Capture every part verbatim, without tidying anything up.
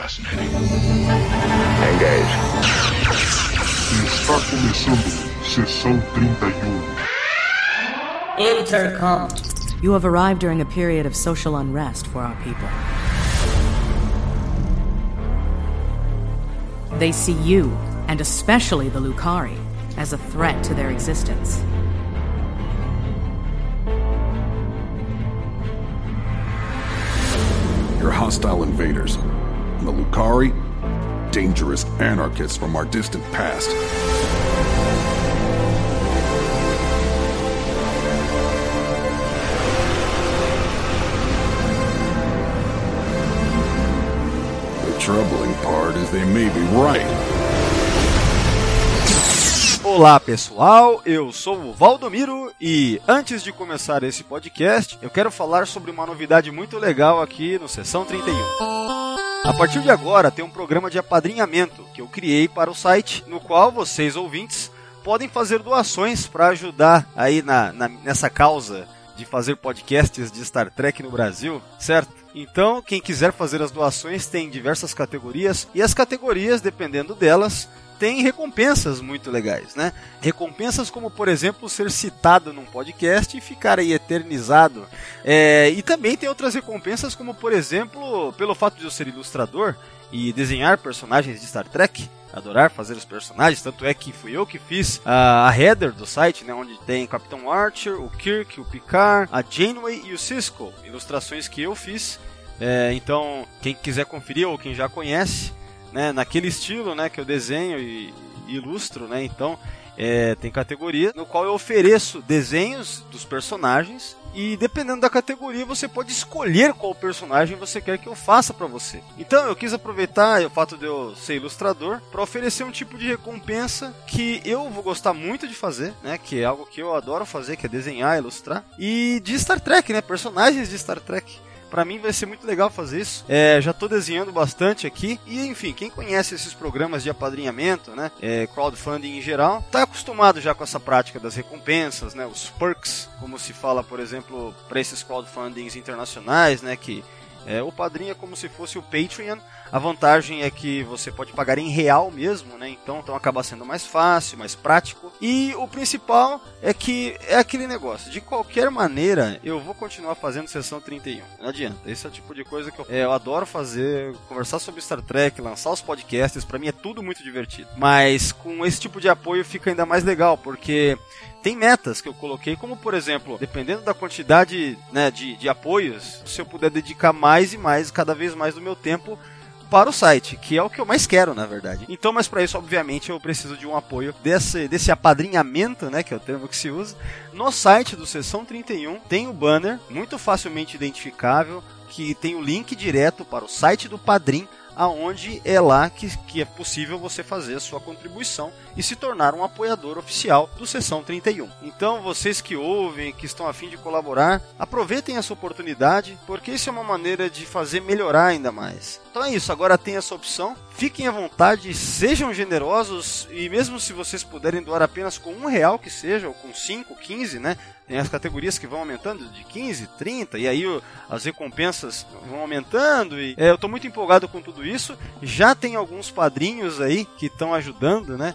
fascinating. Engage. Está começando Sessão trinta e um. Intercom. You have arrived during a period of social unrest for our people. They see you, and especially the Lucari, as a threat to their existence. You're hostile invaders. And the Lucari, dangerous anarchists from our distant past. The troubling part is they may be right. Olá pessoal, eu sou o Valdomiro e antes de começar esse podcast, eu quero falar sobre uma novidade muito legal aqui no Sessão trinta e um. A partir de agora tem um programa de apadrinhamento que eu criei para o site, no qual vocês ouvintes podem fazer doações para ajudar aí na, na, nessa causa de fazer podcasts de Star Trek no Brasil, certo? Então, quem quiser fazer as doações tem diversas categorias e as categorias, dependendo delas, tem recompensas muito legais, né? Recompensas como, por exemplo, ser citado num podcast e ficar aí eternizado. É, e também tem outras recompensas como, por exemplo, pelo fato de eu ser ilustrador e desenhar personagens de Star Trek, adorar fazer os personagens, tanto é que fui eu que fiz a, a header do site, né, onde tem o Capitão Archer, o Kirk, o Picard, a Janeway e o Sisko, ilustrações que eu fiz. É, então, quem quiser conferir ou quem já conhece, né, naquele estilo, né, que eu desenho e, e ilustro, né, então é, tem categoria no qual eu ofereço desenhos dos personagens e dependendo da categoria você pode escolher qual personagem você quer que eu faça para você. Então eu quis aproveitar o fato de eu ser ilustrador para oferecer um tipo de recompensa que eu vou gostar muito de fazer, né, que é algo que eu adoro fazer, que é desenhar, ilustrar, e de Star Trek, né, personagens de Star Trek. Pra mim vai ser muito legal fazer isso. É, já tô desenhando bastante aqui. E enfim, quem conhece esses programas de apadrinhamento, né, é, crowdfunding em geral, tá acostumado já com essa prática das recompensas, né, os perks, como se fala, por exemplo, para esses crowdfundings internacionais, né, que é, o padrinho é como se fosse o Patreon. A vantagem é que você pode pagar em real mesmo, né? Então, então acaba sendo mais fácil, mais prático. E o principal é que é aquele negócio. De qualquer maneira, eu vou continuar fazendo Sessão trinta e um. Não adianta. Esse é o tipo de coisa que eu, é, eu adoro fazer. Conversar sobre Star Trek, lançar os podcasts. Pra mim é tudo muito divertido. Mas com esse tipo de apoio fica ainda mais legal, porque tem metas que eu coloquei, como por exemplo, dependendo da quantidade, né, de, de apoios, se eu puder dedicar mais e mais, cada vez mais do meu tempo para o site, que é o que eu mais quero, na verdade. Então, mas para isso, obviamente, eu preciso de um apoio desse, desse apadrinhamento, né, que é o termo que se usa. No site do Sessão trinta e um tem o banner, muito facilmente identificável, que tem o link direto para o site do Padrim, aonde é lá que, que é possível você fazer a sua contribuição e se tornar um apoiador oficial do Sessão trinta e um. Então, vocês que ouvem, que estão a fim de colaborar, aproveitem essa oportunidade, porque isso é uma maneira de fazer melhorar ainda mais. Então é isso, agora tem essa opção, fiquem à vontade, sejam generosos, e mesmo se vocês puderem doar apenas com um real que seja, ou com cinco, quinze, né? Tem as categorias que vão aumentando de quinze, trinta, e aí o, as recompensas vão aumentando. E, é, eu estou muito empolgado com tudo isso. Já tem alguns padrinhos aí que estão ajudando, né?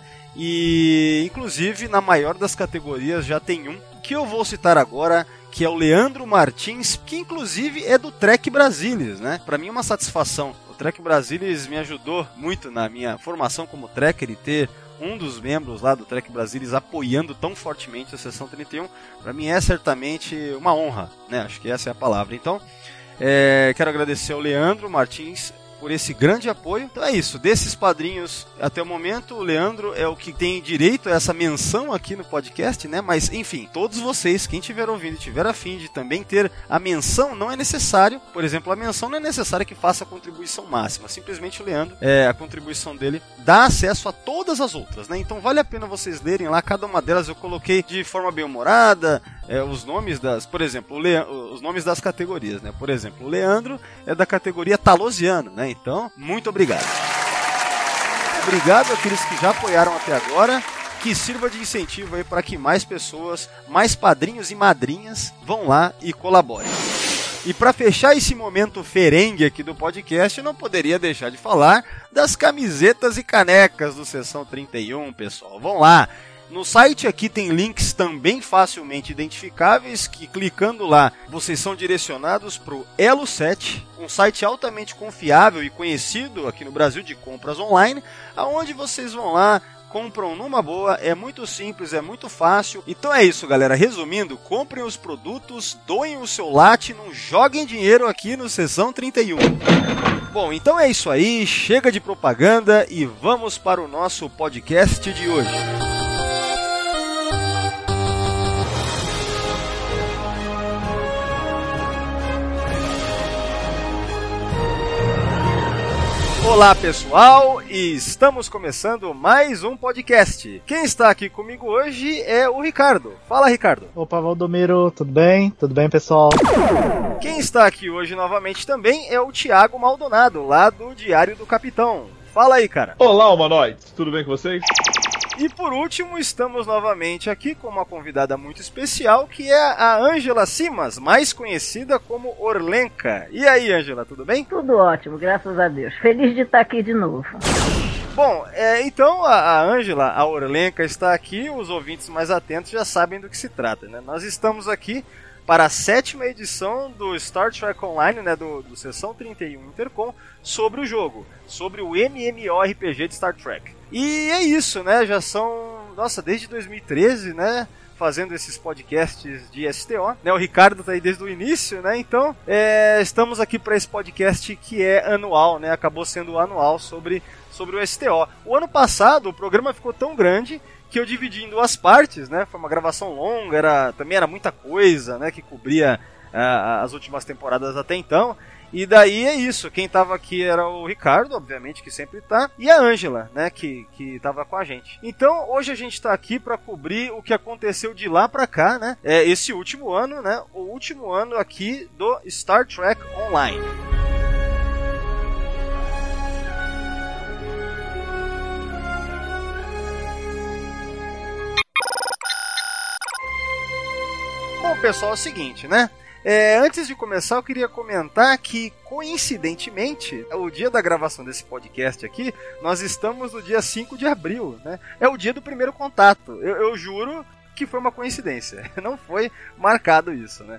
E inclusive na maior das categorias já tem um que eu vou citar agora, que é o Leandro Martins, que inclusive é do Trek Brasilis, né? Para mim é uma satisfação. O Trek Brasilis me ajudou muito na minha formação como trekker e ter um dos membros lá do Trek Brasilis apoiando tão fortemente a Sessão trinta e um, para mim é certamente uma honra, né? Acho que essa é a palavra. Então, é, quero agradecer ao Leandro Martins por esse grande apoio. Então é isso, desses padrinhos até o momento, o Leandro é o que tem direito a essa menção aqui no podcast, né? Mas enfim, todos vocês, quem estiver ouvindo e tiver a fim de também ter a menção, não é necessário, por exemplo, a menção não é necessário que faça a contribuição máxima, simplesmente o Leandro, é, a contribuição dele dá acesso a todas as outras, né? Então vale a pena vocês lerem lá, cada uma delas eu coloquei de forma bem humorada, é, os nomes das, por exemplo, o Le... os nomes das categorias, né? Por exemplo, o Leandro é da categoria Talosiano, né? Então, muito obrigado. Obrigado àqueles que já apoiaram até agora, que sirva de incentivo aí para que mais pessoas, mais padrinhos e madrinhas vão lá e colaborem. E para fechar esse momento ferengue aqui do podcast, eu não poderia deixar de falar das camisetas e canecas do Sessão trinta e um, pessoal. Vão lá. No site aqui tem links também facilmente identificáveis que, clicando lá, vocês são direcionados para o Elo sete, um site altamente confiável e conhecido aqui no Brasil de compras online, aonde vocês vão lá, compram numa boa, é muito simples, é muito fácil. Então é isso, galera. Resumindo, comprem os produtos, doem o seu latte, não joguem dinheiro aqui no Sessão trinta e um. Bom, então é isso aí, chega de propaganda e vamos para o nosso podcast de hoje. Olá pessoal, e estamos começando mais um podcast. Quem está aqui comigo hoje é o Ricardo. Fala, Ricardo. Opa, Valdomiro, tudo bem? Tudo bem, pessoal? Quem está aqui hoje novamente também é o Thiago Maldonado, lá do Diário do Capitão. Fala aí, cara. Olá, humanoides, tudo bem com vocês? E por último, estamos novamente aqui com uma convidada muito especial, que é a Ângela Simas, mais conhecida como Orlenka. E aí, Ângela, tudo bem? Tudo ótimo, graças a Deus. Feliz de estar aqui de novo. Bom, é, então a Ângela, a Orlenka, está aqui, os ouvintes mais atentos já sabem do que se trata, né? Nós estamos aqui para a sétima edição do Star Trek Online, né, do, do Sessão trinta e um Intercom, sobre o jogo, sobre o MMORPG de Star Trek. E é isso, né, já são, nossa, desde dois mil e treze, né, fazendo esses podcasts de S T O, né, o Ricardo tá aí desde o início, né, então é, estamos aqui para esse podcast que é anual, né, acabou sendo anual sobre, sobre o S T O. O ano passado o programa ficou tão grande que eu dividi em duas partes, né? Foi uma gravação longa, era, também era muita coisa, né? Que cobria uh, as últimas temporadas até então. E daí é isso, quem tava aqui era o Ricardo, obviamente, que sempre tá, e a Ângela, né? Que, que tava com a gente. Então, hoje a gente tá aqui para cobrir o que aconteceu de lá pra cá, né? É, esse último ano, né? O último ano aqui do Star Trek Online. Bom, pessoal, é o seguinte, né? É, antes de começar, eu queria comentar que, coincidentemente, o dia da gravação desse podcast aqui, nós estamos no dia cinco de abril, né? É o dia do primeiro contato. Eu, eu juro que foi uma coincidência. Não foi marcado isso, né?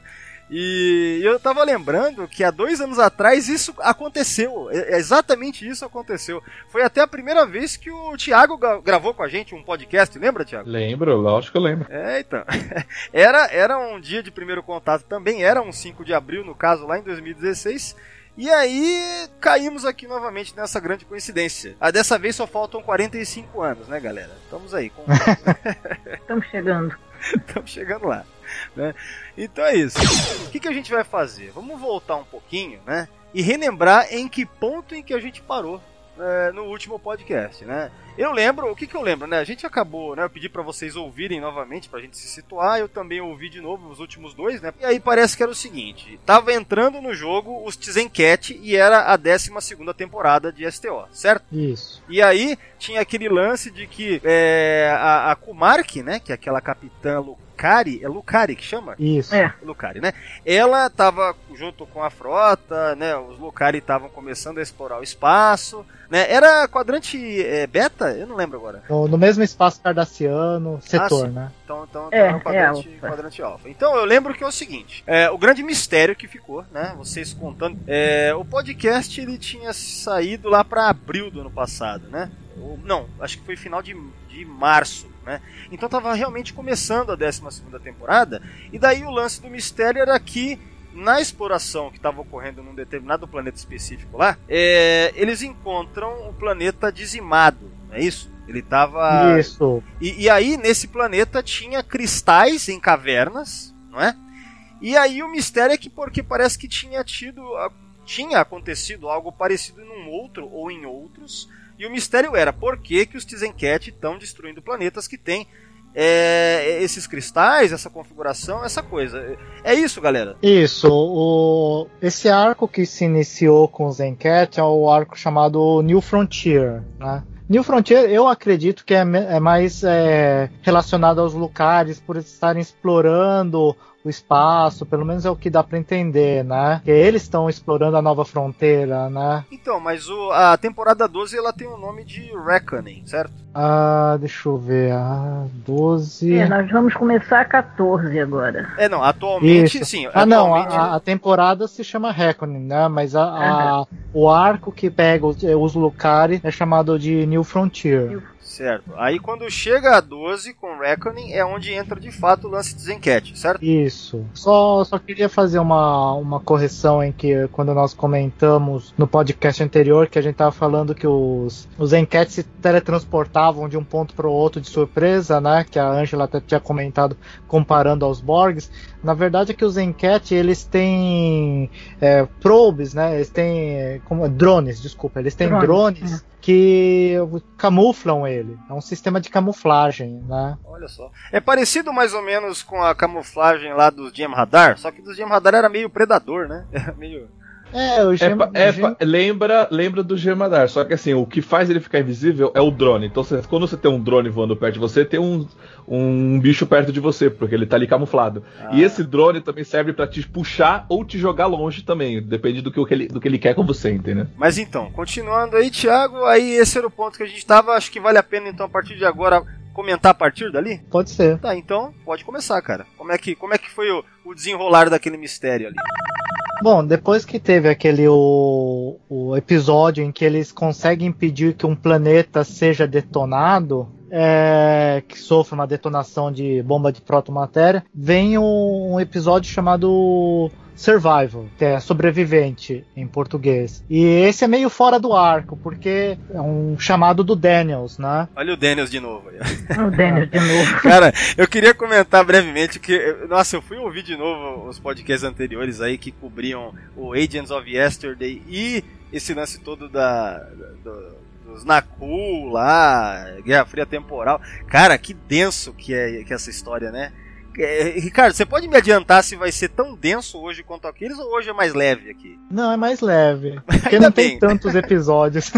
E eu tava lembrando que há dois anos atrás isso aconteceu, exatamente isso aconteceu. Foi até a primeira vez que o Thiago gravou com a gente um podcast, lembra, Thiago? Lembro, lógico que eu lembro. É, então, era, era um dia de primeiro contato também, era um cinco de abril, no caso lá em dois mil e dezesseis. E aí caímos aqui novamente nessa grande coincidência. Ah, dessa vez só faltam quarenta e cinco anos, né, galera? Estamos aí. Com... Estamos chegando. Estamos chegando lá, né? Então é isso. O que, que a gente vai fazer? Vamos voltar um pouquinho, né? E relembrar em que ponto em que a gente parou é, no último podcast, né? Eu lembro, o que, que eu lembro, né? A gente acabou, né? Eu pedi pra vocês ouvirem novamente, pra gente se situar. Eu também ouvi de novo os últimos dois, né? E aí parece que era o seguinte: tava entrando no jogo os Tzenket e era a décima segunda temporada de S T O, certo? Isso. E aí tinha aquele lance de que é, a, a Kumark, né? Que é aquela capitã Lucari, é Lucari que chama? Isso. É. Lucari, né? Ela tava junto com a frota, né? Os Lucari estavam começando a explorar o espaço, né? Era quadrante é, beta? Eu não lembro agora. No, no mesmo espaço cardassiano, setor, ah, né? Então, então é, tá no quadrante, é quadrante alfa. Então eu lembro que é o seguinte: é, o grande mistério que ficou, né? Vocês contando. É, o podcast ele tinha saído lá para abril do ano passado, né? Ou, não, acho que foi final de, de março, né? Então tava realmente começando a décima segunda temporada. E daí o lance do mistério era que na exploração que estava ocorrendo num determinado planeta específico lá, é, eles encontram o planeta dizimado, não é isso? Ele tava... Isso. E, e aí, nesse planeta, tinha cristais em cavernas, não é? E aí o mistério é que porque parece que tinha tido... Tinha acontecido algo parecido num outro ou em outros. E o mistério era por que, que os Tzenket estão destruindo planetas que têm é, esses cristais, essa configuração, essa coisa. É isso, galera? Isso. O, esse arco que se iniciou com os Tzenket é o arco chamado New Frontier, né? New Frontier, eu acredito que é, é mais é, relacionado aos Lucaris por estarem explorando o espaço, pelo menos é o que dá pra entender, né? Que eles estão explorando a nova fronteira, né? Então, mas o, a temporada doze ela tem o nome de Reckoning, certo? Ah, deixa eu ver. Ah, doze. É, nós vamos começar a quatorze agora. É, não, atualmente, Isso. sim. Ah, atualmente... não, a, a temporada se chama Reckoning, né? Mas a, a, uhum. o arco que pega os, os Lucari é chamado de New Frontier. New... Certo. Aí quando chega a doze com Reckoning é onde entra de fato o lance de Zencat, certo? Isso. Só, só queria fazer uma, uma correção em que quando nós comentamos no podcast anterior que a gente tava falando que os, os Zencat se teletransportavam de um ponto para o outro de surpresa, né? Que a Angela até tinha comentado comparando aos Borgs. Na verdade é que os Zencat eles têm é, probes, né? Eles têm como, drones, desculpa. Eles têm drones, drones é. que camuflam ele. É um sistema de camuflagem, né? Olha só. É parecido mais ou menos com a camuflagem lá dos Jem'Hadar, só que dos Jem'Hadar era meio predador, né? Era meio... É, o Gem... é, é, Gem... lembra, lembra do Jem'Hadar, só que assim, o que faz ele ficar invisível é o drone. Então você, quando você tem um drone voando perto de você, tem um, um bicho perto de você, porque ele tá ali camuflado. Ah. E esse drone também serve pra te puxar ou te jogar longe também, depende do que, ele, do que ele quer com você, entendeu? Mas então, continuando aí, Thiago, aí esse era o ponto que a gente tava, acho que vale a pena então a partir de agora comentar a partir dali? Pode ser. Tá, então pode começar, cara. Como é que, como é que foi o, o desenrolar daquele mistério ali? Bom, depois que teve aquele o, o episódio em que eles conseguem impedir que um planeta seja detonado, é, que sofre uma detonação de bomba de protomatéria, vem um, um episódio chamado Survival, que é sobrevivente em português. E esse é meio fora do arco, porque é um chamado do Daniels, né? Olha o Daniels de novo. O Daniels de novo. Cara, eu queria comentar brevemente que, nossa, eu fui ouvir de novo os podcasts anteriores aí que cobriam o Agents of Yesterday e esse lance todo da... da os Nakul lá, Guerra Fria Temporal. Cara, que denso que é, que é essa história, né? É, Ricardo, você pode me adiantar se vai ser tão denso hoje quanto aqueles ou hoje é mais leve aqui? Não, é mais leve. Porque não tem tantos episódios.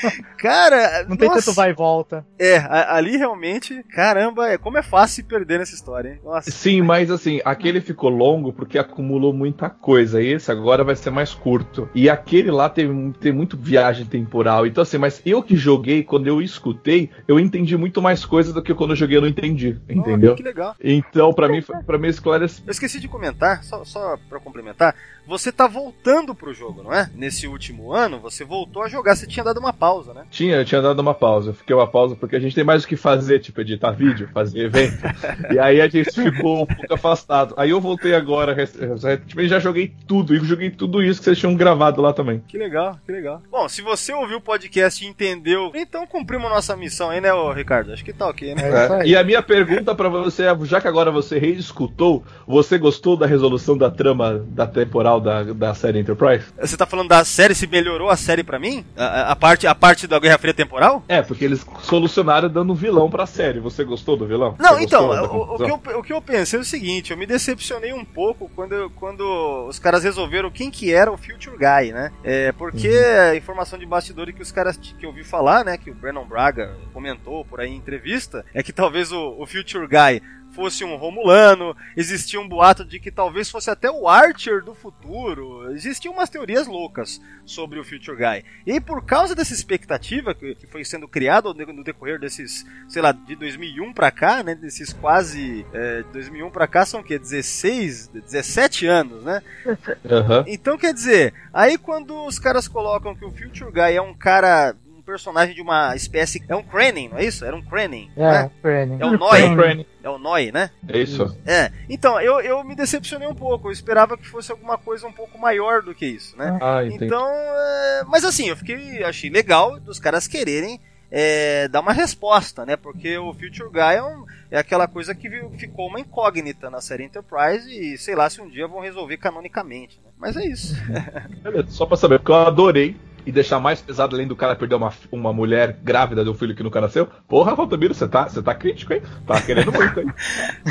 Cara, não tem tanto vai e volta. É, a, ali realmente, caramba, é, como é fácil se perder nessa história, hein? Nossa. Sim, mas assim, aquele ficou longo porque acumulou muita coisa. Esse agora vai ser mais curto. E aquele lá tem, tem muito viagem temporal. Então assim, mas eu que joguei, quando eu escutei, eu entendi muito mais coisas do que quando eu joguei eu não entendi. Entendeu? Oh, que legal. Então, pra mim, pra mim esclarece. Eu esqueci de comentar, só, só pra complementar, você tá voltando pro jogo, não é? Nesse último ano, você voltou a jogar, você tinha dado uma pausa, né? Tinha, eu tinha dado uma pausa. Eu fiquei uma pausa porque a gente tem mais o que fazer, tipo, editar vídeo, fazer evento. E aí a gente ficou um pouco afastado. Aí eu voltei agora, recentemente já joguei tudo, e joguei tudo isso que vocês tinham gravado lá também. Que legal, que legal. Bom, se você ouviu o podcast e entendeu, então cumprimos nossa missão aí, né, ô Ricardo? Acho que tá ok, né? É, e a minha pergunta pra você é, já que agora você reescutou, você gostou da resolução da trama da temporal da, da série Enterprise? Você tá falando da série, se melhorou a série pra mim? A, a, parte, a parte da Guerra Fria Temporal? É, porque eles solucionaram dando um vilão pra série. Você gostou do vilão? Não, você então, o, o, que eu, o que eu pensei é o seguinte, eu me decepcionei um pouco quando, quando os caras resolveram quem que era o Future Guy, né? É, porque uhum. a informação de bastidores que os caras que eu ouvi falar, né, que o Brannon Braga comentou por aí em entrevista, é que talvez o, o Future Guy fosse um Romulano, existia um boato de que talvez fosse até o Archer do futuro, existiam umas teorias loucas sobre o Future Guy. E por causa dessa expectativa que, que foi sendo criada no decorrer desses, sei lá, de dois mil e um pra cá, né, desses quase, é, de dois mil e um pra cá são o quê? dezesseis, dezessete anos, né? Uhum. Então quer dizer, aí quando os caras colocam que o Future Guy é um cara... personagem de uma espécie... É um Krenin, não é isso? Era um Krenin, É, né? Krenin. É o Noi. É o Noi, né? É isso. É. Então, eu, eu me decepcionei um pouco. Eu esperava que fosse alguma coisa um pouco maior do que isso, né? Ah, entendi. Então, é... mas assim, eu fiquei... achei legal dos caras quererem é, dar uma resposta, né? Porque o Future Guy é, um, é aquela coisa que ficou uma incógnita na série Enterprise e sei lá se um dia vão resolver canonicamente, né? Mas é isso. Beleza, só pra saber, porque eu adorei e deixar mais pesado, além do cara perder uma, uma mulher grávida de um filho que nunca nasceu. Porra, Valdomiro, você tá, você tá crítico, hein? Tá querendo muito, hein?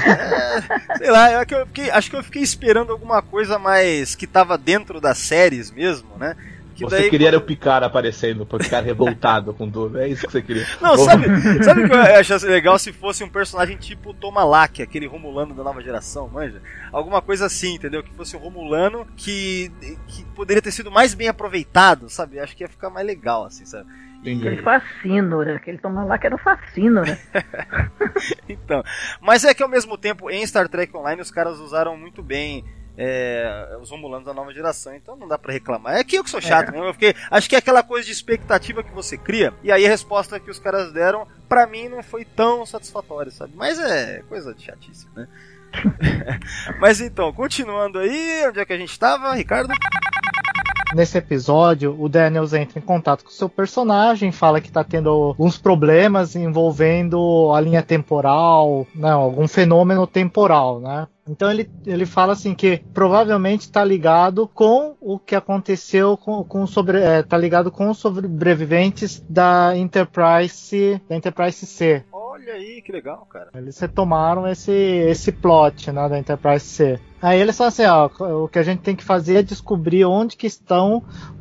É, sei lá, eu, eu fiquei, acho que eu fiquei esperando alguma coisa mais que tava dentro das séries mesmo, né? Que você daí, queria era o Picard aparecendo, o Picard revoltado com tudo. É isso que você queria. Não, sabe, sabe o que eu achasse legal se fosse um personagem tipo Tomalak, aquele Romulano da nova geração, manja? Alguma coisa assim, entendeu? Que fosse um Romulano que, que poderia ter sido mais bem aproveitado, sabe? Acho que ia ficar mais legal, assim, sabe? Aquele fascínora, aquele Tomalak era o fascínora. Então, mas é que ao mesmo tempo em Star Trek Online os caras usaram muito bem é, os Romulanos da nova geração, então não dá pra reclamar. É que eu que sou chato, é. né? Porque acho que é aquela coisa de expectativa que você cria, e aí a resposta que os caras deram, pra mim não foi tão satisfatória, sabe? Mas é coisa de chatice, né? Mas então, continuando aí, onde é que a gente tava, Ricardo? Nesse episódio, o Daniels entra em contato com o seu personagem, fala que está tendo alguns problemas envolvendo a linha temporal, não, algum fenômeno temporal, né? Então ele, ele fala assim que provavelmente está ligado com o que aconteceu com, com sobre, é, tá ligado com os sobreviventes da Enterprise, da Enterprise C. Olha aí, que legal, cara. Eles retomaram esse, esse plot, né, da Enterprise C. Aí eles falam assim, ó, o que a gente tem que fazer é descobrir onde que estão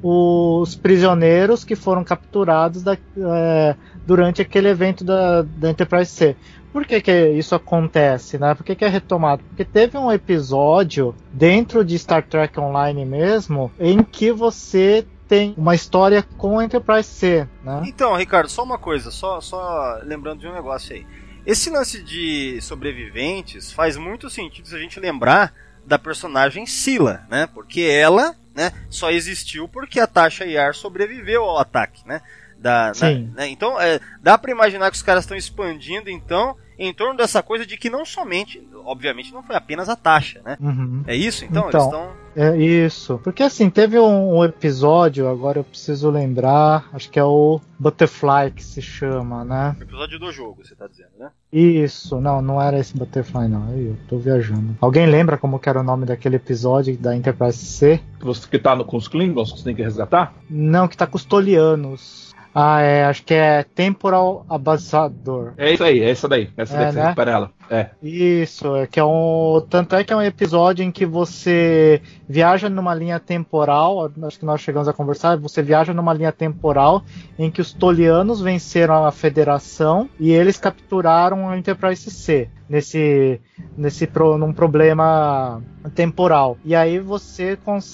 os prisioneiros que foram capturados da, é, durante aquele evento da, da Enterprise C. Por que que isso acontece, né? Por que que é retomado? Porque teve um episódio dentro de Star Trek Online mesmo, em que você tem uma história com a Enterprise C, né? Então, Ricardo, só uma coisa, só, só lembrando de um negócio aí. Esse lance de sobreviventes faz muito sentido se a gente lembrar da personagem Sila, né? Porque ela, né, só existiu porque a Tasha Yar sobreviveu ao ataque, né? Da, Sim. Na, né? Então, é, dá pra imaginar que os caras estão expandindo, então, em torno dessa coisa de que não somente, obviamente, não foi apenas a Tasha, né? Uhum. É isso? Então, então eles estão... É isso. Porque assim, teve um, um episódio, agora eu preciso lembrar, acho que é o Butterfly que se chama, né? O episódio do jogo, você tá dizendo, né? Isso, não, não era esse Butterfly não, eu tô viajando. Alguém lembra como que era o nome daquele episódio da Enterprise C? Você que tá no, com os Klingons, que você tem que resgatar? Não, que tá com os Tolianos. Ah, é, acho que é Temporal Ambassador. É isso aí, é essa daí. Essa é, daí que você né? recupera ela. É. Isso, é que é um. Tanto é que é um episódio em que você viaja numa linha temporal. Acho que nós chegamos a conversar. Você viaja numa linha temporal em que os Tolianos venceram a Federação e eles capturaram a Enterprise C. Nesse, nesse pro, num problema temporal. E aí você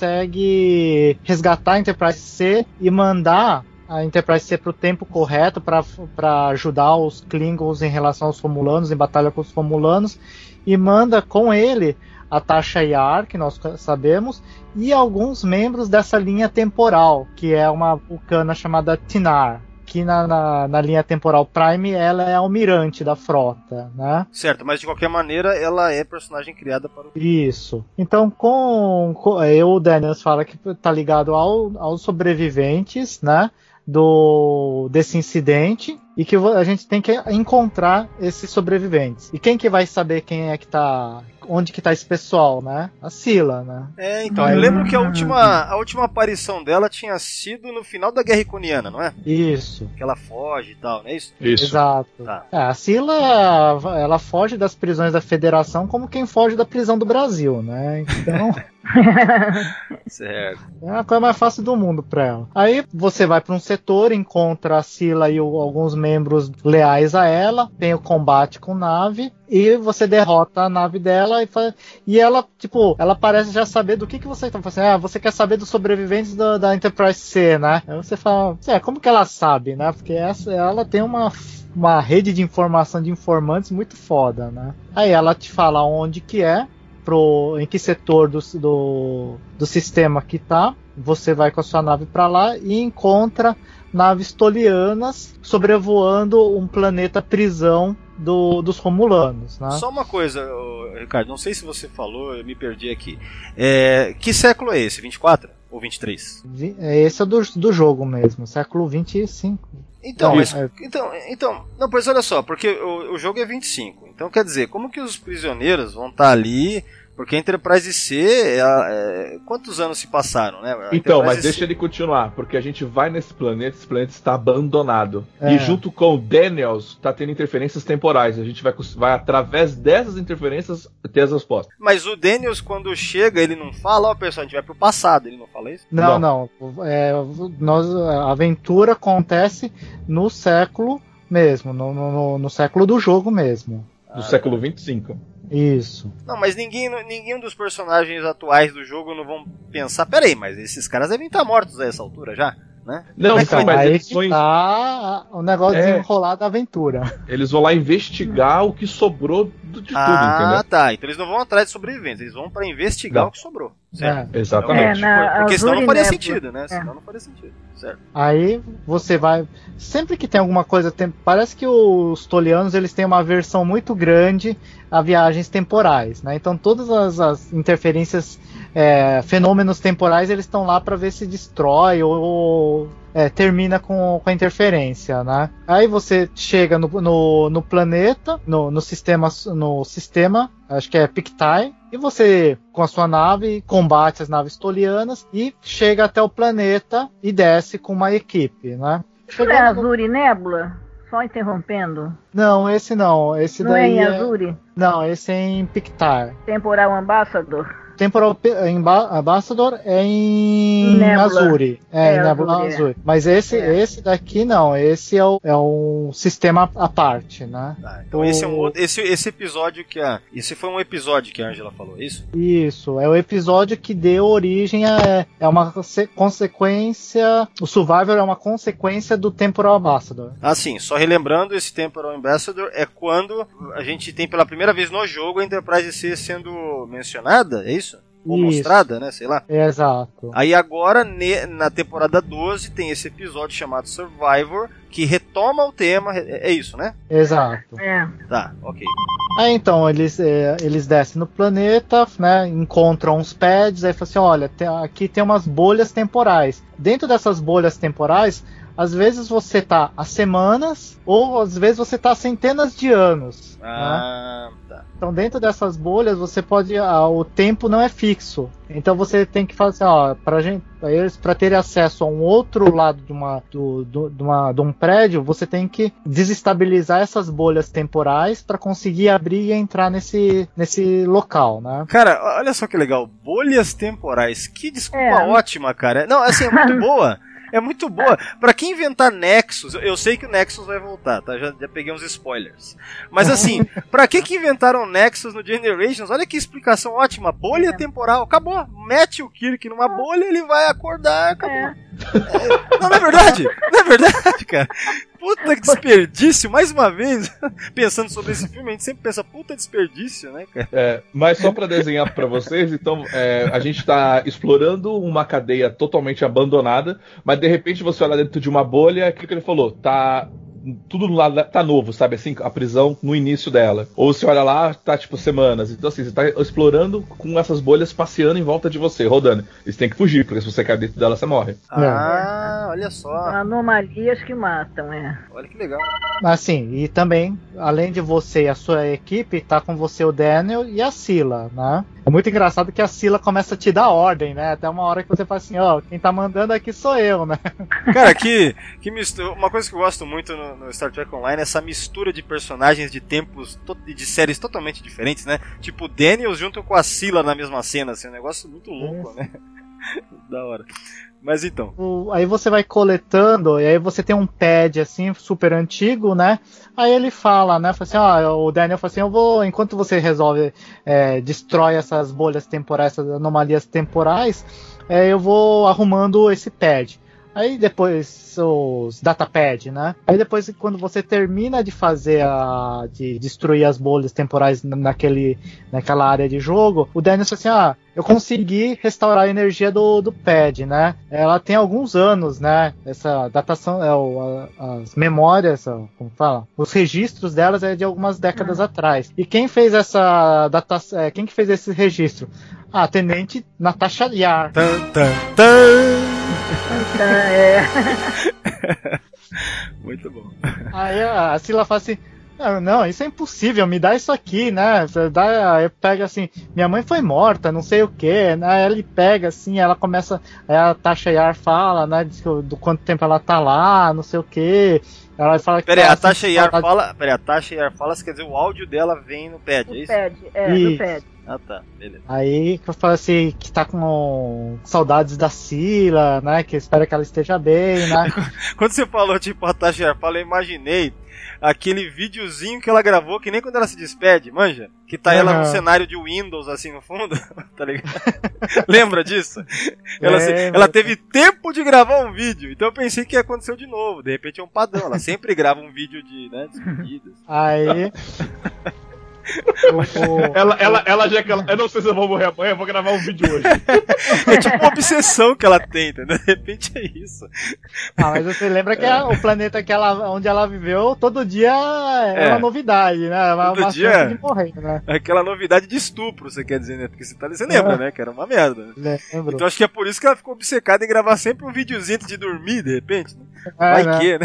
consegue resgatar a Enterprise C e mandar a Enterprise C para o tempo correto para ajudar os Klingons em relação aos Romulanos, em batalha com os Romulanos, e manda com ele a Tasha Yar, que nós sabemos, e alguns membros dessa linha temporal, que é uma vulcana chamada Tinar, que na, na, na linha temporal Prime ela é almirante da frota, né? Certo, mas de qualquer maneira ela é personagem criada para o... Isso. Então, com, com eu, o Daniels fala que tá ligado ao, aos sobreviventes, né? Do, desse incidente, e que a gente tem que encontrar esses sobreviventes. E quem que vai saber quem é que tá, onde que tá esse pessoal, né? A Sila, né? É, então, eu lembro que a última, a última aparição dela tinha sido no final da Guerra Iconiana, não é? Isso. Que ela foge e tal, não é isso? Isso. Exato. Tá. É, a Sila, ela foge das prisões da Federação como quem foge da prisão do Brasil, né? Então... Certo. É a coisa mais fácil do mundo pra ela. Aí você vai pra um setor, encontra a Sila e o, alguns membros leais a ela, tem o combate com nave, e você derrota a nave dela e, faz, e ela, tipo, ela parece já saber do que, que você tá fazendo. Ah, você quer saber dos sobreviventes do, da Enterprise C, né? Aí você fala, é, como que ela sabe, né? Porque essa, ela tem uma, uma rede de informação de informantes muito foda, né? Aí ela te fala onde que é, Pro, em que setor do, do, do sistema que tá, você vai com a sua nave para lá e encontra naves tolianas sobrevoando um planeta prisão do, dos Romulanos, né? Só uma coisa, Ricardo, não sei se você falou, eu me perdi aqui. É, que século é esse? vinte e quatro ou vinte e três? Esse é do, do jogo mesmo, século vinte e cinco. Então, é, mas, é. então, então, não, pois olha só, porque o, o jogo é vinte e cinco, então quer dizer, como que os prisioneiros vão estar ali Porque a Enterprise C, é, é, quantos anos se passaram, né? A então, Enterprise mas C... deixa ele continuar, porque a gente vai nesse planeta, esse planeta está abandonado. É. E junto com o Daniels, tá tendo interferências temporais. A gente vai, vai através dessas interferências, ter as respostas. Mas o Daniels, quando chega, ele não fala, ó, pessoal, a gente vai pro passado, ele não fala isso? Não, não. não. É, nós, a aventura acontece no século mesmo, no, no, no século do jogo mesmo. Do ah, século vinte e cinco. Isso. Não, mas ninguém, ninguém dos personagens atuais do jogo não vão pensar, peraí, mas esses caras devem estar mortos a essa altura já, né? Não, então, sim, mas aí eles que tá o negócio é, desenrolar da aventura. Eles vão lá investigar o que sobrou de tudo, ah, entendeu? Ah, tá. Então eles não vão atrás de sobreviventes, eles vão pra investigar não. o que sobrou. Certo? É, exatamente. É, Porque senão não faria Nebula. sentido, né? É. Senão não faria sentido, certo? Aí você vai... Sempre que tem alguma coisa... Tem... Parece que os tolianos, eles têm uma versão muito grande a viagens temporais, né? Então todas as, as interferências, é, fenômenos temporais, eles estão lá para ver se destrói ou... É, termina com, com a interferência, né? Aí você chega no, no, no planeta, no, no, sistema, no sistema, acho que é Pictai, e você, com a sua nave, combate as naves tolianas e chega até o planeta e desce com uma equipe, né? Chega é Azuri Nebula? Só interrompendo. Não, esse não. Esse não daí é em é... Azuri? Não, esse é em Pictar. Temporal Ambassador? Temporal Ambassador é em Nebula. Azuri. É, é em Nebula Azuri. Azuri. Mas esse, é. esse daqui não. Esse é, o, é um sistema à parte, né? Ah, então o... esse é um outro, esse, esse episódio que a... Esse foi um episódio que a Angela falou, é isso? Isso. É o episódio que deu origem a... É uma consequência... O Survivor é uma consequência do Temporal Ambassador. Ah, sim. Só relembrando, esse Temporal Ambassador é quando a gente tem pela primeira vez no jogo a Enterprise C sendo mencionada, é isso? Ou Isso. mostrada, né? Sei lá. Exato. Aí agora, ne, na temporada doze, tem esse episódio chamado Survivor, que retoma o tema. É, é isso, né? Exato. É. Tá, ok. Aí então, eles, é, eles descem no planeta, né? Encontram uns pads, aí falam assim, olha, tem, aqui tem umas bolhas temporais. Dentro dessas bolhas temporais, às vezes você tá há semanas, ou às vezes você tá há centenas de anos. Ah, né? tá. Então dentro dessas bolhas você pode, ah, o tempo não é fixo. Então você tem que fazer, ó, para gente, para eles, para terem acesso a um outro lado de uma, do, do, de, uma, de um prédio, você tem que desestabilizar essas bolhas temporais para conseguir abrir e entrar nesse, nesse local, né? Cara, olha só que legal, bolhas temporais, que desculpa É. ótima, cara. Não, assim, é muito boa. É muito boa. Pra quem inventar Nexus, eu sei que o Nexus vai voltar, tá? Já, já peguei uns spoilers. Mas assim, pra que que inventaram Nexus no Generations? Olha que explicação ótima. Bolha É. temporal, acabou. Mete o Kirk numa bolha, ele vai acordar, acabou. É. É, não, não é verdade? Não é verdade, cara? Puta que desperdício, mais uma vez. Pensando sobre esse filme, a gente sempre pensa, puta desperdício, né, cara? É, mas só pra desenhar pra vocês, então, é, a gente tá explorando uma cadeia totalmente abandonada, mas de repente você olha dentro de uma bolha, aquilo que ele falou, tá... Tudo lá tá novo, sabe assim? A prisão no início dela. Ou você olha lá, tá tipo semanas. Então assim, você tá explorando com essas bolhas passeando em volta de você, rodando. E você tem que fugir, porque se você cair dentro dela, você morre. Ah, olha só. Anomalias que matam, é. Olha que legal. Assim, e também, além de você e a sua equipe, tá com você o Daniel e a Sila, né? É muito engraçado que a Sila começa a te dar ordem, né? Até uma hora que você fala assim, ó, quem tá mandando aqui sou eu, né? Cara, que, que mistura. Uma coisa que eu gosto muito no, no Star Trek Online é essa mistura de personagens de tempos, to, de séries totalmente diferentes, né? Tipo o Daniel junto com a Sila na mesma cena, assim, um negócio muito louco, né? Da hora. Mas então. O, aí você vai coletando, e aí você tem um pad assim, super antigo, né? Aí ele fala, né? Fala assim, ó, o Daniel fala assim, eu vou, enquanto você resolve, é, destrói essas bolhas temporais, essas anomalias temporais, é, eu vou arrumando esse pad. Aí depois os datapad, né? Aí depois quando você termina de fazer a de destruir as bolhas temporais naquele naquela área de jogo, o Daniel fala assim: "Ah, eu consegui restaurar a energia do, do pad, né? Ela tem alguns anos, né? Essa datação é o, a, as memórias, como fala, os registros delas é de algumas décadas ah. atrás. E quem fez essa data, quem que fez esse registro? A tenente Natasha Yar. Tan, tan, tan. É. Muito bom. Aí a Sila fala assim: Não, não, isso é impossível, me dá isso aqui, né? Você dá, eu pego assim, minha mãe foi morta, não sei o que, né? Ele pega assim, ela começa, aí a Tasha Yar fala, né? Diz que, do quanto tempo ela tá lá, não sei o que. Ela fala que. Peraí, tá, a Tasha Yar saudade... fala. Peraí, a Tasha Yar fala, quer dizer, o áudio dela vem no pad, é isso? No pad, é, isso. no pad. Ah, tá, beleza. Aí que eu falo assim, que tá com saudades da Scylla, né? Que espera que ela esteja bem, né? Quando você falou, tipo, a Tasha Yar fala, eu imaginei aquele videozinho que ela gravou, que nem quando ela se despede, manja? Que tá uhum. ela num cenário de Windows, assim, no fundo, tá ligado? Lembra disso? Ela, se, ela teve tempo de gravar um vídeo, então eu pensei que aconteceu de novo, de repente é um padrão, ela sempre grava um vídeo de, né, despedidas. Aí... ela, ela, ela já que ela, eu não sei se eu vou morrer amanhã, eu vou gravar um vídeo hoje. É tipo uma obsessão que ela tem, entendeu? De repente é isso. Ah, mas você lembra que é. o planeta que ela, onde ela viveu, todo dia é, é uma novidade, né? Uma, todo uma dia de morrer, né? É aquela novidade de estupro, você quer dizer, né? Porque você, tá, você lembra, é. né? Que era uma merda. Né? Lembro. Então acho que é por isso que ela ficou obcecada em gravar sempre um videozinho antes de dormir, de repente. Né? É, vai né? que, né?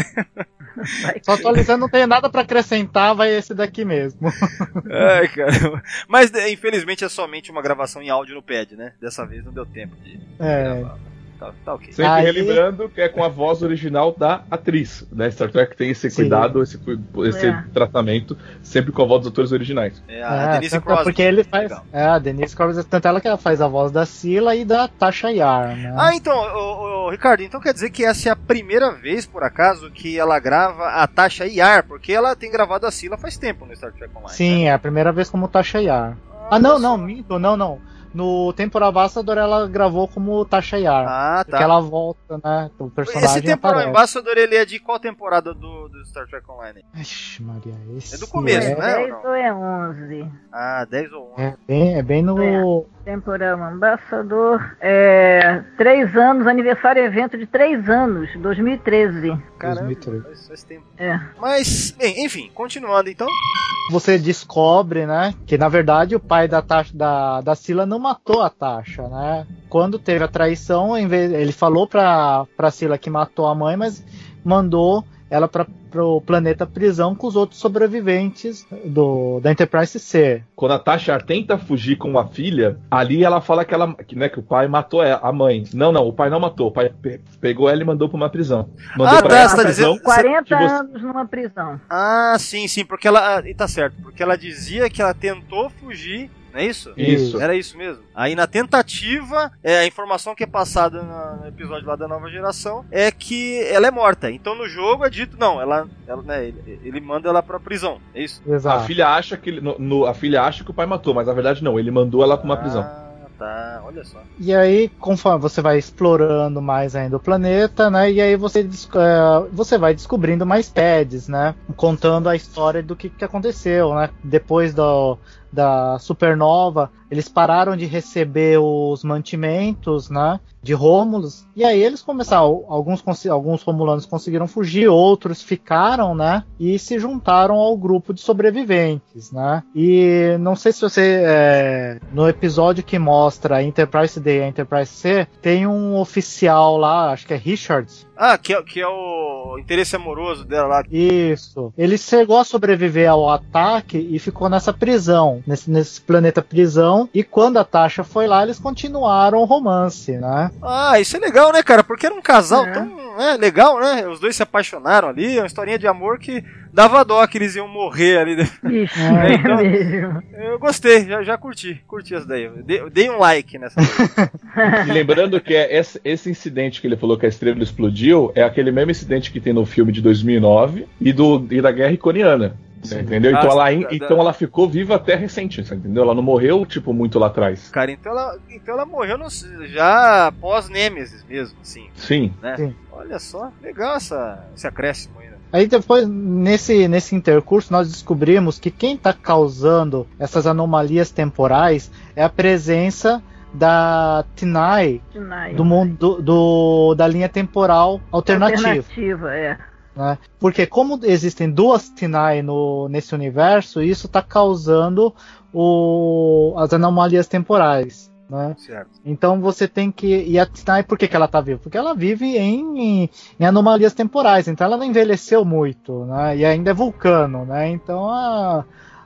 Só atualizando, não tem nada pra acrescentar, vai esse daqui mesmo. Ai, cara. Mas infelizmente é somente uma gravação em áudio no pad, né? Dessa vez não deu tempo de é. gravar. Tá, tá ok. Sempre Aí... relembrando que é com a voz original da atriz, né? Star Trek tem esse cuidado, esse, esse é. tratamento, sempre com a voz dos atores originais. É, a é, Denise Crosby. Porque ele faz. Legal. É, a Denise Crosby, tanto ela que ela faz a voz da Scylla e da Tasha Yar, né? Ah, então, ô, ô, Ricardo, então quer dizer que essa é a primeira vez, por acaso, que ela grava a Tasha Yar, porque ela tem gravado a Scylla faz tempo no Star Trek Online. Sim, né? é a primeira vez como Tasha Yar. Ah, ah não, não, minto, não, não. No Temporal Ambassador ela gravou como Tasha Yar. Ah, tá. Porque ela volta, né? O personagem esse Temporal aparece. Ambassador, ele é de qual temporada do, do Star Trek Online? Ixi, Maria, esse... É do começo, é... né? dez ou é onze? Ah, dez ou onze. É bem, é bem no... É. Temporal Ambassador, é... três anos, aniversário evento de três anos, dois mil e treze. Caramba, dois mil e treze. Faz, faz tempo. É. Mas, bem, enfim, continuando então. Você descobre, né, que na verdade o pai da Tasha, da, da Scylla não matou a Tasha, né? Quando teve a traição, em vez, ele falou pra, pra Scylla que matou a mãe, mas mandou ela para o planeta prisão com os outros sobreviventes do, da Enterprise C. Quando a Tasha tenta fugir com a filha, ali ela fala que, ela, que, né, que o pai matou a mãe. Não, não, o pai não matou. O pai pe- pegou ela e mandou para uma prisão. Mandou ah, pra tá, ela você tá dizendo... quarenta você... anos numa prisão. Ah, sim, sim, porque ela... E tá certo, porque ela dizia que ela tentou fugir, não é isso? Isso. Era isso mesmo. Aí na tentativa, é, a informação que é passada no episódio lá da Nova Geração é que ela é morta. Então no jogo é dito, não, ela, ela né, ele, ele manda ela pra prisão, é isso? Exato. A filha acha que ele, no, no, a filha acha que o pai matou, mas na verdade não, ele mandou ela pra uma ah, prisão. Tá, olha só. E aí, conforme você vai explorando mais ainda o planeta, né? E aí você, uh, você vai descobrindo mais pads, né? Contando a história do que, que aconteceu, né? Depois do, da supernova, eles pararam de receber os mantimentos, né? De Rômulus. E aí eles começaram, alguns, alguns romulanos conseguiram fugir, outros ficaram, né? E se juntaram ao grupo de sobreviventes, né? E não sei se você, é, no episódio que mostra a Enterprise D e a Enterprise C, tem um oficial lá, acho que é Richards. Ah, que é, que é o interesse amoroso dela lá. Isso. Ele chegou a sobreviver ao ataque e ficou nessa prisão, nesse, nesse planeta prisão. E quando a Tasha foi lá, eles continuaram o romance, né? Ah, isso é legal, né, cara? Porque era um casal é. tão é, legal, né? Os dois se apaixonaram ali, é uma historinha de amor que dava dó que eles iam morrer ali. Ixi, é, então, mesmo. Eu gostei, já, já curti, curti essa daí. Eu dei, eu dei um like nessa E lembrando que é esse, esse incidente que ele falou que a estrela explodiu é aquele mesmo incidente que tem no filme de dois mil e nove e, do, e da Guerra Iconiana. Sim. Entendeu? Então, ah, ela, da, então da... ela ficou viva até recente, entendeu? Ela não morreu, tipo, muito lá atrás. Cara, então ela, então ela morreu no, já pós-Nêmesis mesmo, assim. Sim. Né? Sim. Olha só, legal essa, esse acréscimo aí, né? Aí depois, nesse, nesse intercurso, nós descobrimos que quem está causando essas anomalias temporais é a presença da Tinai, Tinai. do mundo do, do, da linha temporal alternativa. Alternativa, é. Né? Porque como existem duas Tinai no, nesse universo, isso está causando o, as anomalias temporais. né? Certo. Então você tem que... E a Tinai, por que, que ela tá viva? Porque ela vive em, em anomalias temporais, então ela não envelheceu muito, né? E ainda é vulcano, né? Então a,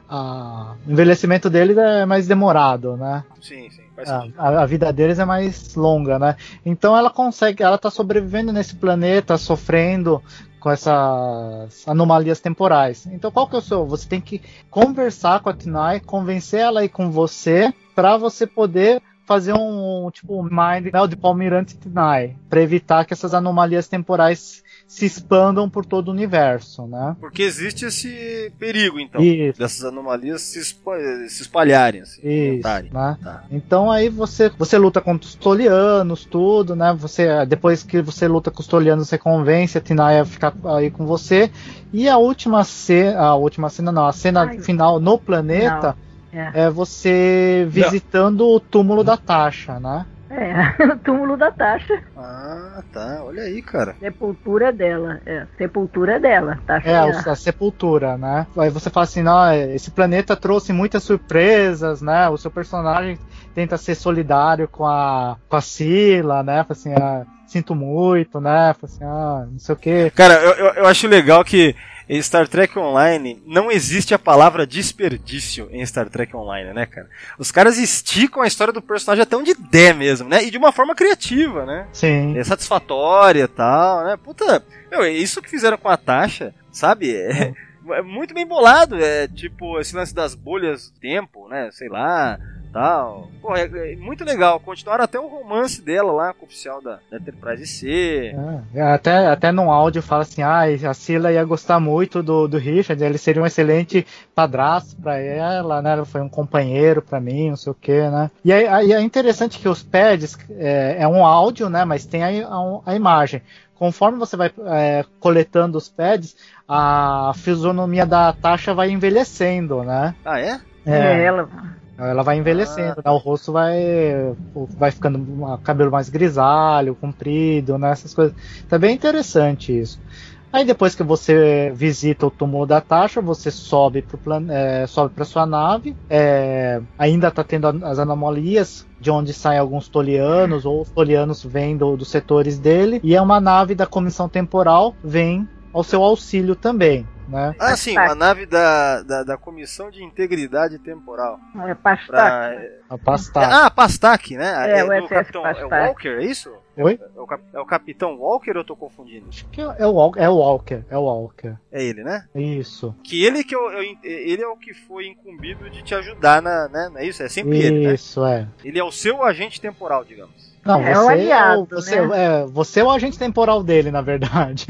a, o envelhecimento deles é mais demorado, né? Sim, sim. Faz A, sentido. a, a vida deles é mais longa, né? Então ela consegue... Ela tá sobrevivendo nesse planeta, sofrendo com essas anomalias temporais. Então qual que é o seu? Você tem que conversar com a Tinai, convencer ela a ir com você, para você poder fazer um tipo mind meld de Almirante Tinai, para evitar que essas anomalias temporais se expandam por todo o universo, né? Porque existe esse perigo, então, Isso. dessas anomalias se, espa- se espalharem, assim, Isso, aumentarem. né? Tá. Então aí você, você luta contra os Tolianos, tudo, né? Você, depois que você luta com os Tolianos, você convence a Tinai a ficar aí com você. E a última cena, a última cena não, a cena Ai, final no planeta É. é você visitando o túmulo da Tasha, né? É, o túmulo da Tasha. Ah, tá. Olha aí, cara. Sepultura dela. É, sepultura dela. Tasha É, é o- a sepultura, né? Aí você fala assim, não, esse planeta trouxe muitas surpresas, né? O seu personagem tenta ser solidário com a, com a Scylla, né? Fala assim, ah, sinto muito, né? Fala assim, ah, não sei o quê. Cara, eu, eu, eu acho legal que em Star Trek Online não existe a palavra desperdício em Star Trek Online, né, cara? Os caras esticam a história do personagem até onde der mesmo, né? E de uma forma criativa, né? Sim. É satisfatória e tal, né? Puta, meu, isso que fizeram com a Tasha, sabe? É, é muito bem bolado, é tipo esse lance das bolhas do tempo, né? Sei lá, tal. Pô, é, é muito legal. Continuaram até o romance dela lá com o oficial da, da Enterprise C. É, até, até num áudio fala assim, ah, a Scylla ia gostar muito do, do Richard, ele seria um excelente padrasto pra ela, né? Ele foi um companheiro pra mim, não sei o que, né? E aí, aí é interessante que os pads é, é um áudio, né? Mas tem a, a, a imagem. Conforme você vai é, coletando os pads, a fisionomia da Tasha vai envelhecendo, né? Ah, é? É, ela. Ela vai envelhecendo, Ah. né? O rosto vai, vai ficando um cabelo mais grisalho, comprido, né? Essas coisas. Tá bem interessante isso. Aí depois que você visita o túmulo da Tasha, você sobe para plan... é, sobe para sua nave. É, ainda tá tendo as anomalias de onde saem alguns Tolianos, ou os Tolianos vêm do, dos setores dele. E é uma nave da Comissão Temporal, vem ao seu auxílio também. Né? Ah, sim, uma nave da, da, da Comissão de Integridade Temporal. É Pastac. Pra... A Pastac. Ah, Pastac, né? É, é o do S S Capitão, é o Pastac. Walker, é isso? Oi? É o, cap, é o Capitão Walker ou eu tô confundindo? Acho que é o Walker, é o Walker, é o Walker. É ele, né? Isso. Que ele que eu, eu- ele é o que foi incumbido de te ajudar na, né? Não é isso? É sempre ele, né? Isso, é. Ele é o seu agente temporal, digamos. Não, É você o aliado, é o, você, né? é, você é o agente temporal dele, na verdade.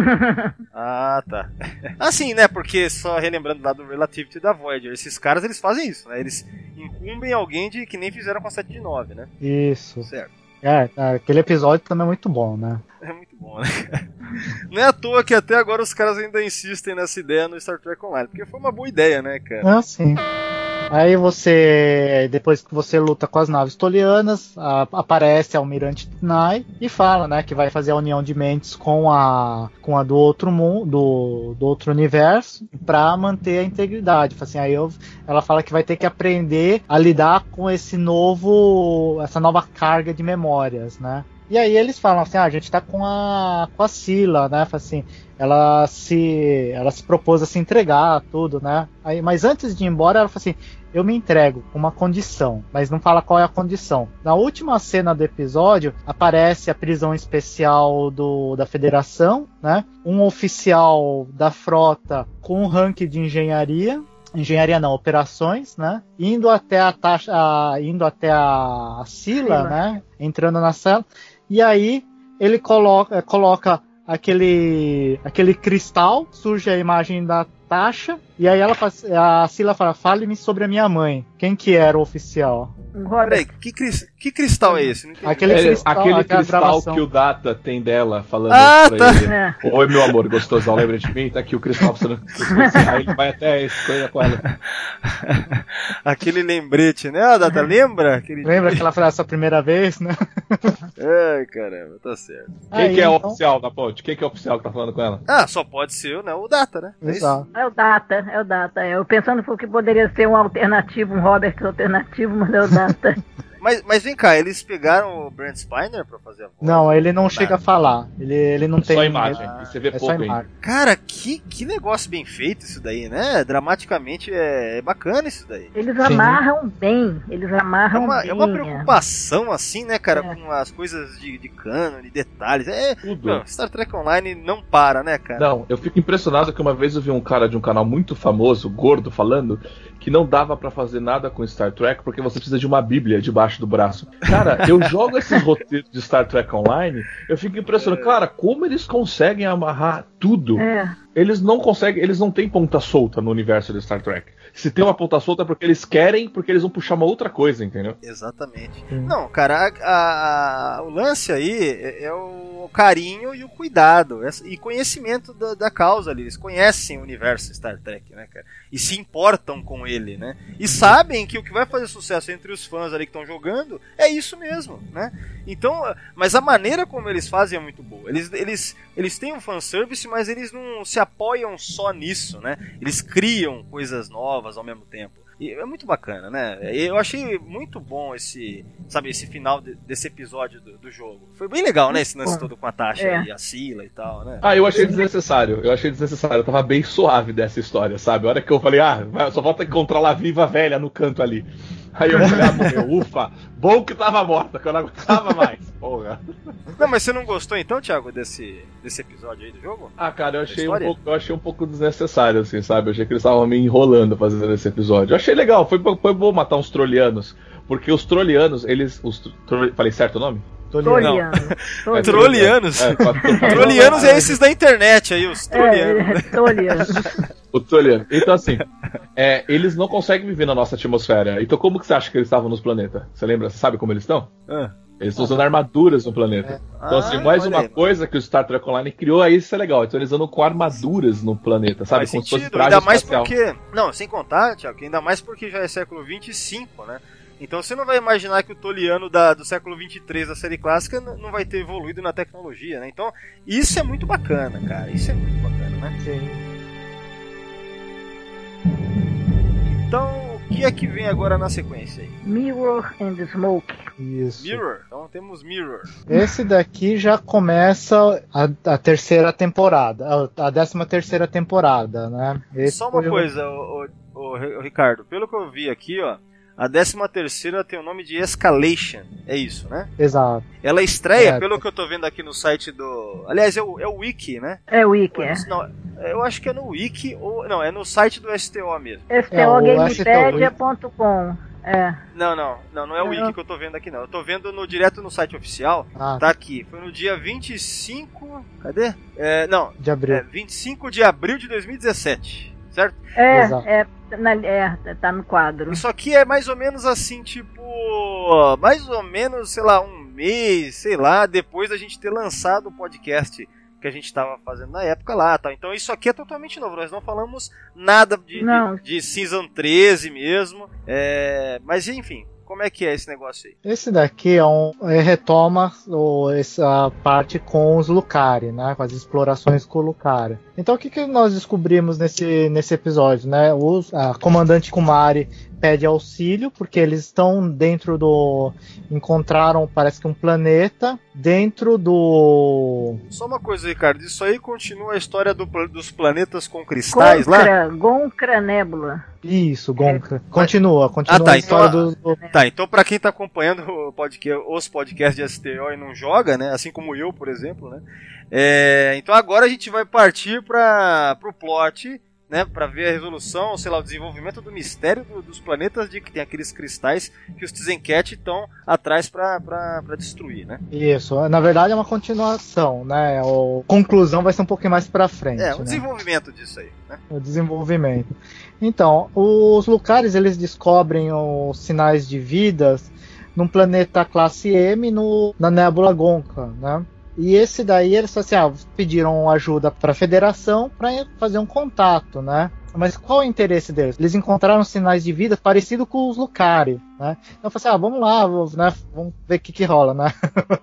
Ah, tá. Assim, né? Porque só relembrando lá do Relativity da Voyager, esses caras eles fazem isso, né? Eles incumbem alguém de que nem fizeram com a sete de nove, né? Isso. Certo. É, aquele episódio também é muito bom, né? É muito bom, né? Não é à toa que até agora os caras ainda insistem nessa ideia no Star Trek Online, porque foi uma boa ideia, né, cara? Ah, sim. Aí você, depois que você luta com as naves tolianas, a, aparece a Almirante Tinai e fala, né, que vai fazer a união de mentes com a, com a do outro mundo, do, do outro universo, para manter a integridade. Assim, aí eu, ela fala que vai ter que aprender a lidar com esse novo, essa nova carga de memórias, né? E aí eles falam assim, ah, a gente tá com a, com a Scylla, né? Fala assim, ela se, ela se propôs a se entregar, tudo, né? Aí, mas antes de ir embora, ela fala assim, eu me entrego com uma condição, mas não fala qual é a condição. Na última cena do episódio, aparece a prisão especial do, da Federação, né? Um oficial da frota com um ranking de engenharia, engenharia não, operações, né? Indo até a taxa, a, indo até a, a Scylla, né? Entrando na cela. E aí ele coloca, coloca aquele, aquele cristal, surge a imagem da Tasha, e aí ela faz, a Scylla fala, fale-me sobre a minha mãe. Quem que era o oficial? Peraí, que, cris, que cristal é esse? Não entendi. Aquele É, cristal, aquele aquela cristal gravação. que o Data tem dela falando Ah, pra tá. ele. É. Oi, meu amor, gostosão, lembra de mim? Tá aqui o cristal pra você. Aí ele vai até esse coisa com ela. Aquele lembrete, né? Ah, Data, lembra? Aquele... Lembra que ela foi essa primeira vez, né? Ai, caramba, tá certo. Quem Aí, que é o então- oficial da ponte? Quem que é o oficial que tá falando com ela? Ah, só pode ser, né? O Data, né? É isso? Exato. É o Data, é o Data. Eu pensando que poderia ser um alternativo, um Robert alternativo, mas é o Data. Mas, mas vem cá, eles pegaram o Brent Spiner pra fazer a voz? Não, ele não chega a falar. Ele, ele não tem... Só imagem, ele, e você vê é pouco só ainda. Cara, que, que negócio bem feito isso daí, né? Dramaticamente é, é bacana isso daí. Eles amarram bem, eles É amarram uma, bem. é uma preocupação, assim, né, cara, É. com as coisas de, de cano, de detalhes. É, Tudo. não, Star Trek Online não para, né, cara? Não, eu fico impressionado que uma vez eu vi um cara de um canal muito famoso, gordo, falando que não dava pra fazer nada com Star Trek porque você precisa de uma bíblia debaixo do braço. Cara, eu jogo esses roteiros de Star Trek Online, eu fico impressionado. Cara, como eles conseguem amarrar tudo? É. Eles não conseguem, eles não têm ponta solta no universo de Star Trek. Se tem uma ponta solta é porque eles querem, porque eles vão puxar uma outra coisa, entendeu? Exatamente. Sim. Não, cara, a- a- o lance aí é, é o carinho e o cuidado essa- e conhecimento da, da causa ali. Eles conhecem o universo Star Trek, né, cara? E se importam com ele, né? E sabem que o que vai fazer sucesso entre os fãs ali que estão jogando é isso mesmo, né? Então, mas a maneira como eles fazem é muito boa. Eles, eles, eles têm um fanservice, mas eles não se apoiam só nisso, né? Eles criam coisas novas ao mesmo tempo. E é muito bacana, né? Eu achei muito bom esse, sabe, esse final de- desse episódio do, do jogo. Foi bem legal, né? Esse lance todo com a Tasha É. e a Scylla e tal, né? Ah, eu achei desnecessário. Eu achei desnecessário. Eu tava bem suave dessa história, sabe? A hora que eu falei, ah, vai- só falta encontrar lá a viva velha no canto ali. Aí eu falei, ah, morreu, ufa. Bom que tava morta, que eu não aguentava mais. Porra. Não, mas você não gostou então, Thiago, desse, desse episódio aí do jogo? Ah, cara, eu achei, um História? pouco, eu achei um pouco desnecessário, assim, sabe? Eu achei que eles estavam me enrolando fazendo esse episódio. Eu achei legal, foi, foi bom matar uns trollianos. Porque os trollianos, eles. Os tro... Falei certo o nome? Toliano. É, Trollianos? É, quatro- Trollianos é esses da internet aí, os trollianos. É, Toliano. O trolliano. Então, assim, é, eles não conseguem viver na nossa atmosfera. Então, como que você acha que eles estavam nos planetas? Você lembra? Você sabe como eles estão? Ah. Eles estão usando armaduras no planeta. Então, assim, Ah, mais olha uma aí, coisa que o Star Trek Online criou, aí isso é legal. Então, eles andam com armaduras no planeta, sabe? Faz Como se fosse sentido, traje ainda mais espacial. porque... Não, sem contar, Thiago, que ainda mais porque já é século vinte e cinco, né? Então você não vai imaginar que o Toliano da, do século vinte e três da série clássica n- não vai ter evoluído na tecnologia, né? Então isso é muito bacana, cara. Isso é muito bacana, né? Sim. Então o que é que vem agora na sequência aí? Mirror and Smoke. Isso. Mirror. Então temos Mirror. Esse daqui já começa a, a terceira temporada, a, a décima terceira temporada, né? Esse Só uma foi o- coisa, o, o, o Ricardo. Pelo que eu vi aqui, ó, a décima terceira tem o nome de Escalation. É isso, né? Exato. Ela estreia, É. pelo que eu tô vendo aqui no site do... Aliás, é o, é o Wiki, né? É o Wiki, é. Não, eu acho que é no Wiki, ou... Não, é no site do S T O mesmo. S T É, O o gamepedia ponto com. É. Não, não, não, não é o Não. Wiki que eu tô vendo aqui, não. Eu tô vendo no, direto no site oficial. Ah, Tá aqui. Foi no dia vinte e cinco... Cadê? É, não, de abril. é vinte e cinco de abril de dois mil e dezessete, certo? É, Exato. é, na, é, tá no quadro. Isso aqui é mais ou menos assim, tipo... Mais ou menos, sei lá, um mês, sei lá, depois da gente ter lançado o podcast que a gente estava fazendo na época lá, tá? Então isso aqui é totalmente novo. Nós não falamos nada de, Não. de, de Season treze mesmo. É, mas enfim, como é que é esse negócio aí? Esse daqui é um, é, retoma o, essa parte com os Lucari, né? Com as explorações com o Lucari. Então o que, que nós descobrimos nesse, nesse episódio, né? Os, a comandante Kumari pede auxílio porque eles estão dentro do... Encontraram, parece que um planeta dentro do... Só uma coisa, Ricardo. Isso aí continua a história do, dos planetas com cristais lá? Gonkra, Gonkra Nebula. Isso, Gonka. Continua, continua Ah, tá, a história então, do... do- Tá, então pra quem tá acompanhando o podcast, os podcasts de S T O e não joga, né? Assim como eu, por exemplo, né? É, então agora a gente vai partir para pro plot, né? Pra ver a resolução, sei lá, o desenvolvimento do mistério do, dos planetas de que tem aqueles cristais que os Tzenket estão atrás pra, pra, pra destruir, né? Isso, na verdade é uma continuação, né? A conclusão vai ser um pouquinho mais pra frente. É, o né? desenvolvimento disso aí, né? O desenvolvimento. Então, os Lucaris eles descobrem os sinais de vidas num planeta classe M no, na Nébula Gonka, né? E esse daí eles assim, ah, pediram ajuda para a Federação para fazer um contato, né? Mas qual é o interesse deles? Eles encontraram sinais de vida parecido com os Lucari, né? Então eu falei assim, ah, vamos lá, vamos, né? Vamos ver o que que rola, né?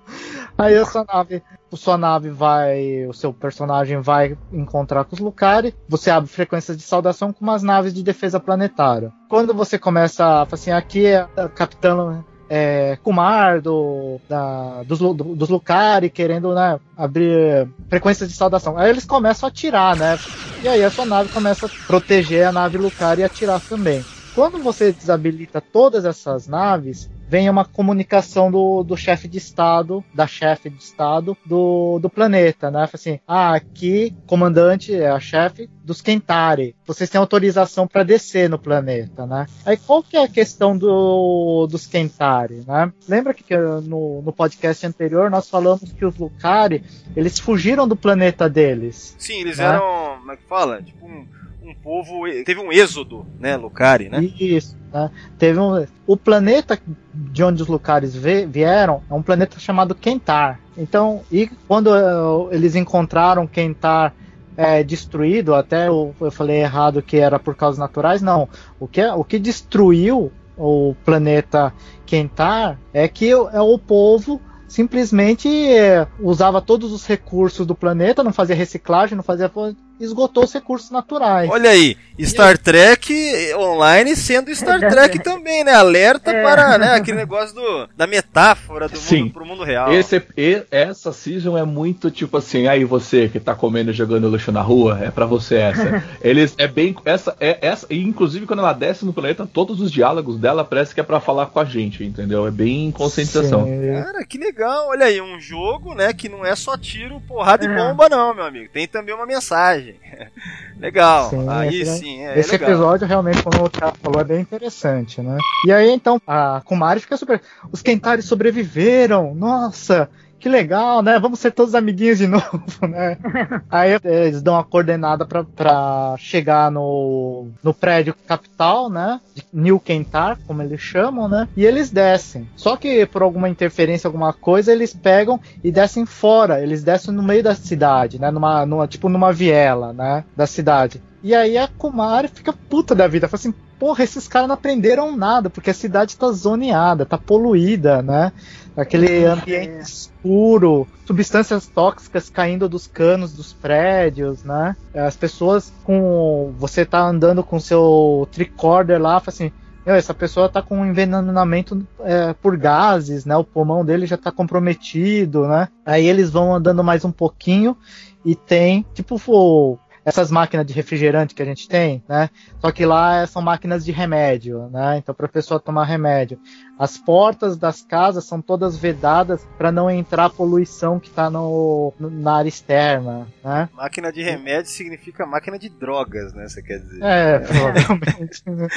Aí a sua nave, a sua nave vai, o seu personagem vai encontrar com os Lucari, você abre frequências de saudação com umas naves de defesa planetária. Quando você começa a falar assim, aqui é a capitã é, Kumar, do, da, dos, do, dos Lucari, querendo, né, abrir frequências de saudação. Aí eles começam a atirar, né? E aí a sua nave começa a proteger a nave Lucari e atirar também. Quando você desabilita todas essas naves, vem uma comunicação do, do chefe de estado, da chefe de estado do, do planeta, né? Assim, ah, aqui, comandante, é a chefe dos Kentari. Vocês têm autorização para descer no planeta, né? Aí qual que é a questão do, dos Kentari, né? Lembra que no, no podcast anterior nós falamos que os Lucari, eles fugiram do planeta deles. Sim, eles né? eram, como é que fala? Tipo um... um povo, teve um êxodo, né, Lucari, né? Isso, né? Teve um, o planeta de onde os Lucaris vieram é um planeta chamado Kentar. Então, e quando uh, eles encontraram Kentar é, destruído, até eu, eu falei errado que era por causas naturais, não. O que, o que destruiu o planeta Kentar é que é o povo simplesmente é, usava todos os recursos do planeta, não fazia reciclagem, não fazia... esgotou os recursos naturais. Olha aí, Star Trek Online sendo Star Trek também, né? Alerta é. para, né, aquele negócio do, da metáfora do Sim. mundo pro mundo real. Esse, essa season é muito tipo assim, aí você que tá comendo e jogando lixo na rua, é pra você essa. Eles, é bem, essa, é essa, e inclusive quando ela desce no planeta, todos os diálogos dela parece que é pra falar com a gente, entendeu? É bem conscientização. Sim. Cara, que legal, olha aí, um jogo, né, que não é só tiro, porrada e bomba não, meu amigo. Tem também uma mensagem. Legal, sim, aí esse, sim é esse legal. episódio realmente, como o Thiago falou, é bem interessante, né? E aí então a Kumari fica super, os Kentari sobreviveram, nossa, que legal, né? Vamos ser todos amiguinhos de novo, né? Aí eles dão uma coordenada pra, pra chegar no, no prédio capital, né? De New Kentar, como eles chamam, né? E eles descem. Só que por alguma interferência, alguma coisa, eles pegam e descem fora. Eles descem no meio da cidade, né? Numa, numa, tipo numa viela, né? Da cidade. E aí a Kumari fica puta da vida. Fala assim, porra, esses caras não aprenderam nada, porque a cidade tá zoneada, tá poluída, né? Aquele ambiente escuro, substâncias tóxicas caindo dos canos dos prédios, né? As pessoas com... Você tá andando com seu tricorder lá, fala assim, essa pessoa tá com um envenenamento é, por gases, né? O pulmão dele já tá comprometido, né? Aí eles vão andando mais um pouquinho e tem, tipo, o... essas máquinas de refrigerante que a gente tem, né? Só que lá são máquinas de remédio, né? Então, para a pessoa tomar remédio. As portas das casas são todas vedadas para não entrar poluição que está no, no, na área externa, né? Máquina de remédio significa máquina de drogas, né? Você quer dizer? É, provavelmente. Né?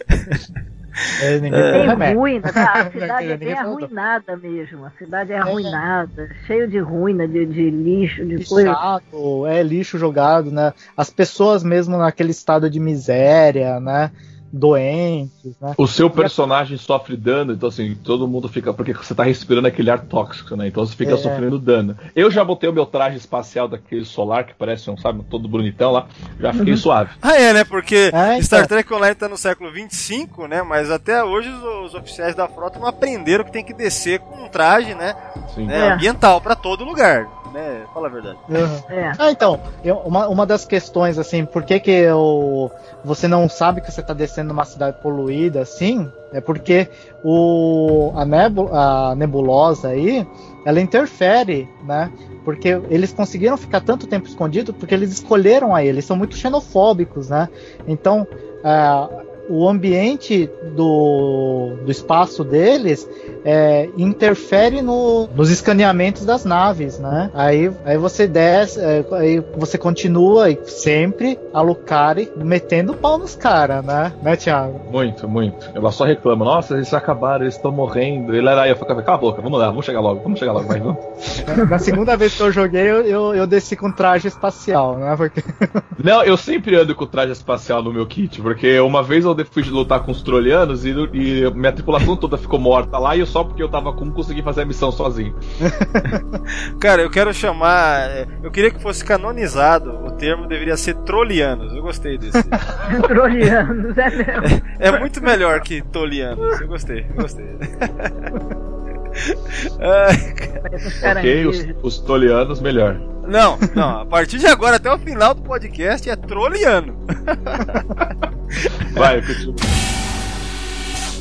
É, bem ruim, a cidade é bem arruinada mesmo. A cidade é arruinada, é. cheio de ruína, de, de lixo, de coisa. É lixo jogado, né? As pessoas mesmo naquele estado de miséria, né? Doentes, né? O seu personagem sofre dano, então assim, todo mundo fica, porque você tá respirando aquele ar tóxico, né? Então você fica é. sofrendo dano. Eu já botei o meu traje espacial daquele solar, que parece um, sabe, todo bonitão lá, já fiquei uhum. suave. Ah é, né? Porque é, então. Star Trek Online tá no século vinte e cinco, né? Mas até hoje os, os oficiais da frota não aprenderam que tem que descer com um traje, né? Sim. né? É. Ambiental pra todo lugar. Né? Fala a verdade. Uhum. É. Ah, então, eu, uma, uma das questões, assim, por que que eu, você não sabe que você tá descendo numa cidade poluída, assim, é porque o, a, nebu, a nebulosa aí, ela interfere, né? Porque eles conseguiram ficar tanto tempo escondidos porque eles escolheram a ele, eles são muito xenofóbicos, né? Então, uh, o ambiente do, do espaço deles é, interfere no, nos escaneamentos das naves, né? Aí, aí você desce, aí você continua e sempre a Lucari metendo pau nos caras, né? Né, Thiago? Muito, muito. Ela só reclama, nossa, eles acabaram, eles estão morrendo. Ele era aí, eu falei, cala a boca, vamos lá, vamos chegar logo, vamos chegar logo, vai, vamos. Na segunda vez que eu joguei, eu, eu, eu desci com traje espacial, né? Porque... Não, eu sempre ando com traje espacial no meu kit, porque uma vez eu fui lutar com os trollianos e, e minha tripulação toda ficou morta lá e eu só porque eu tava com consegui fazer a missão sozinho. Cara, eu quero chamar, eu queria que fosse canonizado, o termo deveria ser trollianos, eu gostei desse. Trollianos, é mesmo. É, é muito melhor que tolianos, eu gostei, eu gostei. Ok, os, os tolianos melhor. Não, não, a partir de agora até o final do podcast é trolliano. Vai, continua.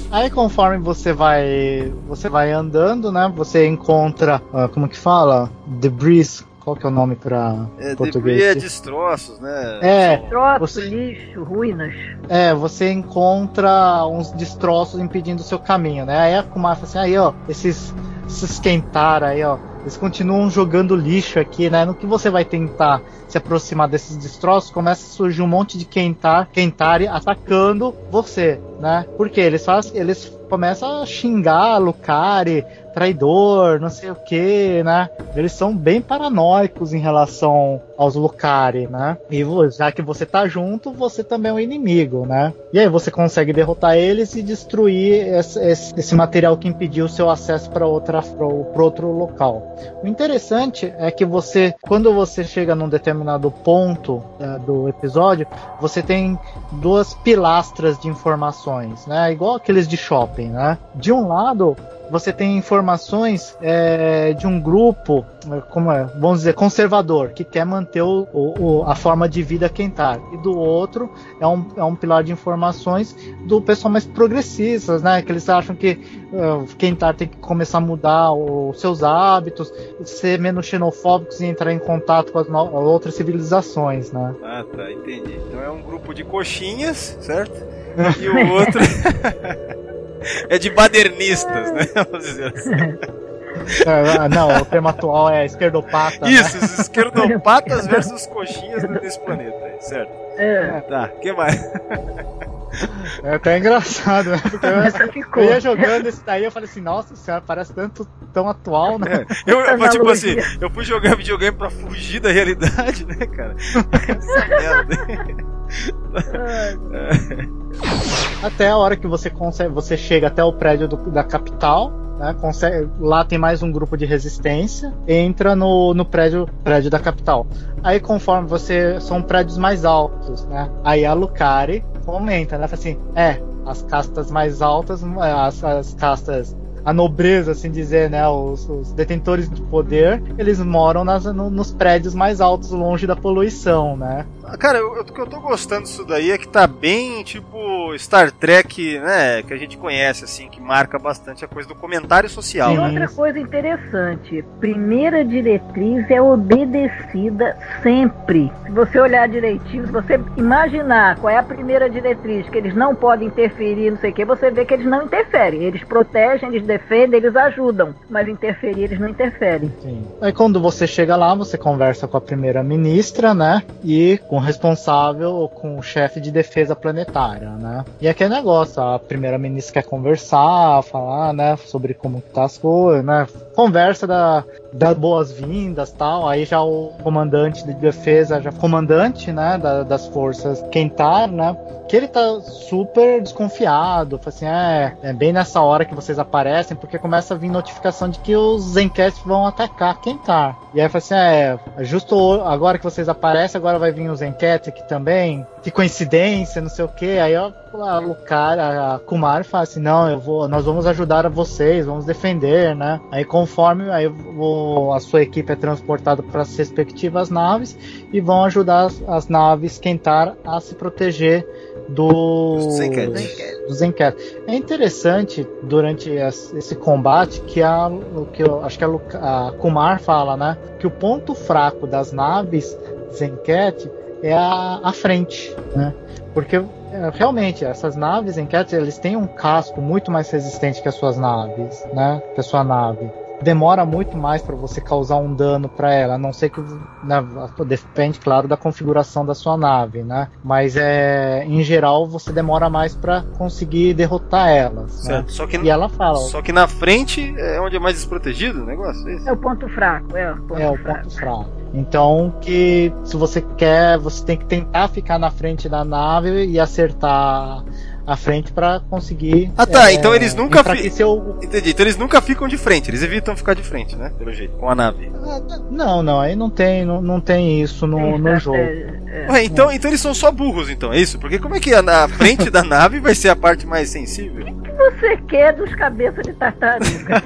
Aí conforme você vai você vai andando, né? Você encontra, uh, como que fala? Debris. Qual que é o nome pra é, português? Debris é destroços, né? É. Destroços, você... lixo, ruínas. É, você encontra uns destroços impedindo o seu caminho, né? Aí a Kumar fala assim, aí ó, esses, esses Kentara aí, ó, eles continuam jogando lixo aqui, né? No que você vai tentar se aproximar desses destroços, começa a surgir um monte de Kentar, Kentari atacando você, né? Porque eles fazem, eles começam a xingar Lucari, traidor, não sei o que, né? Eles são bem paranoicos em relação aos Lucari, né? E já que você tá junto, você também é um inimigo, né? E aí você consegue derrotar eles e destruir esse, esse, esse material que impediu o seu acesso para outra, para outro local. O interessante é que você, quando você chega num determinado ponto é, do episódio, você tem duas pilastras de informações, né? Igual aqueles de shopping, né? De um lado, você tem informações é, de um grupo, como é, vamos dizer, conservador, que quer manter o, o, a forma de vida Kentar. E do outro é um, é um pilar de informações do pessoal mais progressistas, né? Que eles acham que uh, Kentar tem que começar a mudar os seus hábitos, ser menos xenofóbicos e entrar em contato com as no- outras civilizações, né? Ah, tá, entendi. Então é um grupo de coxinhas, certo? E o outro... é de badernistas, né? Vamos dizer assim. É, não, o termo atual é esquerdopata. Isso, né? os esquerdopatas versus coxinhas nesse planeta, certo? É. Tá, o que mais? É até engraçado, né? Porque eu, eu ia jogando esse daí, eu falei assim, nossa senhora, parece tanto tão atual, né? É, eu, eu tipo assim, eu fui jogar videogame pra fugir da realidade, né, cara? Essa merda. Até a hora que você consegue, você chega até o prédio do, da capital, né, consegue, lá tem mais um grupo de resistência, entra no, no prédio, prédio da capital. Aí conforme você, são prédios mais altos, né, aí a Lucari comenta, né, fala assim, é, as castas mais altas, as, as castas, a nobreza, assim dizer, né, os, os detentores de poder, eles moram nas, no, nos prédios mais altos, longe da poluição, né. Cara, eu, o que eu tô gostando disso daí é que tá bem, tipo, Star Trek, né, que a gente conhece, assim, que marca bastante a coisa do comentário social. E outra coisa interessante, primeira diretriz é obedecida sempre. Se você olhar direitinho, se você imaginar qual é a primeira diretriz, que eles não podem interferir, não sei o que, você vê que eles não interferem. Eles protegem, eles defendem, eles ajudam, mas interferir eles não interferem. Sim. Aí quando você chega lá, você conversa com a primeira ministra, né, e com o responsável, com o chefe de defesa planetária, né? E aquele negócio, a primeira ministra quer conversar, falar, né, sobre como que tá as coisas, né? Conversa da, das boas-vindas, tal. Aí já o comandante de defesa, já comandante, né, da, das forças Kentar, né? Que ele tá super desconfiado, fala assim, é, é bem nessa hora que vocês aparecem, porque começa a vir notificação de que os Zenkets vão atacar Kentar. E aí fala assim, é, justo agora que vocês aparecem, agora vai vir os Zenkets aqui também, que coincidência, não sei o que. Aí ó, a Lucari, a Kumar fala assim, não, eu vou, nós vamos ajudar a vocês, vamos defender, né? Aí conforme aí vou, a sua equipe é transportada para as respectivas naves e vão ajudar as, as naves Kentar a se proteger do Zenket. É interessante durante esse combate que a, o que eu acho que a, a Kumar fala, né, que o ponto fraco das naves Zenket é a, a frente, né? Porque realmente essas naves Zenket, eles têm um casco muito mais resistente que as suas naves, né? Que a sua nave. Demora muito mais para você causar um dano para ela, a não ser que, né, depende, claro, da configuração da sua nave, né? Mas é, em geral você demora mais para conseguir derrotar elas. Certo. Né? Só que, e ela fala. Só que na frente é onde é mais desprotegido o negócio. É, isso? É o ponto fraco, é o ponto é fraco. o ponto fraco. Então, que se você quer, você tem que tentar ficar na frente da nave e acertar a frente para conseguir. Ah tá, é, então eles nunca ficam. O... Entendi, então eles nunca ficam de frente, eles evitam ficar de frente, né? Pelo jeito, com a nave. Não, não, aí não tem, não, não tem isso no, tem no jogo. É. Ué, então, então eles são só burros, então, é isso? Porque como é que a, a frente da nave vai ser a parte mais sensível? O que você quer dos cabeças de tartaruga?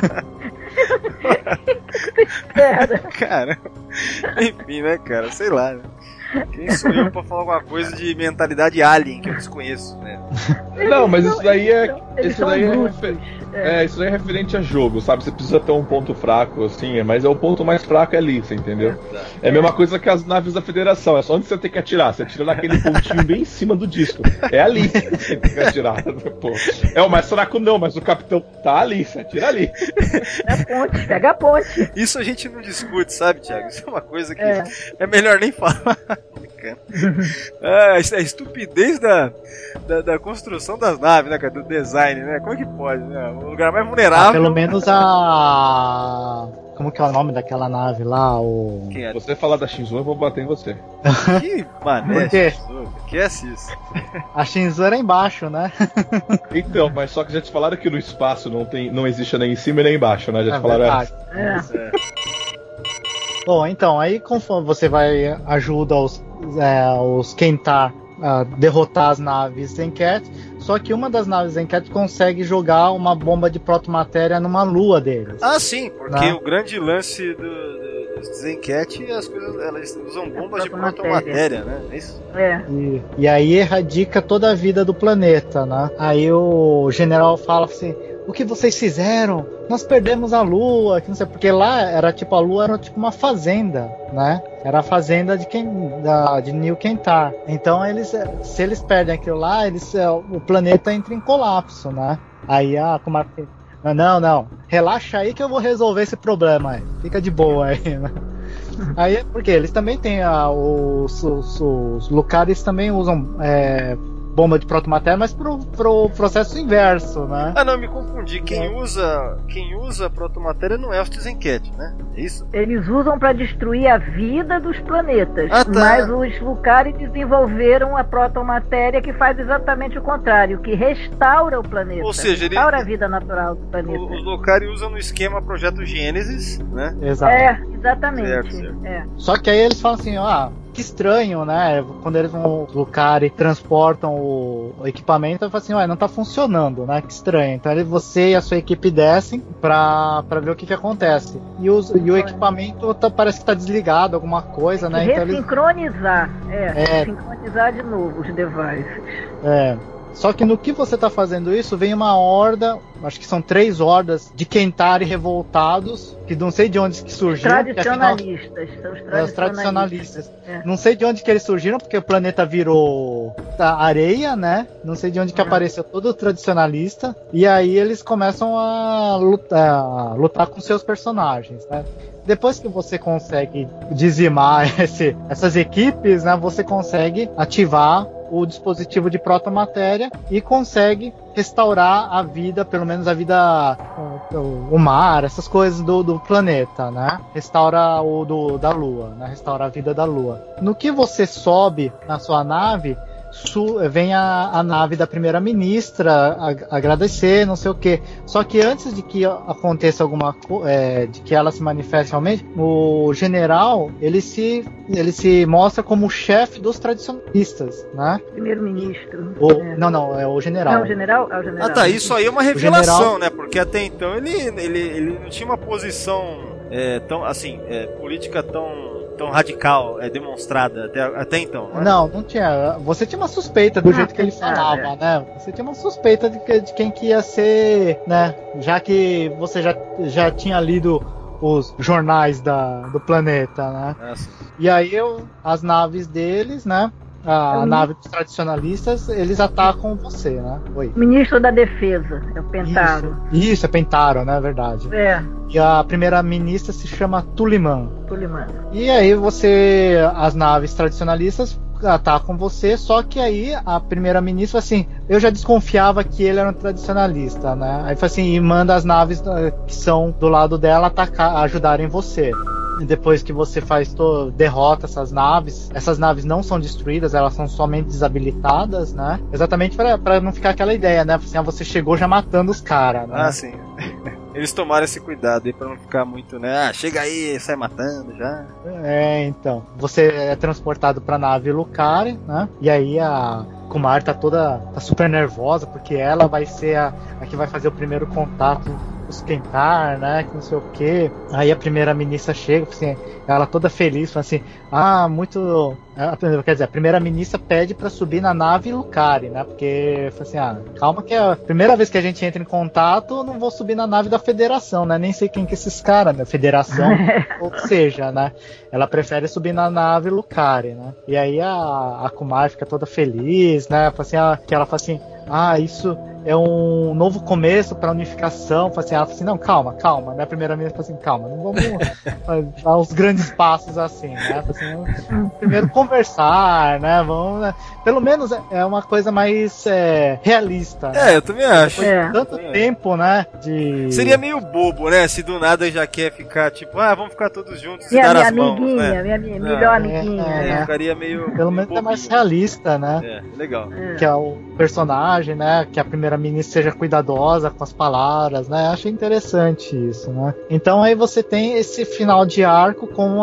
Espera. Cara, enfim, né, cara? Sei lá, né? Quem sou eu pra falar alguma coisa de mentalidade alien que eu desconheço, né? Não, mas isso daí é Eles Isso são daí é, brutos. refer... É. é, isso daí é referente a jogo, sabe? Você precisa ter um ponto fraco, assim, mas é o ponto mais fraco é ali, você entendeu? É, é a mesma coisa que as naves da Federação, é só onde você tem que atirar. Você atira naquele pontinho bem em cima do disco. É ali que você tem que atirar. Pô. É o mais fraco não, mas o capitão tá ali, você atira ali. É a ponte, pega a ponte. Isso a gente não discute, sabe, Thiago? Isso é uma coisa que É, é melhor nem falar. Ah, a estupidez da, da, da construção das naves, né, cara? Do design, né? Como é que pode, né? O lugar mais vulnerável. Ah, pelo menos a. Como que é o nome daquela nave lá? O. Quem é? Se você falar da Shinzo, eu vou bater em você. Que mané, Por quê? Shizuka? Que é isso? A Shinzo era embaixo, né? Então, mas só que já te falaram que no espaço não, tem, não existe nem em cima e nem embaixo, né? Já te É falaram verdade. essa. é. Bom, então, aí conforme você vai ajuda os, é, os Kentar a derrotar as naves Zencat, só que uma das naves Zencat consegue jogar uma bomba de protomatéria numa lua deles. Ah, sim, porque Não. o grande lance do, do, dos Zencat, as coisas, elas usam bombas de protomatéria. protomatéria, né? É isso? É. E, e aí erradica toda a vida do planeta, né? Aí o general fala assim: o que vocês fizeram? Nós perdemos a lua, que não sei, porque lá era tipo, a lua era tipo uma fazenda, né? Era a fazenda de quem, da, de New Kentar. Então eles, se eles perdem aquilo lá, eles, o planeta entra em colapso, né? Aí a Kumar, não, não, relaxa aí que eu vou resolver esse problema aí. Fica de boa aí, né? Aí, porque eles também têm a, os, os, os Lucaris também usam é, bomba de protomatéria, mas pro, pro processo inverso, né? Ah, não, me confundi. Quem usa, quem usa protomatéria não é o Zencat, né? É isso? Eles usam para destruir a vida dos planetas, Ah, tá. mas os Lucari desenvolveram a protomatéria que faz exatamente o contrário, que restaura o planeta, Ou seja, ele- restaura a vida natural do planeta. O- Os Locari usam no esquema Projeto Gênesis, né? Exato. É, exatamente. Certo, certo. É. Só que aí eles falam assim, ah, que estranho, né? Quando eles vão lutar e transportam o, o equipamento, eu falo assim, ué, não tá funcionando, né? Que estranho. Então ele, você e a sua equipe descem pra, pra ver o que que acontece. E, os, e o equipamento tá- parece que tá desligado, alguma coisa, né? Então eles, Ressincronizar, é, É. sincronizar de novo os devices. é. Só que no que você tá fazendo isso, vem uma horda, acho que são três hordas de Kentari revoltados, que não sei de onde que surgiram. porque afinal- Tradicionalistas, são os É, os tradicionalistas. tradicionalistas. É. Não sei de onde que eles surgiram, porque o planeta virou tá, areia, né? Não sei de onde que Uhum. apareceu todo tradicionalista. E aí eles começam a lutar, a lutar com seus personagens, né? Depois que você consegue dizimar esse, essas equipes, né? Você consegue ativar o dispositivo de protomatéria e consegue restaurar a vida, pelo menos a vida, o, o mar, essas coisas do, do planeta, né? Restaura o do, da Lua, né? Restaura a vida da Lua. No que você sobe na sua nave, su, vem a, a nave da primeira-ministra agradecer, não sei o que. Só que antes de que aconteça alguma coisa, é, de que ela se manifeste realmente, o general, ele se, ele se mostra como o chefe dos tradicionalistas, né? Primeiro-ministro. O, É. Não, não, é o general. Não, o general? É o general. Ah, tá, isso aí é uma revelação, general- né? Porque até então ele, ele, ele não tinha uma posição é, tão, assim, é, política tão, tão radical, é, demonstrada até, até então. Né? Não, não tinha. Você tinha uma suspeita do Ah, jeito que ele pensar, falava, né? Você tinha uma suspeita de, que, de quem que ia ser, né? Já que você já, já tinha lido os jornais da, do planeta, né? Nossa. E aí eu, as naves deles, né? A Uhum. nave dos tradicionalistas, eles atacam você, né? Oi. Ministro da Defesa, é o Pentaro. Isso, isso, é Pentaro, né? É verdade. É, E a primeira-ministra se chama Tuliman. Tuliman. E aí você, as naves tradicionalistas atacam você, só que aí a primeira-ministra, assim, eu já desconfiava que ele era um tradicionalista, né? Aí foi assim, e manda as naves eh, que são do lado dela atacar, ajudarem você. E depois que você faz to- derrota essas naves, essas naves não são destruídas, elas são somente desabilitadas, né? Exatamente pra, pra não ficar aquela ideia, né? Assim, ah, você chegou já matando os caras, né? Ah, sim. Eles tomaram esse cuidado aí pra não ficar muito, né? Ah, chega aí, sai matando já. É, então. Você é transportado pra nave Lucari, né? E aí a Kumar tá toda. tá super nervosa, porque ela vai ser a, a que vai fazer o primeiro contato com os Kentar, né? Que não sei o que. Aí a primeira ministra chega, assim, ela toda feliz, fala assim: ah, muito. quer dizer, a primeira-ministra pede pra subir na nave Lucari, né? Porque, assim, ah, calma que é a primeira vez que a gente entra em contato, eu não vou subir na nave da Federação, né? Nem sei quem que é esses caras, né? Federação, ou seja, né? Ela prefere subir na nave Lucari, né? E aí a, a Kumar fica toda feliz, né? Assim, ah, que ela fala assim, ah, isso é um novo começo para a unificação. Assim, ela fala assim, não, calma, calma, né? A primeira-ministra fala assim, calma, não vamos dar os grandes passos assim, né? Assim, primeiro conversar, né? Vamos, né? Pelo menos é uma coisa mais é, realista. Né? É, eu também acho. Depois de tanto é. tempo, né? De... Seria meio bobo, né? Se do nada já quer ficar tipo, ah, vamos ficar todos juntos minha, e dar minha as mãos, amiguinha, né? minha, minha melhor é, amiguinha. É, né? Ficaria meio. Pelo menos bobinho. é mais realista, né? É, legal. Que é o personagem, né? Que a primeira-ministra seja cuidadosa com as palavras, né? Achei interessante isso, né? Então aí você tem esse final de arco com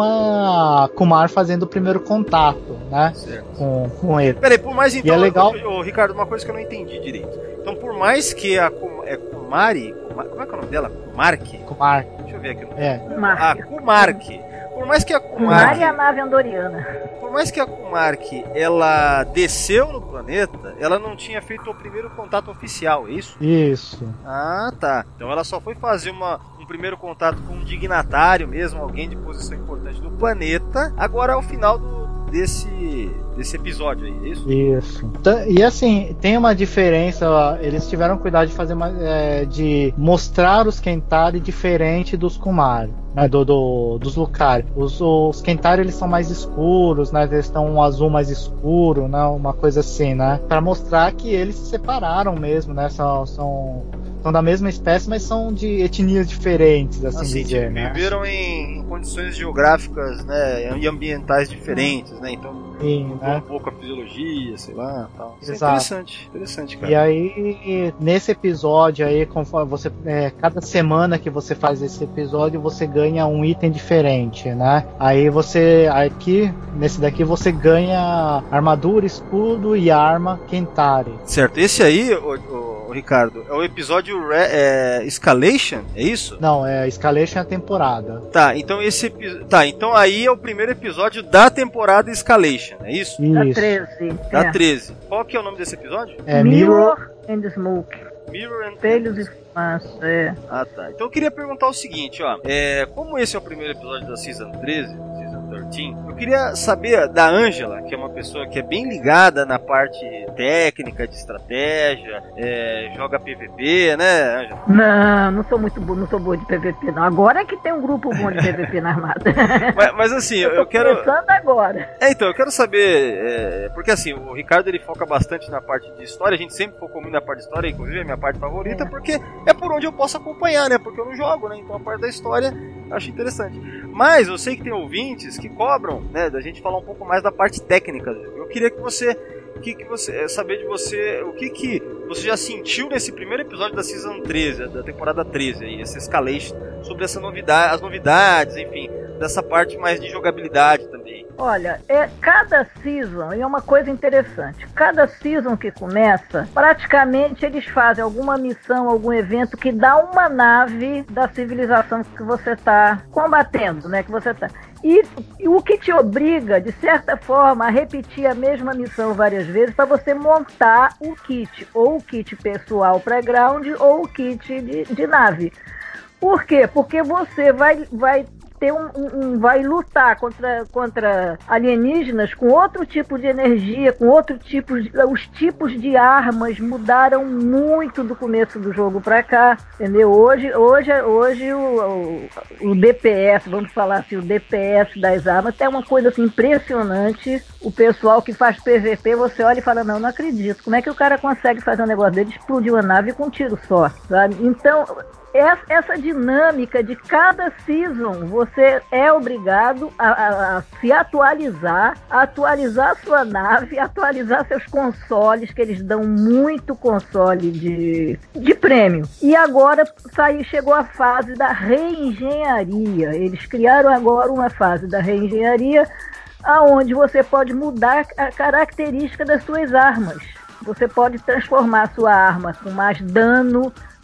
a Kumar fazendo o primeiro contato, né? Certo. Com, com ele. Peraí, por mais então. E é legal. Ô, ô, Ricardo, uma coisa que eu não entendi direito. Então, por mais que a Kum, é Kumari. Kumar, como é que é o nome dela? Kumark? Kumar. Deixa eu ver aqui. É. Ah, Kumark. Por mais que a Kumar Kumark. é a nave andoriana. Por mais que a Kumark ela desceu no planeta, ela não tinha feito o primeiro contato oficial, é isso? Isso. Ah, tá. Então ela só foi fazer uma, um primeiro contato com um dignatário mesmo, alguém de posição importante do planeta. Agora é o final do, desse, desse episódio aí, é isso? Isso. E assim, tem uma diferença, ó, eles tiveram cuidado de fazer uma, é, de mostrar os Kentari diferente dos Kumari. Né, do, do, dos Lucari. Os, os Kentari eles são mais escuros, né? Eles estão um azul mais escuro, né? Uma coisa assim, né? Para mostrar que eles se separaram mesmo, né? São, são, são da mesma espécie, mas são de etnias diferentes, assim, assim dizer, tipo, né? Viveram em, em condições geográficas, né? E ambientais diferentes, né? Então Sim, mudou né? um pouco a fisiologia, sei lá, tal. Isso Exato. é interessante, interessante, cara. E aí, nesse episódio aí, conforme você, é, cada semana que você faz esse episódio, você ganha um item diferente, né? Aí você, aqui, nesse daqui, você ganha armadura, escudo e arma Kentari. Certo, esse aí, o, o, o Ricardo, é o episódio Re, é, Escalation, é isso? Não, é Escalation é a temporada. Tá, então esse tá, então aí é o primeiro episódio da temporada Escalation, é isso? Isso. Da treze. Da é. treze. Qual que é o nome desse episódio? É Mirror, Mirror and Smoke. Mirror and Espelhos e fumaça, é. Ah, tá. Então eu queria perguntar o seguinte, ó. É, como esse é o primeiro episódio da Season treze, Season treze, eu queria saber da Angela, que é uma pessoa que é bem ligada na parte técnica, de estratégia, é, joga P V P, né, Angela? Não, não sou muito boa, não sou boa de P V P, não. Agora é que tem um grupo bom de P V P na Armada. Mas, mas assim, eu, eu, eu quero... Começando agora. É, então, eu quero saber, é, porque assim, o Ricardo ele foca bastante na parte de história, a gente sempre focou muito na parte de história, inclusive é a minha parte favorita, é. porque é por onde eu posso acompanhar, né, porque eu não jogo, né, então a parte da história eu acho interessante. Mas eu sei que tem ouvintes que cobram, né, da gente falar um pouco mais da parte técnica. Eu queria que você, que, que você saber de você, o que que você já sentiu nesse primeiro episódio da Season treze, da temporada treze, aí, esse Escalation, sobre essa novidade, as novidades, enfim, dessa parte mais de jogabilidade também. Olha, é, cada season, e é uma coisa interessante, cada season que começa, praticamente eles fazem alguma missão, algum evento que dá uma nave da civilização que você está combatendo, né, que você está. E, e o que te obriga, de certa forma, a repetir a mesma missão várias vezes para você montar o kit, ou o kit pessoal pré-ground, ou o kit de, de nave. Por quê? Porque você vai... vai ter um, um, um, vai lutar contra, contra alienígenas com outro tipo de energia, com outro tipo de, os tipos de armas mudaram muito do começo do jogo pra cá, entendeu? Hoje, hoje, hoje o, o, o D P S, vamos falar assim, o D P S das armas é uma coisa assim, impressionante. O pessoal que faz P V P, você olha e fala, não, não acredito, como é que o cara consegue fazer um negócio dele, explodir uma nave com um tiro só, sabe? Então, essa dinâmica de cada season, você é obrigado a, a, a se atualizar, a atualizar a sua nave, atualizar seus consoles, que eles dão muito console de, de prêmio. E agora saiu, chegou a fase da reengenharia. Eles criaram agora uma fase da reengenharia, aonde você pode mudar a característica das suas armas. Você pode transformar a sua arma com mais dano,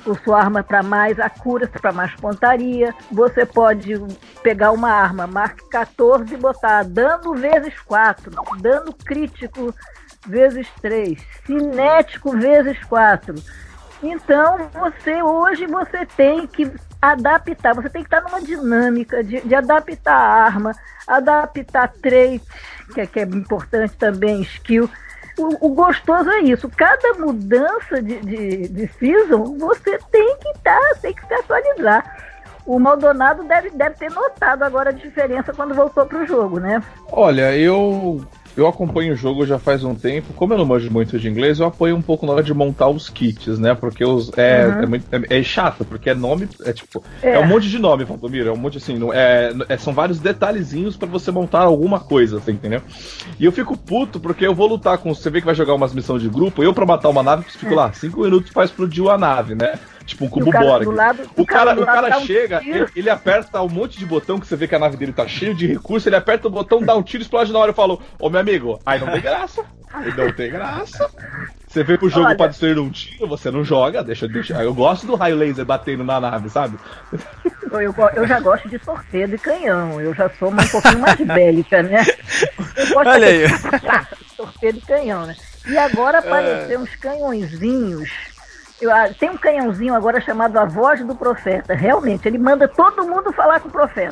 crítico, sua arma para mais accuracy, para mais pontaria. Você pode pegar uma arma, marca quatorze e botar dano vezes quatro, dano crítico vezes três, cinético vezes quatro. Então, você hoje você tem que adaptar, você tem que estar numa dinâmica de, de adaptar a arma, adaptar trait, que é, que é importante também, skill. O, o gostoso é isso, cada mudança de, de, de season, você tem que estar, tem que se atualizar. O Maldonado deve, deve ter notado agora a diferença quando voltou pro jogo, né? Olha, eu... Eu acompanho o jogo já faz um tempo. Como eu não manjo muito de inglês, eu apoio um pouco na hora de montar os kits, né? Porque os, é, uhum. é, muito, é, é chato, porque é nome. É tipo. É, é um monte de nome, Valdomiro. É um monte assim. Não, é, é, são vários detalhezinhos pra você montar alguma coisa, assim, entendeu? E eu fico puto porque eu vou lutar com. Você vê que vai jogar umas missões de grupo, eu pra matar uma nave, fico é. lá, cinco minutos pra explodir a nave, né? Tipo um cubo Borg. O cara, o cara, cara chega, um ele, ele aperta um monte de botão que você vê que a nave dele tá cheio de recursos, ele aperta o botão, dá um tiro, explode na hora e falo, ô meu amigo, aí não tem graça. Aí não tem graça. Você vem pro jogo Olha, pra destruir um tiro, você não joga, deixa eu deixar. Eu gosto do raio laser batendo na nave, sabe? Eu, eu, eu já gosto de torpedo e canhão, eu já sou um pouquinho mais bélica, né? Eu gosto Olha de aí. torpedo e canhão, né? E agora apareceram é. uns canhõezinhos. Eu, tem um canhãozinho agora chamado A Voz do Profeta. Realmente, ele manda todo mundo falar com o profeta.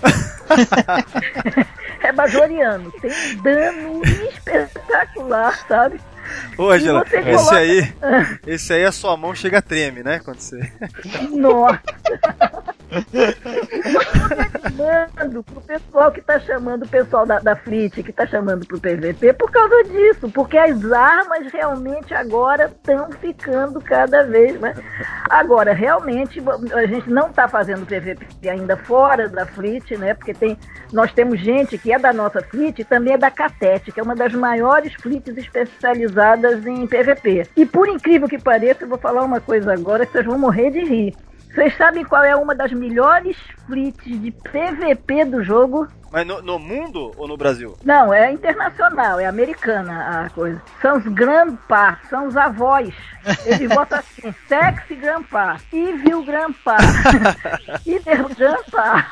É bajoriano. Tem um dano espetacular, sabe? Ô, Angela, esse coloca... aí, esse aí a sua mão chega a treme, né? Quando você... Nossa! Mando pro pessoal que tá chamando, o pessoal da, da Fleet, que tá chamando pro P V P por causa disso, porque as armas realmente agora estão ficando cada vez mais. Agora, realmente, a gente não tá fazendo P V P ainda fora da Fleet, né? Porque tem, nós temos gente que é da nossa Fleet e também é da Catete, que é uma das maiores fleets especializadas em P V P. E por incrível que pareça, eu vou falar uma coisa agora que vocês vão morrer de rir. Vocês sabem qual é uma das melhores fleets de P V P do jogo? Mas no, no mundo ou no Brasil? Não, é internacional, é americana a coisa. São os Grandpa, são os avós. Eles botam assim, Sexy Grandpa, Evil Grandpa, Either Grandpa.